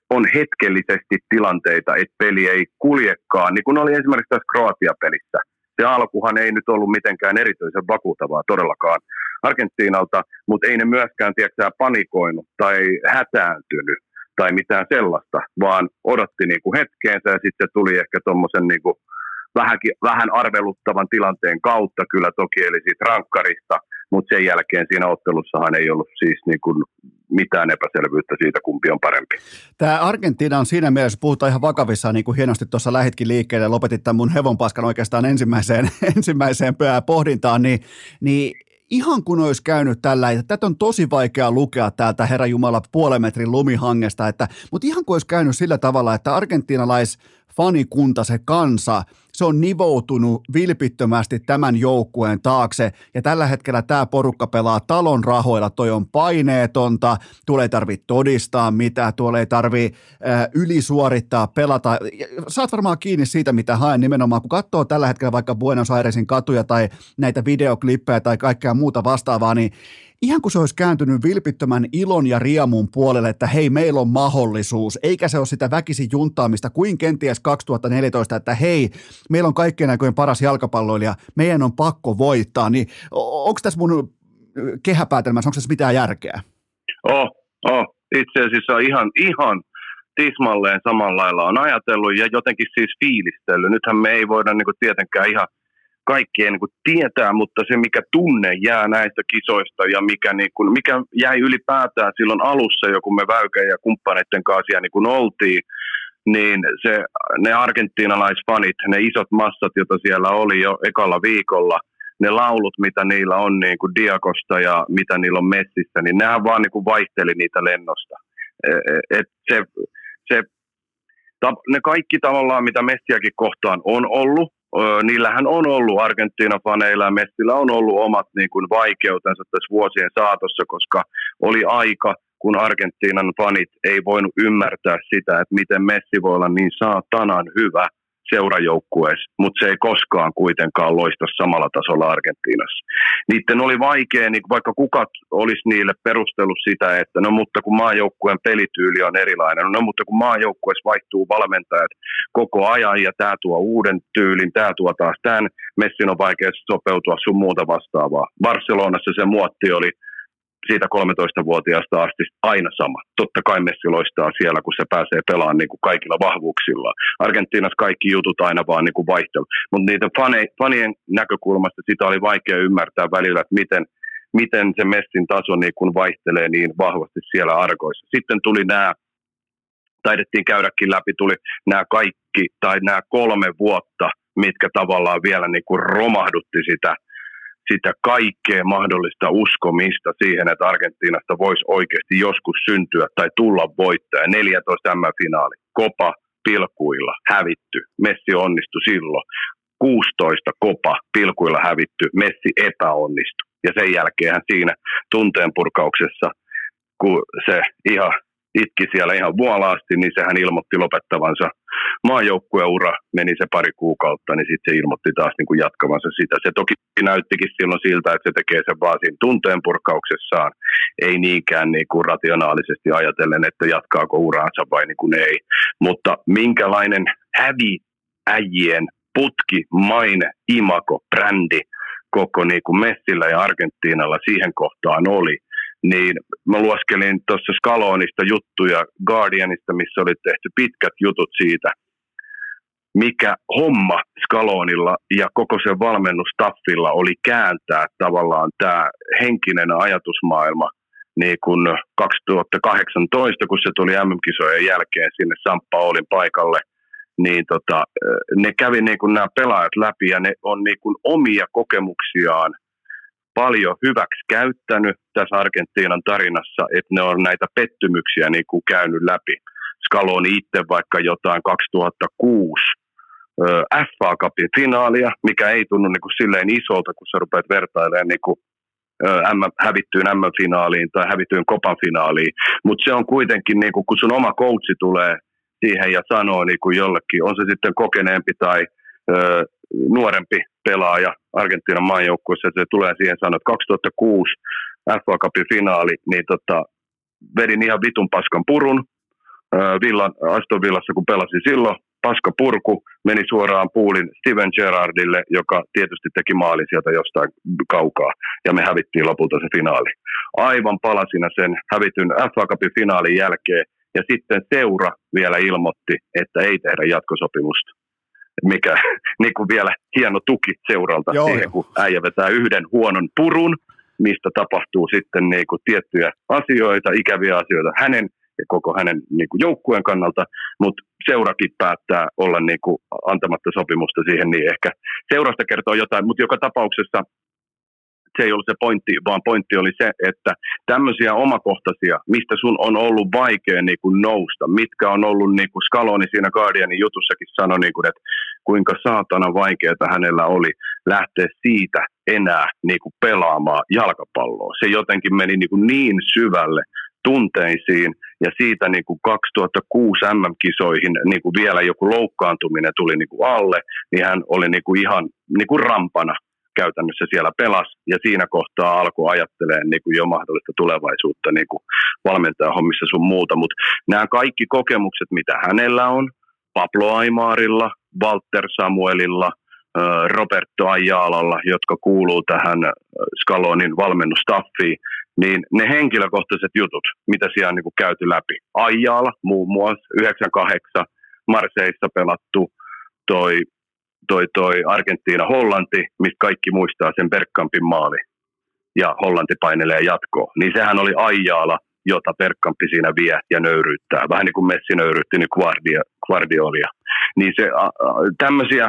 on hetkellisesti tilanteita, että peli ei kuljekaan, niin kuin oli esimerkiksi tässä Kroatia-pelissä. Se alkuhan ei nyt ollut mitenkään erityisen vakuutavaa todellakaan Argentiinalta, mutta ei ne myöskään, tiedätkö, panikoinut tai hätääntynyt tai mitään sellaista, vaan odotti niinku hetkeensä ja sitten se tuli ehkä tuommoisen niinku vähän arveluttavan tilanteen kautta kyllä toki, eli siitä rankkarista, mutta sen jälkeen siinä ottelussahan ei ollut siis niinku mitään epäselvyyttä siitä, kumpi on parempi. Tämä Argentiina on siinä mielessä, puhutaan ihan vakavissaan, niin kuin hienosti tuossa lähditkin liikkeelle ja lopetit tämän mun hevonpaskan oikeastaan ensimmäiseen pohdintaan, niin ihan kun olisi käynyt tällä, että tätä on tosi vaikea lukea täältä Herra Jumala puolen metrin lumihangesta, mutta ihan kun olisi käynyt sillä tavalla, että argentiinalaisfanikunta, se kansa, se on nivoutunut vilpittömästi tämän joukkueen taakse ja tällä hetkellä tämä porukka pelaa talon rahoilla, toi on paineetonta, tuolla ei tarvitse todistaa mitään, tuolla ei tarvitse ylisuorittaa, pelata. Saat varmaan kiinni siitä, mitä haen nimenomaan, kun katsoo tällä hetkellä vaikka Buenos Airesin katuja tai näitä videoklippejä tai kaikkea muuta vastaavaa, niin ihan kun se olisi kääntynyt vilpittömän ilon ja riemun puolelle, että hei, meillä on mahdollisuus, eikä se ole sitä väkisin juntaamista kuin kenties 2014, että hei, meillä on kaikkien aikojen paras jalkapalloilija, meidän on pakko voittaa, niin onko tässä mun kehäpäätelmässä, onko tässä mitään järkeä? Itse asiassa ihan tismalleen samalla lailla on ajatellut ja jotenkin siis fiilistellyt. Nythän me ei voida niin kuin tietenkään ihan kaikkea niin kuin tietää, mutta se mikä tunne jää näistä kisoista ja mikä jäi ylipäätään silloin alussa, jo kun me Väykän ja kumppaneiden kanssa siellä niin kuin oltiin, niin ne argentiinalaisfanit, ne isot massat, joita siellä oli jo ekalla viikolla, ne laulut, mitä niillä on niin kuin Diagosta ja mitä niillä on Messissä, niin nehän vaan niin kuin vaihteli niitä lennosta. Ne kaikki tavallaan, mitä Messiäkin kohtaan on ollut, niillähän on ollut Argentiina-faneilla ja Messillä on ollut omat niin kuin vaikeutensa tässä vuosien saatossa, koska oli aika, kun Argentiinan fanit ei voinut ymmärtää sitä, että miten Messi voi olla niin saatanan hyvä seurajoukkueessa, mutta se ei koskaan kuitenkaan loista samalla tasolla Argentiinassa. Niiden oli vaikea, niin vaikka kuka olisi niille perustellut sitä, että no mutta kun maajoukkueen pelityyli on erilainen, no mutta kun maajoukkueessa vaihtuu valmentajat koko ajan ja tämä tuo uuden tyylin, tämä tuo taas tämän, Messin on vaikea sopeutua sun muuta vastaavaa. Barcelonassa se muotti oli siitä 13-vuotiaasta asti aina sama. Totta kai Messi loistaa siellä, kun se pääsee pelaamaan niin kuin kaikilla vahvuuksilla. Argentiinassa kaikki jutut aina vaan niin kuin vaihtelu. Mutta niiden fanien näkökulmasta sitä oli vaikea ymmärtää välillä, että miten se Messin taso niin kuin vaihtelee niin vahvasti siellä arkoissa. Sitten tuli taidettiin käydäkin läpi, tuli nämä kaikki tai nämä 3 vuotta, mitkä tavallaan vielä niin kuin romahdutti sitä kaikkea mahdollista uskomista siihen, että Argentiinasta voisi oikeasti joskus syntyä tai tulla voittaja. 14 M-finaali, Copa pilkuilla hävitty, Messi onnistui silloin. 16 Copa pilkuilla hävitty, Messi epäonnistui. Ja sen jälkeen siinä tunteenpurkauksessa, kun se ihan itki siellä ihan vuolaasti, niin sehän ilmoitti lopettavansa maajoukkueura, meni se pari kuukautta, niin sitten se ilmoitti taas niin kuin jatkavansa sitä. Se toki näyttikin silloin siltä, että se tekee sen vaan siinä tunteenpurkauksessaan, ei niinkään niin kuin rationaalisesti ajatellen, että jatkaako uraansa vai niin kuin ei. Mutta minkälainen häviäjien putki, maine, imako, brändi koko niin kuin Messillä ja Argentiinalla siihen kohtaan oli, niin mä lueskelin tuossa Scalonista juttuja Guardianista, missä oli tehty pitkät jutut siitä, mikä homma Scalonilla ja koko sen valmennustaffilla oli kääntää tavallaan tämä henkinen ajatusmaailma niin kuin 2018, kun se tuli MM-kisojen jälkeen sinne São Paulin paikalle, niin ne kävi niin kuin nämä pelaajat läpi ja ne on niin kuin omia kokemuksiaan paljon hyväksi käyttänyt tässä Argentiinan tarinassa, että ne on näitä pettymyksiä niin kuin käynyt läpi. Scaloni itse vaikka jotain 2006 FA Cupin finaalia, mikä ei tunnu niin kuin silleen isolta, kun sä rupeat vertailemaan niin kuin hävittyyn M-finaaliin tai hävittyyn Copan finaaliin, mutta se on kuitenkin, niin kuin, kun sun oma coachi tulee siihen ja sanoo niin kuin jollekin, on se sitten kokeneempi tai nuorempi pelaaja Argentiinan maajoukkueessa, että se tulee siihen sanoa, että 2006 FA Cupin finaali, niin vedin ihan vitun paskan purun, Aston Villassa, kun pelasin silloin, paska purku, meni suoraan puulin Steven Gerrardille, joka tietysti teki maalin sieltä jostain kaukaa, ja me hävittiin lopulta se finaali. Aivan palasina sen hävityn FA Cupin finaalin jälkeen, ja sitten seura vielä ilmoitti, että ei tehdä jatkosopimusta. Mikä niin kuin vielä hieno tuki seuralta siihen, kun äijä vetää yhden huonon purun, mistä tapahtuu sitten niin kuin tiettyjä asioita, ikäviä asioita hänen ja koko hänen niin kuin joukkueen kannalta, mutta seurakin päättää olla niin kuin antamatta sopimusta siihen, niin ehkä seurasta kertoo jotain, mutta joka tapauksessa se ei ollut se pointti, vaan pointti oli se, että tämmöisiä omakohtaisia, mistä sun on ollut vaikea niin kuin nousta, mitkä on ollut, niin kuin Scaloni siinä Guardianin jutussakin sanoi, niin kuin, että kuinka saatana vaikeaa hänellä oli lähteä siitä enää niin kuin pelaamaan jalkapalloa. Se jotenkin meni niin syvälle tunteisiin, ja siitä niin kuin 2006 MM-kisoihin niin kuin vielä joku loukkaantuminen tuli niin kuin alle, niin hän oli niin kuin ihan niin kuin rampana käytännössä siellä pelasi, ja siinä kohtaa alkoi ajattelemaan niin kuin jo mahdollista tulevaisuutta niin kuin valmentajahommissa sun muuta, mutta nämä kaikki kokemukset, mitä hänellä on, Pablo Aimarilla, Walter Samuelilla, Roberto Ayalalla, jotka kuuluu tähän Scalonin valmennustaffiin, niin ne henkilökohtaiset jutut, mitä siellä on niin kuin käyty läpi. Ayala muun muassa 98 Marseissa pelattu toi Argentiina-Hollanti, mistä kaikki muistaa sen Bergkampin maali, ja Hollanti painelee jatkoon. Niin sehän oli Ayala, jota Bergkampi siinä vie ja nöyryyttää. Vähän niin kuin Messi nöyryytti nyt Guardiolia. Niin se tämmöisiä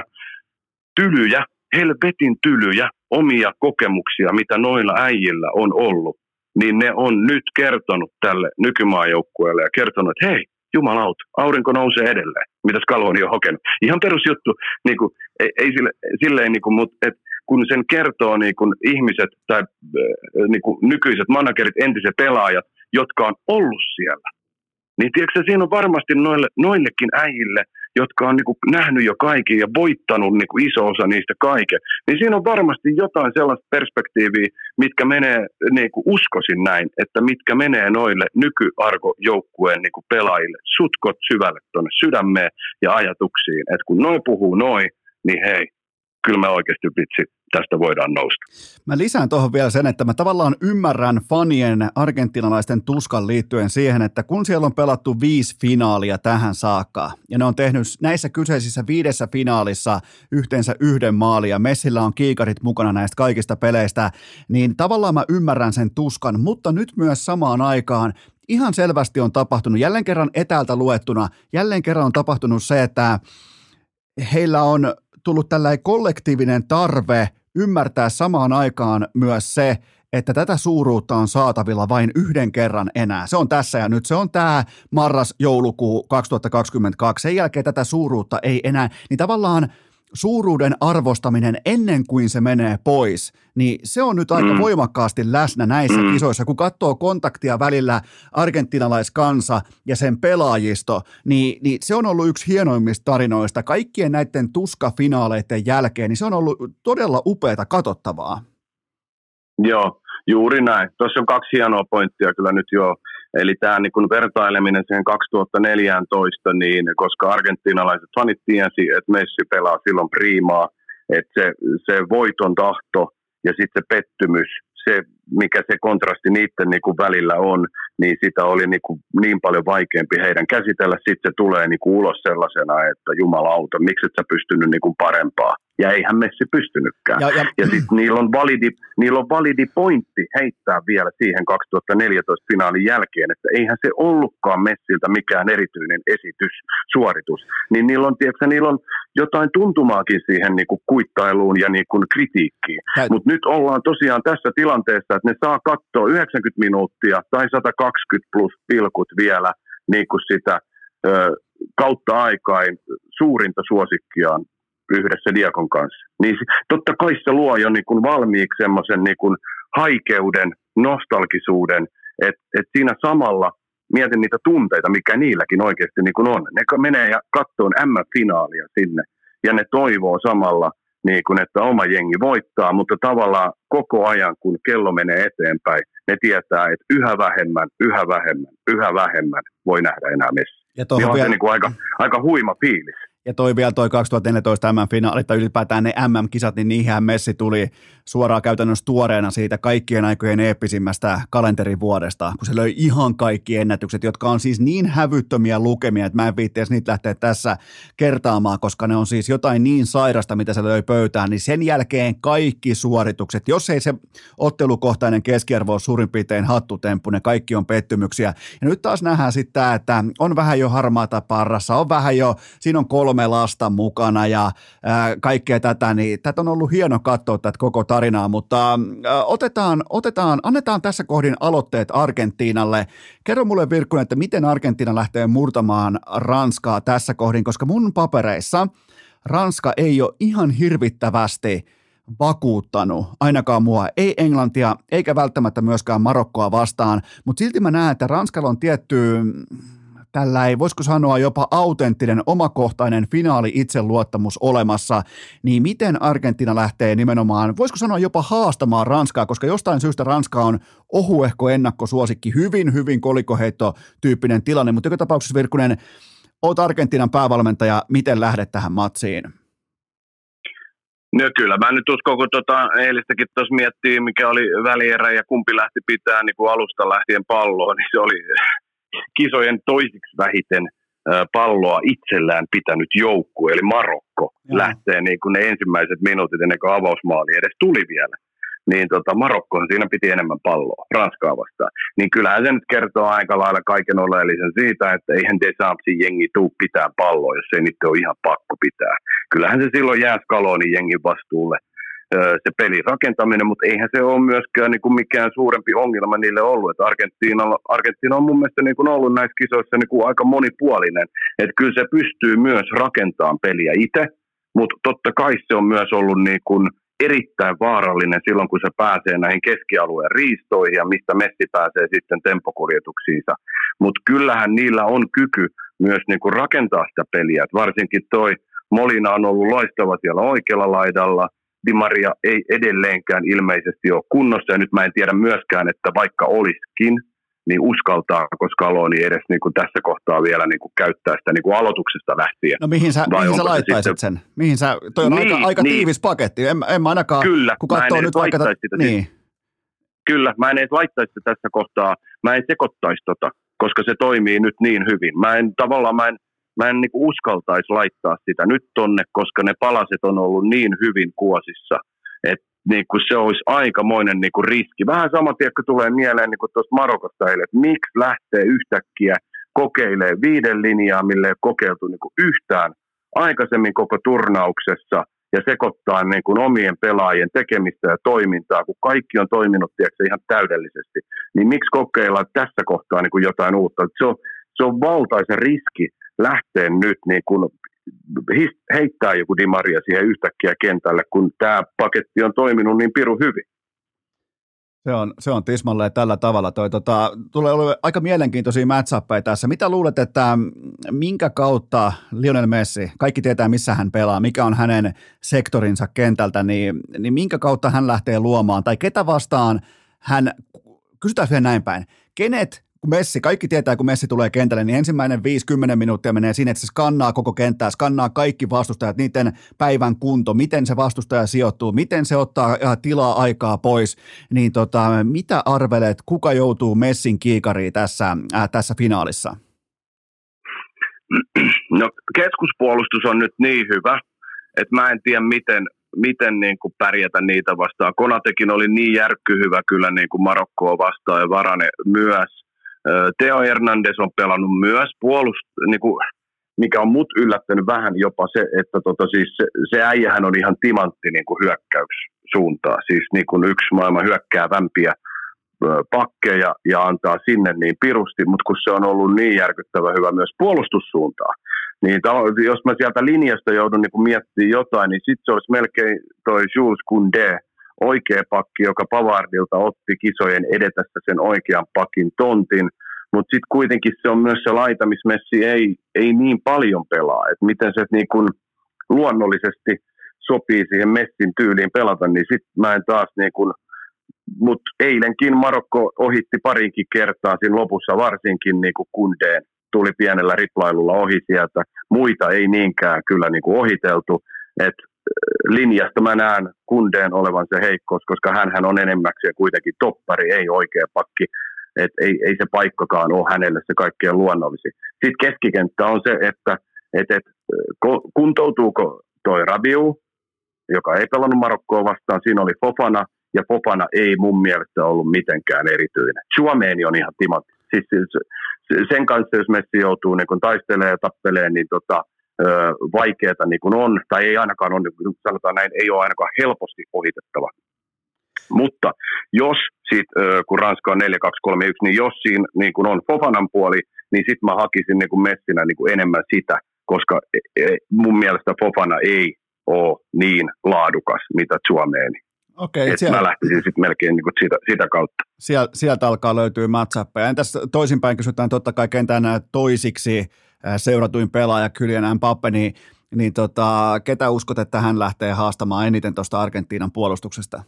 tylyjä, helvetin tylyjä, omia kokemuksia, mitä noilla äijillä on ollut, niin ne on nyt kertonut tälle nykymaajoukkueelle ja kertonut, että hei, jumalauta, aurinko nousee edelleen, mitä Scaloni on hokenut. Ihan perusjuttu, niin kuin, ei silleen, niin kuin, mutta et, kun sen kertoo niin kuin ihmiset tai niin kuin nykyiset managerit, entiset pelaajat, jotka on ollut siellä, niin tiedätkö, siinä on varmasti noillekin äijille, jotka on niin kuin nähnyt jo kaiken ja voittanut niin kuin iso osa niistä kaiken, niin siinä on varmasti jotain sellaista perspektiiviä, mitkä menee, niin kuin uskoisin näin, että mitkä menee noille nykyargojoukkueen niin kuin pelaajille sutkot syvälle tuonne sydämeen ja ajatuksiin, että kun noi puhuu noin, niin hei, kyllä me oikeasti vitsi, tästä voidaan nousta. Mä lisään tuohon vielä sen, että mä tavallaan ymmärrän fanien argentinalaisten tuskan liittyen siihen, että kun siellä on pelattu 5 finaalia tähän saakka, ja ne on tehnyt näissä kyseisissä 5 finaalissa yhteensä 1 maali, ja Messillä on kiikarit mukana näistä kaikista peleistä, niin tavallaan mä ymmärrän sen tuskan, mutta nyt myös samaan aikaan ihan selvästi on tapahtunut, jälleen kerran etäältä luettuna, jälleen kerran on tapahtunut se, että heillä on tullut tällainen kollektiivinen tarve ymmärtää samaan aikaan myös se, että tätä suuruutta on saatavilla vain 1 kerran enää. Se on tässä ja nyt. Se on tämä marras-joulukuu 2022. Sen jälkeen tätä suuruutta ei enää. Niin tavallaan suuruuden arvostaminen ennen kuin se menee pois, niin se on nyt aika voimakkaasti läsnä näissä kisoissa. Kun katsoo kontaktia välillä argentinalaiskansa ja sen pelaajisto, niin se on ollut yksi hienoimmista tarinoista. Kaikkien näiden tuskafinaaleiden jälkeen, niin se on ollut todella upeata katsottavaa. Joo, juuri näin. Tuossa on 2 hienoa pointtia kyllä nyt jo. Eli tämä niin kun vertaileminen siihen 2014, niin koska argentiinalaiset fanit tiesi, että Messi pelaa silloin priimaa, että se voiton tahto ja sitten se pettymys, se mikä se kontrasti niiden niin kuin välillä on, niin sitä oli niin paljon vaikeampi heidän käsitellä. Sitten se tulee niin kuin ulos sellaisena, että jumalauta, miksi et sä pystynyt niin kuin parempaa? Ja eihän Messi pystynytkään. Ja sitten niillä on validi pointti heittää vielä siihen 2014 finaalin jälkeen, että eihän se ollutkaan Messiltä mikään erityinen suoritus. Niin niillä on jotain tuntumaakin siihen niin kuin kuittailuun ja niin kuin kritiikkiin. Mutta nyt ollaan tosiaan tässä tilanteessa, että ne saa katsoa 90 minuuttia tai 120 plus pilkut vielä niin kuin sitä kautta aikain suurinta suosikkiaan yhdessä Diakon kanssa. Niin totta kai se luo jo niin kuin valmiiksi semmoisen niin kuin haikeuden, nostalgisuuden, että siinä samalla mietin niitä tunteita, mikä niilläkin oikeasti niin kuin on. Ne menee ja katsoo M-finaalia sinne ja ne toivoo samalla, niin kuin, että oma jengi voittaa, mutta tavallaan koko ajan, kun kello menee eteenpäin, ne tietää, että yhä vähemmän voi nähdä enää Messi. Ja niin on se niin kuin aika huima fiilis. Ja vielä toi 2014 MM-finaali tai ylipäätään ne MM-kisat, niin niihinhän Messi tuli suoraan käytännössä tuoreena siitä kaikkien aikojen eeppisimmästä kalenterivuodesta, kun se löi ihan kaikki ennätykset, jotka on siis niin hävyttömiä lukemia, että mä en viitteisi niitä lähteä tässä kertaamaan, koska ne on siis jotain niin sairasta, mitä se löi pöytään, niin sen jälkeen kaikki suoritukset, jos ei se ottelukohtainen keskiarvo ole suurin piirtein hattutemppu, ne kaikki on pettymyksiä. Ja nyt taas nähdään sitten, että on vähän jo harmaata parrassa, on vähän jo, siinä on 3 lasta mukana ja kaikkea tätä, niin tätä on ollut hieno katsoa tätä koko tarinaa, mutta annetaan tässä kohdin aloitteet Argentiinalle. Kerro mulle Virkkunen, että miten Argentiina lähtee murtamaan Ranskaa tässä kohdin, koska mun papereissa Ranska ei ole ihan hirvittävästi vakuuttanut, ainakaan mua, ei Englantia, eikä välttämättä myöskään Marokkoa vastaan, mutta silti mä näen, että Ranskalla on tietty tällä ei, voisiko sanoa jopa autenttinen, omakohtainen finaali-itseluottamus olemassa, niin miten Argentiina lähtee nimenomaan, voisiko sanoa jopa haastamaan Ranskaa, koska jostain syystä Ranska on ohuehko ennakkosuosikki, hyvin kolikoheitto-tyyppinen tilanne, mutta joka tapauksessa Virkkunen, oot Argentiinan päävalmentaja, miten lähdet tähän matsiin? No kyllä, mä nyt uskon, kun eilistäkin tuossa miettii, mikä oli välierä ja kumpi lähti pitää niin kuin alusta lähtien palloa, niin se oli kisojen toisiksi vähiten palloa itsellään pitänyt joukkue, eli Marokko lähtee niin kuin ne ensimmäiset minuutit ennen kuin avausmaali edes tuli vielä. Niin Marokkohan siinä piti enemmän palloa Ranskaa vastaan. Niin kyllähän se nyt kertoo aika lailla kaiken oleellisen siitä, että eihän Desampsin jengi tuu pitää palloa, jos ei niitä ole ihan pakko pitää. Kyllähän se silloin jää Scalonin jengin vastuulle se pelin rakentaminen, mutta eihän se ole myöskään niin kuin mikään suurempi ongelma niille ollut. Että Argentiina on mun mielestä niin kuin ollut näissä kisoissa niin kuin aika monipuolinen. Että kyllä se pystyy myös rakentamaan peliä itse, mutta totta kai se on myös ollut niin kuin erittäin vaarallinen silloin, kun se pääsee näihin keskialueen riistoihin ja mistä Messi pääsee sitten tempokuljetuksiinsa. Mutta kyllähän niillä on kyky myös niin kuin rakentaa sitä peliä. Et varsinkin toi Molina on ollut loistava siellä oikealla laidalla. Di Maria ei edelleenkään ilmeisesti ole kunnossa, ja nyt mä en tiedä myöskään, että vaikka olisikin, niin uskaltaako Scaloni edes niin kuin tässä kohtaa vielä niin kuin käyttää sitä niin kuin aloituksesta lähtien. No mihin sä laittaisit sen? Mihin sä, toi on aika tiivis paketti, en mä ainakaan, kyllä, kun katsoo nyt vaikka niin. Kyllä, mä en edes laittaisi sitä tässä kohtaa, mä en sekoittaisi koska se toimii nyt niin hyvin. Mä en niin kuin uskaltaisi laittaa sitä nyt tonne, koska ne palaset on ollut niin hyvin kuosissa, että niin kuin se olisi aikamoinen niin kuin riski. Vähän sama tiekko tulee mieleen niin kuin tuosta Marokosta eilen, että miksi lähtee yhtäkkiä kokeilemaan 5 linjaa, mille ei ole kokeiltu niin kuin yhtään aikaisemmin koko turnauksessa ja sekoittaa niin kuin omien pelaajien tekemistä ja toimintaa, kun kaikki on toiminut tiedätkö, ihan täydellisesti. Niin miksi kokeillaan tässä kohtaa niin kuin jotain uutta? Se on valtaisen riski lähteä nyt niin kuin heittää joku Di Maria siihen yhtäkkiä kentälle, kun tämä paketti on toiminut niin pirun hyvin. Se on tismalleen tällä tavalla. Tulee olemaan aika mielenkiintoisia match-upeja tässä. Mitä luulet, että minkä kautta Lionel Messi, kaikki tietää missä hän pelaa, mikä on hänen sektorinsa kentältä, niin minkä kautta hän lähtee luomaan, tai ketä vastaan hän, kysytään vielä näin päin, kaikki tietää, kun Messi tulee kentälle, niin ensimmäinen 5-10 minuuttia menee siinä, että se skannaa koko kenttää, skannaa kaikki vastustajat, niiden päivän kunto, miten se vastustaja sijoittuu, miten se ottaa tilaa aikaa pois, niin mitä arvelet, kuka joutuu Messin kiikariin tässä finaalissa? No keskuspuolustus on nyt niin hyvä, että mä en tiedä miten niin kuin pärjätä niitä vastaan. Konatekin oli niin järkkyhyvä kyllä niin kuin Marokkoa vastaan ja Varane myös. Theo Hernandez on pelannut myös niin kuin, mikä on mut yllättänyt vähän jopa se, että siis se äijähän on ihan timantti niin kuin hyökkäyssuuntaa. Siis niin kuin yksi maailman hyökkäävämpiä pakkeja ja antaa sinne niin pirusti, mutta kun se on ollut niin järkyttävä hyvä myös puolustussuuntaa, niin jos mä sieltä linjasta joudun niin kuin miettimään jotain, niin sitten se olisi melkein toi Jules Koundé, oikea pakki, joka Pavardilta otti kisojen edetessä sen oikean pakin tontin, mutta sitten kuitenkin se on myös se laita, missä Messi ei niin paljon pelaa, että miten se niin kun luonnollisesti sopii siihen Messin tyyliin pelata, niin sitten mä en taas niin kun, mutta eilenkin Marokko ohitti parinkin kertaa siinä lopussa varsinkin niin kuin Koundén tuli pienellä riplailulla ohi sieltä. Muita ei niinkään kyllä niin kuin ohiteltu. Et linjasta mä näen Kundeen olevan se heikkous, koska hänhän on enemmäkseen kuitenkin toppari, ei oikea pakki. Et ei se paikkakaan ole hänelle se kaikkein luonnollisin. Sitten keskikenttä on se, että kuntoutuuko toi Rabiu, joka ei pelannut Marokkoa vastaan, siinä oli Fofana, ja Fofana ei mun mielestä ollut mitenkään erityinen. Tchouaméni on ihan timantti. Siis sen kanssa, jos Messi joutuu niin taistelemaan ja tappelemaan, niin vaikeata niin kuin on, tai ei ainakaan on, sanotaan näin, ei ole ainakaan helposti ohitettava. Mutta jos kun Ranska on 4-2-3-1, niin jos siinä niin kuin on Fofanan puoli, niin sitten mä hakisin niin kuin Messinä niin kuin enemmän sitä, koska mun mielestä Fofana ei ole niin laadukas, mitä Tchouaméni. Okei, mä lähtisin sitten melkein niin kuin sitä kautta. Sieltä alkaa löytyä match-appeja. Entäs toisinpäin kysytään totta kai kentän toisiksi seuratuin pelaaja Kylian Mbappé, niin ketä uskot, että hän lähtee haastamaan eniten tuosta Argentiinan puolustuksesta?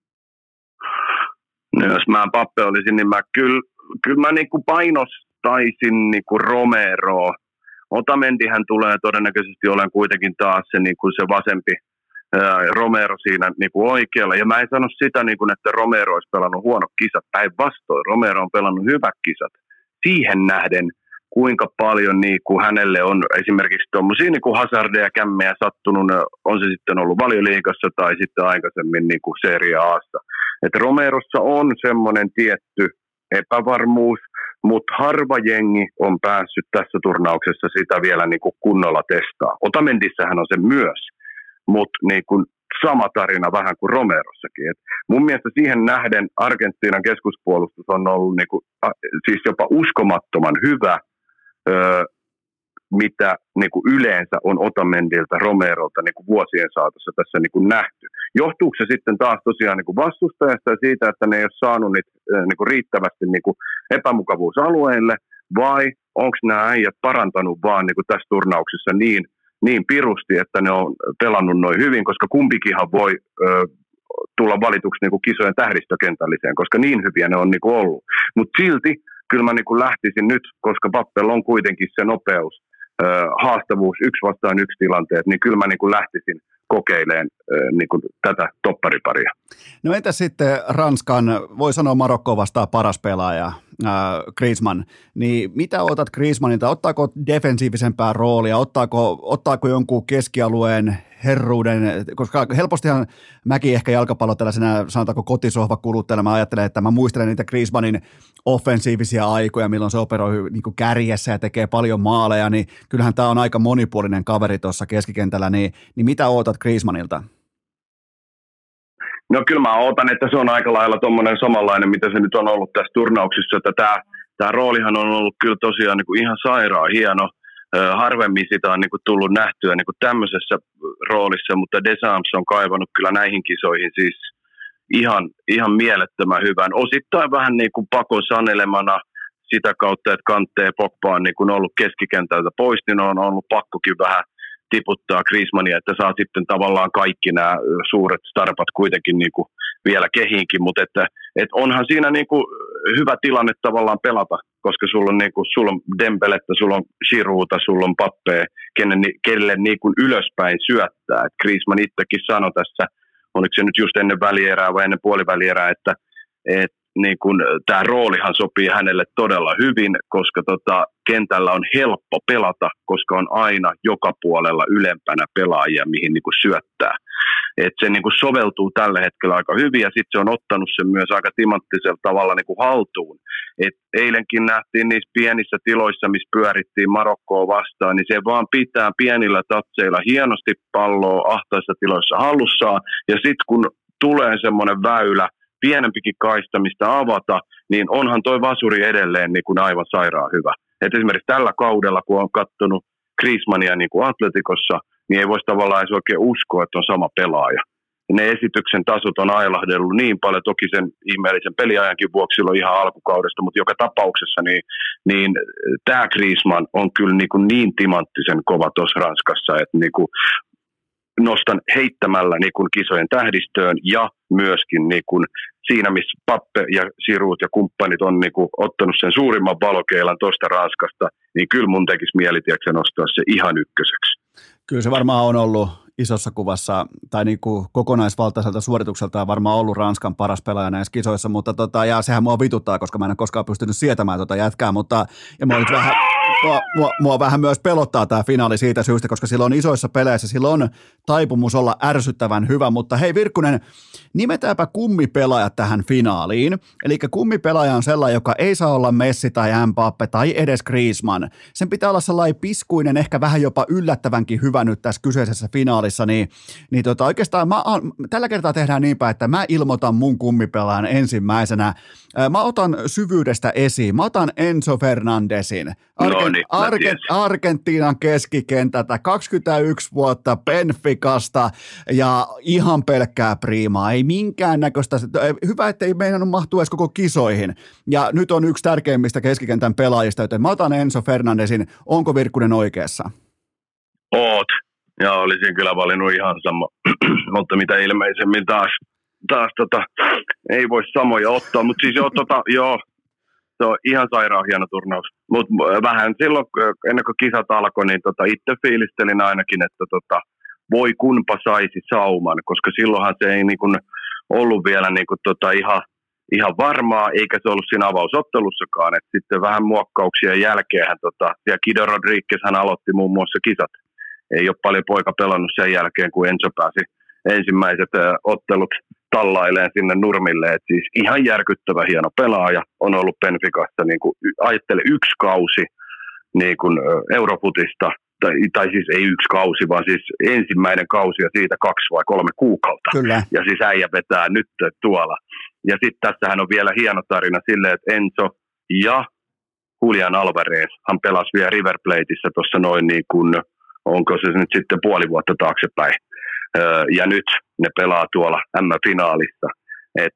No, jos mä Mbappé olisin, niin mä kyllä mä niinku painostaisin niinku Romeroa. Otamendihän tulee todennäköisesti olen kuitenkin taas se, niinku se vasempi Romero siinä niinku oikealla. Ja mä en sano sitä, niinku, että Romero olisi pelannut huonot kisat. Päinvastoin, Romero on pelannut hyvät kisat. Siihen nähden, kuinka paljon niinku hänelle on esimerkiksi tuommoisia niinku hazardeja kämmejä sattunut, on se sitten ollut Valioliigassa tai sitten aikaisemmin niinku Serie A:ssa. Et Romerossa on semmoinen tietty epävarmuus, mutta harva jengi on päässyt tässä turnauksessa sitä vielä niinku kunnolla testaa. Otamendissähän on se myös, mutta niinku sama tarina vähän kuin Romerossakin. Et mun mielestä siihen nähden Argentiinan keskuspuolustus on ollut niinku, siis jopa uskomattoman hyvä, mitä niinku yleensä on Otamendilta, Romerolta niinku vuosien saatossa tässä niinku nähty. Johtuuko se sitten taas tosiaan niinku vastustajasta ja siitä, että ne ei ole saanut niitä niinku riittävästi niinku epämukavuusalueille, vai onko nämä äijät parantanut vaan niinku tässä turnauksessa niin pirusti, että ne on pelannut noin hyvin, koska kumpikinhan voi tulla valituksi niinku kisojen tähdistökentälliseen, koska niin hyviä ne on niinku ollut. Mutta silti kyllä mä niinku lähtisin nyt, koska Bappella on kuitenkin se nopeus, haastavuus, 1-vastaan-1 tilanteet, niin kyllä mä niinku lähtisin kokeilemaan niinku tätä toppariparia. No entä sitten Ranskan, voi sanoa Marokkoa vastaan paras pelaaja, Griezmann, niin mitä otat Griezmannilta? Ottaako defensiivisempää roolia, ottaako jonkun keskialueen herruuden, koska helpostihan mäkin ehkä jalkapallo tällaisena, sanotaanko kotisohvakuluttajana, mä ajattelen, että mä muistelen niitä Griezmannin offensiivisia aikoja, milloin se operoi niin kuin kärjessä ja tekee paljon maaleja, niin kyllähän tämä on aika monipuolinen kaveri tuossa keskikentällä, niin mitä ootat Griezmannilta? No kyllä mä ootan, että se on aika lailla tommonen samanlainen, mitä se nyt on ollut tässä turnauksessa, että tämä roolihan on ollut kyllä tosiaan niin kuin ihan sairaan hieno. Harvemmin sitä on niin kuin tullut nähtyä niin kuin tämmöisessä roolissa, mutta Deschamps on kaivannut kyllä näihin kisoihin siis ihan mielettömän hyvän. Osittain vähän niin kuin pakon sanelemana sitä kautta, että Kanté ja Pogba on niin kuin ollut keskikentältä pois, niin on ollut pakkokin vähän tiputtaa Griezmannia, että saa sitten tavallaan kaikki nämä suuret starpat kuitenkin niin kuin vielä kehiinkin, mutta että onhan siinä niin kuin hyvä tilanne tavallaan pelata, koska sulla on Dembellettä, sulla on Giroudta, sulla on Mbappé, kelle niin kuin ylöspäin syöttää. Et Griezmann itsekin sanoi tässä, oliko se nyt just ennen välierää vai ennen puolivälierää, että niin kun, tämä roolihan sopii hänelle todella hyvin, koska kentällä on helppo pelata, koska on aina joka puolella ylempänä pelaajia, mihin niin kun syöttää. Et se niin kun soveltuu tällä hetkellä aika hyvin ja sitten se on ottanut sen myös aika timanttisella tavalla niin kun haltuun. Et eilenkin nähtiin niissä pienissä tiloissa, missä pyörittiin Marokkoa vastaan, niin se vaan pitää pienillä tatseilla hienosti palloa ahtaissa tiloissa hallussaan ja sitten kun tulee semmoinen väylä, pienempikin kaista, mistä avata, niin onhan toi vasuri edelleen niin kuin aivan sairaan hyvä. Et esimerkiksi tällä kaudella, kun on katsonut Griezmannia niin kuin Atleticossa, niin ei voisi tavallaan edes oikein uskoa, että on sama pelaaja. Ne esityksen tasot on ailahdellut niin paljon, toki sen ihmeellisen peliajankin vuoksi silloin ihan alkukaudesta, mutta joka tapauksessa niin tämä Griezmann on kyllä niin timanttisen kova tuossa Ranskassa, että niin kuin nostan heittämällä niin kuin kisojen tähdistöön ja myöskin niin kuin siinä, missä Pappe ja Sirut ja kumppanit on niin kuin ottanut sen suurimman valokeilan tuosta Ranskasta, niin kyllä mun tekisi mieli nostaa se ihan ykköseksi. Kyllä se varmaan on ollut isossa kuvassa, tai niin kuin kokonaisvaltaiselta suoritukseltaan varmaan ollut Ranskan paras pelaaja näissä kisoissa, mutta ja sehän mua vituttaa, koska mä en ole koskaan pystynyt sietämään jätkää, mutta ja mua vähän myös pelottaa tämä finaali siitä syystä, koska silloin isoissa peleissä silloin on taipumus olla ärsyttävän hyvä, mutta hei Virkkunen, nimetäänpä kummipelaajat tähän finaaliin, eli kummipelaaja on sellainen, joka ei saa olla Messi tai Mbappe tai edes Griezmann, sen pitää olla sellainen piskuinen, ehkä vähän jopa yllättävänkin hyvä nyt tässä kyseisessä finaalissa, niin oikeastaan tällä kertaa tehdään niinpä, että mä ilmoitan mun kummipelaajan ensimmäisenä, mä otan syvyydestä esiin, mä otan Enzo Fernandesin, Argentiinan keskikentältä, 21 vuotta Benficasta ja ihan pelkkää priimaa, ei minkäännäköistä, hyvä ettei meidän mahtuu edes koko kisoihin ja nyt on yksi tärkeimmistä keskikentän pelaajista, joten mä otan Enzo Fernandesin, onko Virkkunen oikeassa? Oot, ja olisin kyllä valinnut ihan sama, mutta mitä ilmeisemmin taas ei voi samoja ottaa, mutta siis joo, se on ihan sairaan hieno turnaus. Mutta vähän silloin, ennen kuin kisat alkoi, niin itse fiilistelin ainakin, että voi kunpa saisi sauman, koska silloinhan se ei niin kun ollut vielä niin kun ihan varmaa, eikä se ollut siinä avausottelussakaan. Et sitten vähän muokkauksien jälkeen ja Kido Rodriguez hän aloitti muun muassa kisat. Ei ole paljon poika pelannut sen jälkeen, kun Enzo pääsi ensimmäiset ottelut tallaileen sinne nurmille. Et siis ihan järkyttävä hieno pelaaja. On ollut Benficassa, niin kuin ajattele yksi kausi niin kuin Eurofutista, tai siis ei yksi kausi, vaan siis ensimmäinen kausi ja siitä 2 vai 3 kuukautta. Kyllä. Ja siis äijä vetää nyt tuolla. Ja sitten tässähän on vielä hieno tarina silleen, että Enzo ja Julian Alvarez, hän pelasi vielä River Plateissa tuossa noin niin kuin, onko se nyt sitten puoli vuotta taaksepäin. Ja nyt ne pelaa tuolla M-finaalissa. Et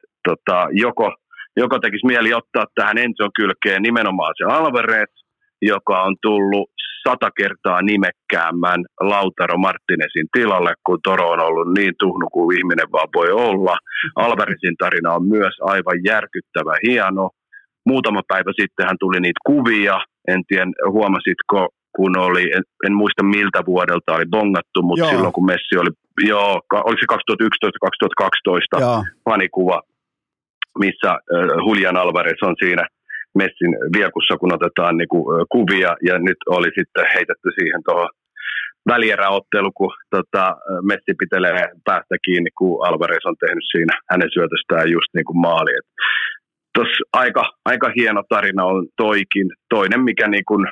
joko tekisi mieli ottaa tähän Enzon kylkeen nimenomaan se Alvarez, joka on tullut 100 kertaa nimekkäämmän Lautaro Martinezin tilalle, kun Toro on ollut niin tuhnu kuin ihminen vaan voi olla. Alvarezin tarina on myös aivan järkyttävä hieno. Muutama päivä sitten hän tuli niitä kuvia, en tiedä huomasitko, kun oli, en muista miltä vuodelta oli bongattu, mutta silloin kun Messi oli, oliko se 2011-2012 fanikuva, missä Julian Alvarez on siinä Messin viekussa, kun otetaan niinku kuvia, ja nyt oli sitten heitetty siihen tuohon välieräottelu, kun Messi pitelee päästä kiinni, kun Alvarez on tehnyt siinä hänen syötöstään just niin kuin maali. Tuossa aika hieno tarina on toikin. Toinen, mikä niin kuin,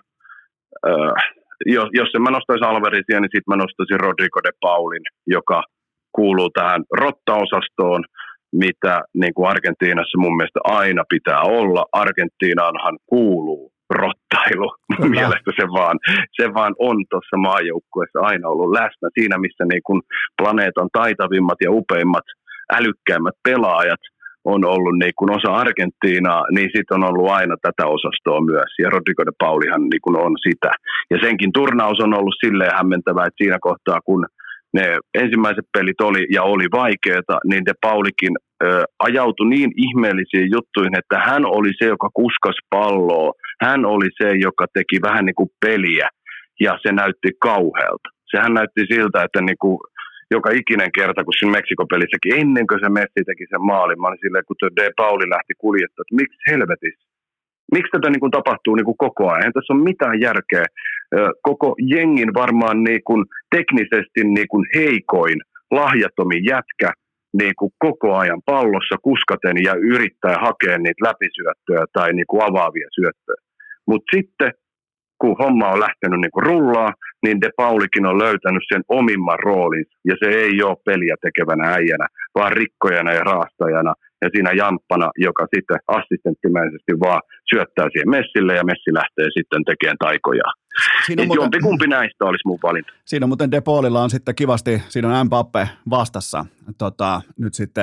jos en mä nostaisi Alvarezia, niin sitten mä nostaisin Rodrigo de Paulin, joka kuuluu tähän rotta-osastoon, mitä niin kuin Argentiinassa mun mielestä aina pitää olla. Argentiinaanhan kuuluu rottailu. Mun mielestä se vaan on tuossa maajoukkueessa aina ollut läsnä. Siinä, missä niin kuin planeetan taitavimmat ja upeimmat, älykkäimmät pelaajat on ollut niin kuin osa Argentiinaa, niin sitten on ollut aina tätä osastoa myös. Ja Rodrigo de Paulihan niin kuin on sitä. Ja senkin turnaus on ollut silleen hämmentävää, että siinä kohtaa, kun ne ensimmäiset pelit oli vaikeita, niin de Paulikin ajautui niin ihmeellisiin juttuihin, että hän oli se, joka kuskas palloa. Hän oli se, joka teki vähän niin kuin peliä, ja se näytti kauhealta. Sehän näytti siltä, että niin kuin joka ikinen kerta, kun siinä Meksiko-pelissäkin, ennen kuin se Messi teki sen maalin, mä olin silleen, kun de Pauli lähti kuljettaa, että miksi helvetissä? Miksi tätä niin kuin tapahtuu niin kuin koko ajan? Eihän tässä ole mitään järkeä. Koko jengin varmaan niin kuin teknisesti niin kuin heikoin, lahjattomin jätkä niin kuin koko ajan pallossa kuskaten ja yrittää hakea niitä läpisyöttöjä tai niin kuin avaavia syöttöjä. Mutta sitten, kun homma on lähtenyt niin kuin rullaa, niin de Paulikin on löytänyt sen omimman roolin. Ja se ei ole peliä tekevänä äijänä, vaan rikkojana ja raastajana. Ja siinä jamppana, joka sitten assistenttimäisesti vaan syöttää siihen Messille ja Messi lähtee sitten tekemään taikojaan. Jompikumpi näistä olisi mun valinta. Siinä on muuten De Paulilla on sitten kivasti, siinä on Mbappe vastassa nyt sitten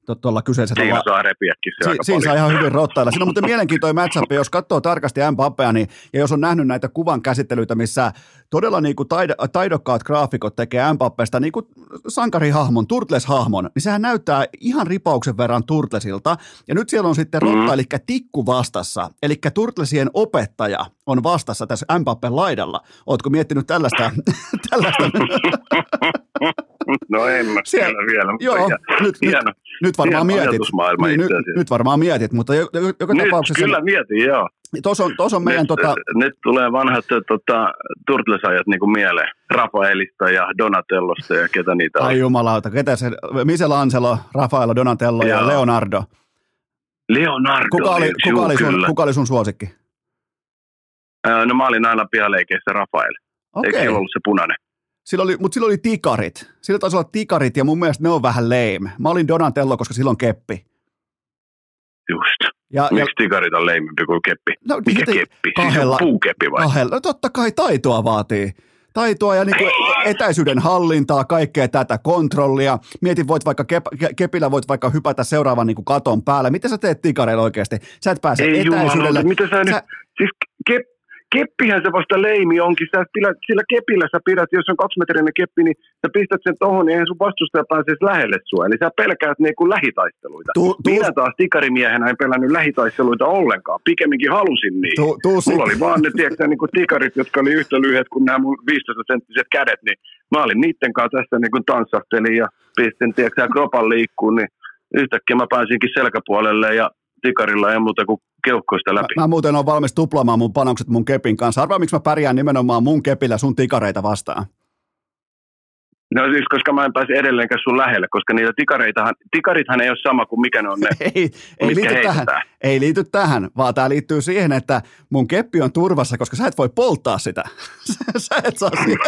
tuolla kyseisellä. Siinä saa repiäkin se aika siinä paljon. saa ihan hyvin rottailla. Siinä on muuten mielenkiintoinen matchup, jos katsoo tarkasti Mbappéa, niin, ja jos on nähnyt näitä kuvan käsittelyitä, missä todella niin kuin taidokkaat graafikot tekee Mbappésta niin kuin sankarihahmon, Turtles-hahmon, niin sehän näyttää ihan ripauksen verran Turtlesilta, ja nyt siellä on sitten rotta, eli tikku vastassa, eli Turtlesien opettaja on vastassa tässä Mbappén laidalla. Ootko miettinyt tällaista? No en mä vielä. Joo, nyt varmaan mietit. Nyt varmaan mietit, mutta joka nyt tapauksessa. Kyllä mietin, joo. Tuossa on meidän nyt tulee vanhat Turtles-ajat niin kuin mieleen. Rafaelista ja Donatellosta ja ketä niitä on. Ai jumalauta, ketä se, Michelangelo, Raffaello, Donatello ja Leonardo. Leonardo. Kuka oli sun suosikki? No mä olin aina pihaleikeissä Rafael. Okei. Eikö sillä ollut se punainen? Mutta sillä oli tikarit. Sillä taisi olla tikarit ja mun mielestä ne on vähän lame. Mä olin Donatello, koska sillä on keppi. Just. Miksi tikarit on leimempi kuin keppi? No, mikä keppi? Kahdella, siis puukeppi vai? No totta kai taitoa vaatii. Taitoa ja niinku etäisyyden hallintaa, kaikkea tätä kontrollia. Mietin, voit vaikka kepillä voit vaikka hypätä seuraavan niinku katon päälle. Mitä sä teet tikareilla oikeasti? Sä et pääse etäisyydelle. Mitä sä nyt? Siis keppihän se vasta leimi onkin. Sillä kepillä sä pidät, jos on 2-metrinen keppi, niin sä pistät sen tohon, niin eihän sun vastustaja pääse lähelle sua. Eli sä pelkäät niinku lähitaisteluita. Minä taas tikarimiehenä en pelännyt lähitaisteluita ollenkaan. Pikemminkin halusin niin. Mulla oli vaan ne niinku tikarit, jotka oli yhtä lyhyet kuin nämä mun 15-senttiset kädet, niin mä olin niitten kanssa tässä niinku tanssahtelin ja pistin kropan liikkuun, niin yhtäkkiä mä pääsinkin selkäpuolelle ja tikarilla ei muuta kuin keuhkoista läpi. Mä muuten on valmis tuplaamaan mun panokset mun kepin kanssa. Arvaa, miksi mä pärjään nimenomaan mun kepillä sun tikareita vastaan? No siis, koska mä en pääse edelleenkään sun lähelle, koska niitä tikarithan ei ole sama kuin mikä ne on ne, ei liity tähän, vaan tää liittyy siihen, että mun keppi on turvassa, koska sä et voi polttaa sitä. Sä et saa sitä.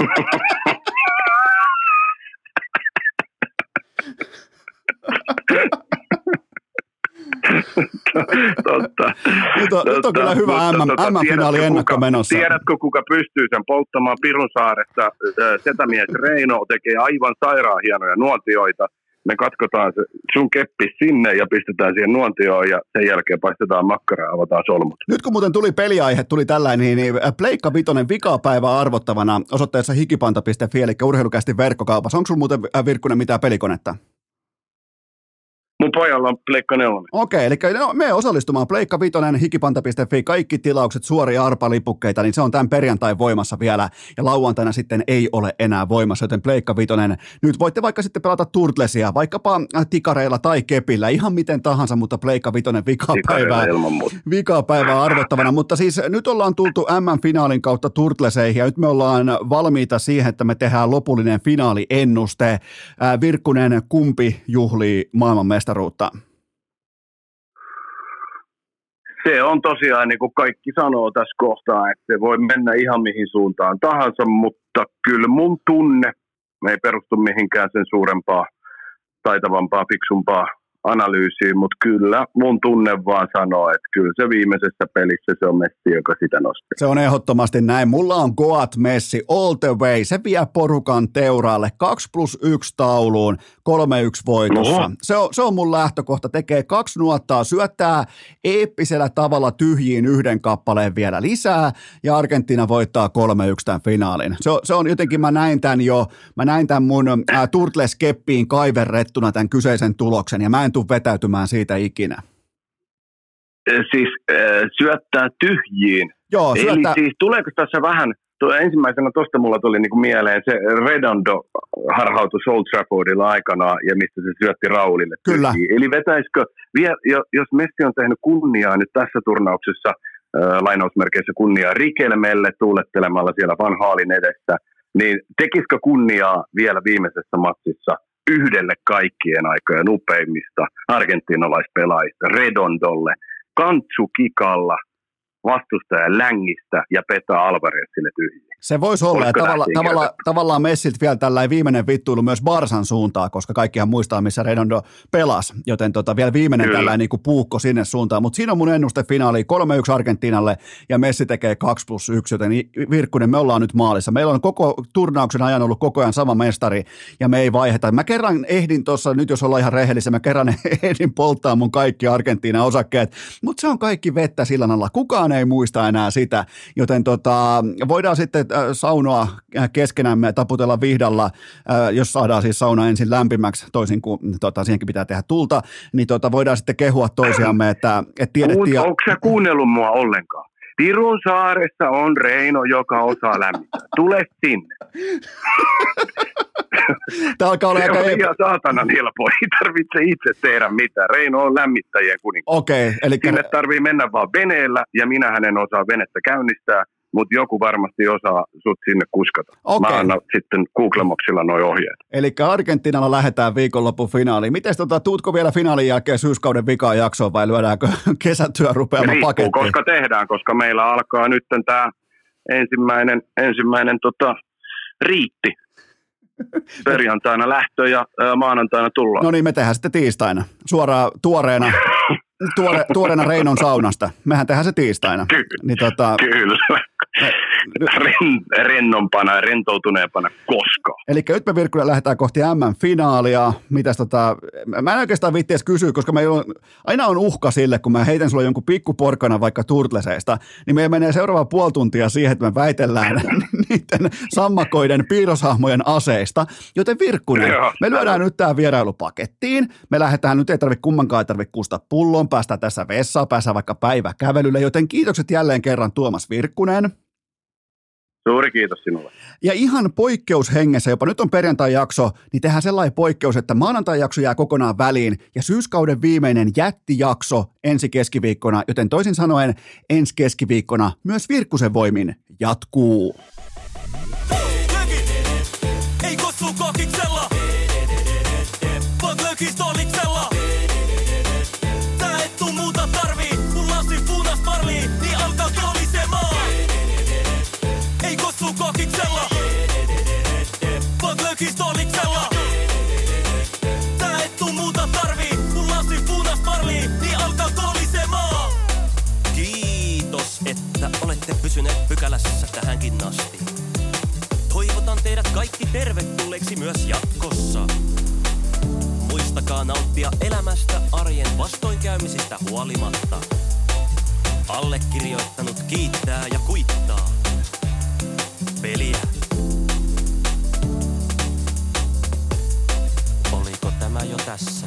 Totta. Nyt on kyllä hyvä M-finaali ennakko menossa. Tiedätkö, kuka pystyy sen polttamaan Pirunsaaressa? Setämies Reino tekee aivan sairaan hienoja nuotioita. Me katkotaan sun keppi sinne ja pistetään siihen nuotioon ja sen jälkeen paistetaan makkaraa ja avataan solmut. Nyt kun muuten tuli tällainen, niin Pleikka Vitonen vikapäivä arvottavana osoitteessa hikipanta.fi, eli urheilukästi verkkokaupassa. Onko sulla muuten, Virkkunen, mitään pelikonetta? Mun pojalla on Pleikka 4. Okei, eli me osallistumaan Pleikka Vitonen, hikipanta.fi, kaikki tilaukset, suoria arpalipukkeita, niin se on tämän perjantain voimassa vielä, ja lauantaina sitten ei ole enää voimassa, joten Pleikka Vitonen, nyt voitte vaikka sitten pelata Turtlesia, vaikkapa tikareilla tai kepillä, ihan miten tahansa, mutta Pleikka Vitonen vikapäivää arvottavana, mutta siis nyt ollaan tultu M-finaalin kautta Turtleseihin, ja nyt me ollaan valmiita siihen, että me tehdään lopullinen finaaliennuste. Virkkunen, kumpi juhlii maailmanmestaruutta? Se on tosiaan, niin kuin kaikki sanoo tässä kohtaa, että se voi mennä ihan mihin suuntaan tahansa, mutta kyllä mun tunne, me ei perustu mihinkään sen suurempaa, taitavampaa, fiksumpaa analyysiin, mutta kyllä mun tunne vaan sanoo, että kyllä se viimeisessä pelissä se on Messi, joka sitä nosti. Se on ehdottomasti näin. Mulla on Goat Messi all the way. Se vie porukan teuraalle 2+1 tauluun, 3-1 voitossa. Se on mun lähtökohta. Tekee 2 nuottaa, syöttää eeppisellä tavalla tyhjiin 1 kappaleen vielä lisää ja Argentiina voittaa 3-1 tämän finaalin. Se on jotenkin, mä näin tämän mun Turtles-keppiin kaiverrettuna tämän kyseisen tuloksen ja mä en tule vetäytymään siitä ikinä. Siis syöttää tyhjiin. Joo, eli siis tuleeko tässä vähän, ensimmäisenä tuosta mulla tuli niinku mieleen se Redondo harhautus Old Traffordilla aikanaan ja mistä se syötti Raulille. Kyllä. Tyhjiin. Eli vetäisikö, jos Messi on tehnyt kunniaa nyt tässä turnauksessa, lainausmerkeissä kunniaa Rikelmelle tuulettelemalla siellä Van Haalin edessä, niin tekisikö kunniaa vielä viimeisessä matsissa yhdelle kaikkien aikojen upeimmista argentiinalaispelaajista, Redondolle, kantsukikalla vastustajan längistä ja petaa Alvarezille tyhjiin. Se voisi olla, ja tavallaan Messiltä vielä tällainen viimeinen vittuilu myös Barsan suuntaan, koska kaikkihan muistaa, missä Redondo pelasi, joten vielä viimeinen tällainen niin kuin puukko sinne suuntaan, mutta siinä on mun ennuste finaali 3-1 Argentiinalle, ja Messi tekee 2+1, joten Virkkunen, me ollaan nyt maalissa. Meillä on koko turnauksen ajan ollut koko ajan sama mestari, ja me ei vaiheta. Mä kerran ehdin tuossa, nyt jos ollaan ihan rehellisiä, mä kerran ehdin polttaa mun kaikki Argentiinan osakkeet, mutta se on kaikki vettä sillan alla. Kukaan ei muista enää sitä, joten voidaan sitten saunoa keskenämme ja taputella vihdalla, jos saadaan siis sauna ensin lämpimäksi, toisin kuin siihenkin pitää tehdä tulta, niin voidaan sitten kehua toisiamme, että tiedettiin. Onko sä kuunnellut mua ollenkaan? Pirun saaressa on Reino, joka osaa lämmittää. Tule sinne. Tämä alkaa olla aika... Se on ihan saatanan helppoa. Ei tarvitse itse tehdä mitään. Reino on lämmittäjien kuningas. Okei, eli... Sinne tarvii mennä vaan veneellä, ja minähän en osaa venettä käynnistää, mutta joku varmasti osaa sut sinne kuskata. Okay. Mä annan sitten Google-moksilla nuo ohjeet. Eli Argentiinalla lähdetään viikonlopun finaaliin. Mites tuutko vielä finaalin jälkeen syyskauden vikaan jaksoon vai lyödäänkö kesätyö rupeamaan pakettiin? Koska tehdään, koska meillä alkaa nyt tämä ensimmäinen riitti. Perjantaina lähtö ja maanantaina tullaan. No niin, me tehdään sitten tiistaina. Suoraan tuoreena Reinon saunasta. Mehän tehdään se tiistaina. Kyllä. Rennompana ja rentoutuneempana koskaan. Eli nyt me Virkkunen lähdetään kohti MM-finaalia. Mitäs mä en oikeastaan viitti edes kysyä, koska aina on uhka sille, kun mä heitän sulle jonkun pikkuporkana vaikka Turtleseista, niin meillä menee seuraava puoli tuntia siihen, että me väitellään niiden sammakoiden piirroshahmojen aseista. Joten Virkkunen, me lyödään nyt tää vierailu pakettiin. Me lähdetään, nyt ei tarvitse kustaa pulloon, päästään tässä vessaan, päästään vaikka päiväkävelylle, joten kiitokset jälleen kerran Tuomas Virkkunen. Suuri kiitos sinulle. Ja ihan poikkeushengessä, jopa nyt on perjantai-jakso, niin tehdään sellainen poikkeus, että maanantai-jakso jää kokonaan väliin ja syyskauden viimeinen jättijakso ensi keskiviikkona, joten toisin sanoen ensi keskiviikkona myös Virkkusen voimin jatkuu. Ei kossu kokiksella, vaan lökistoliksella. Tää et tuu muuta tarvii, kun lasin punas parlii, niin alkaa kolisemaan. Ei kossu kokiksella, vaan lökistoliksella. Tää et tuu muuta tarvii, kun lasin punas parlii, niin alkaa kolisemaan. Kiitos, että olette pysyneet pykälässä tähänkin asti. Toivotan teidät kaikki tervetulleeksi myös jatkossa. Muistakaa nauttia elämästä arjen vastoinkäymisistä huolimatta. Allekirjoittanut kiittää ja kuittaa. Peliä. Oliko tämä jo tässä?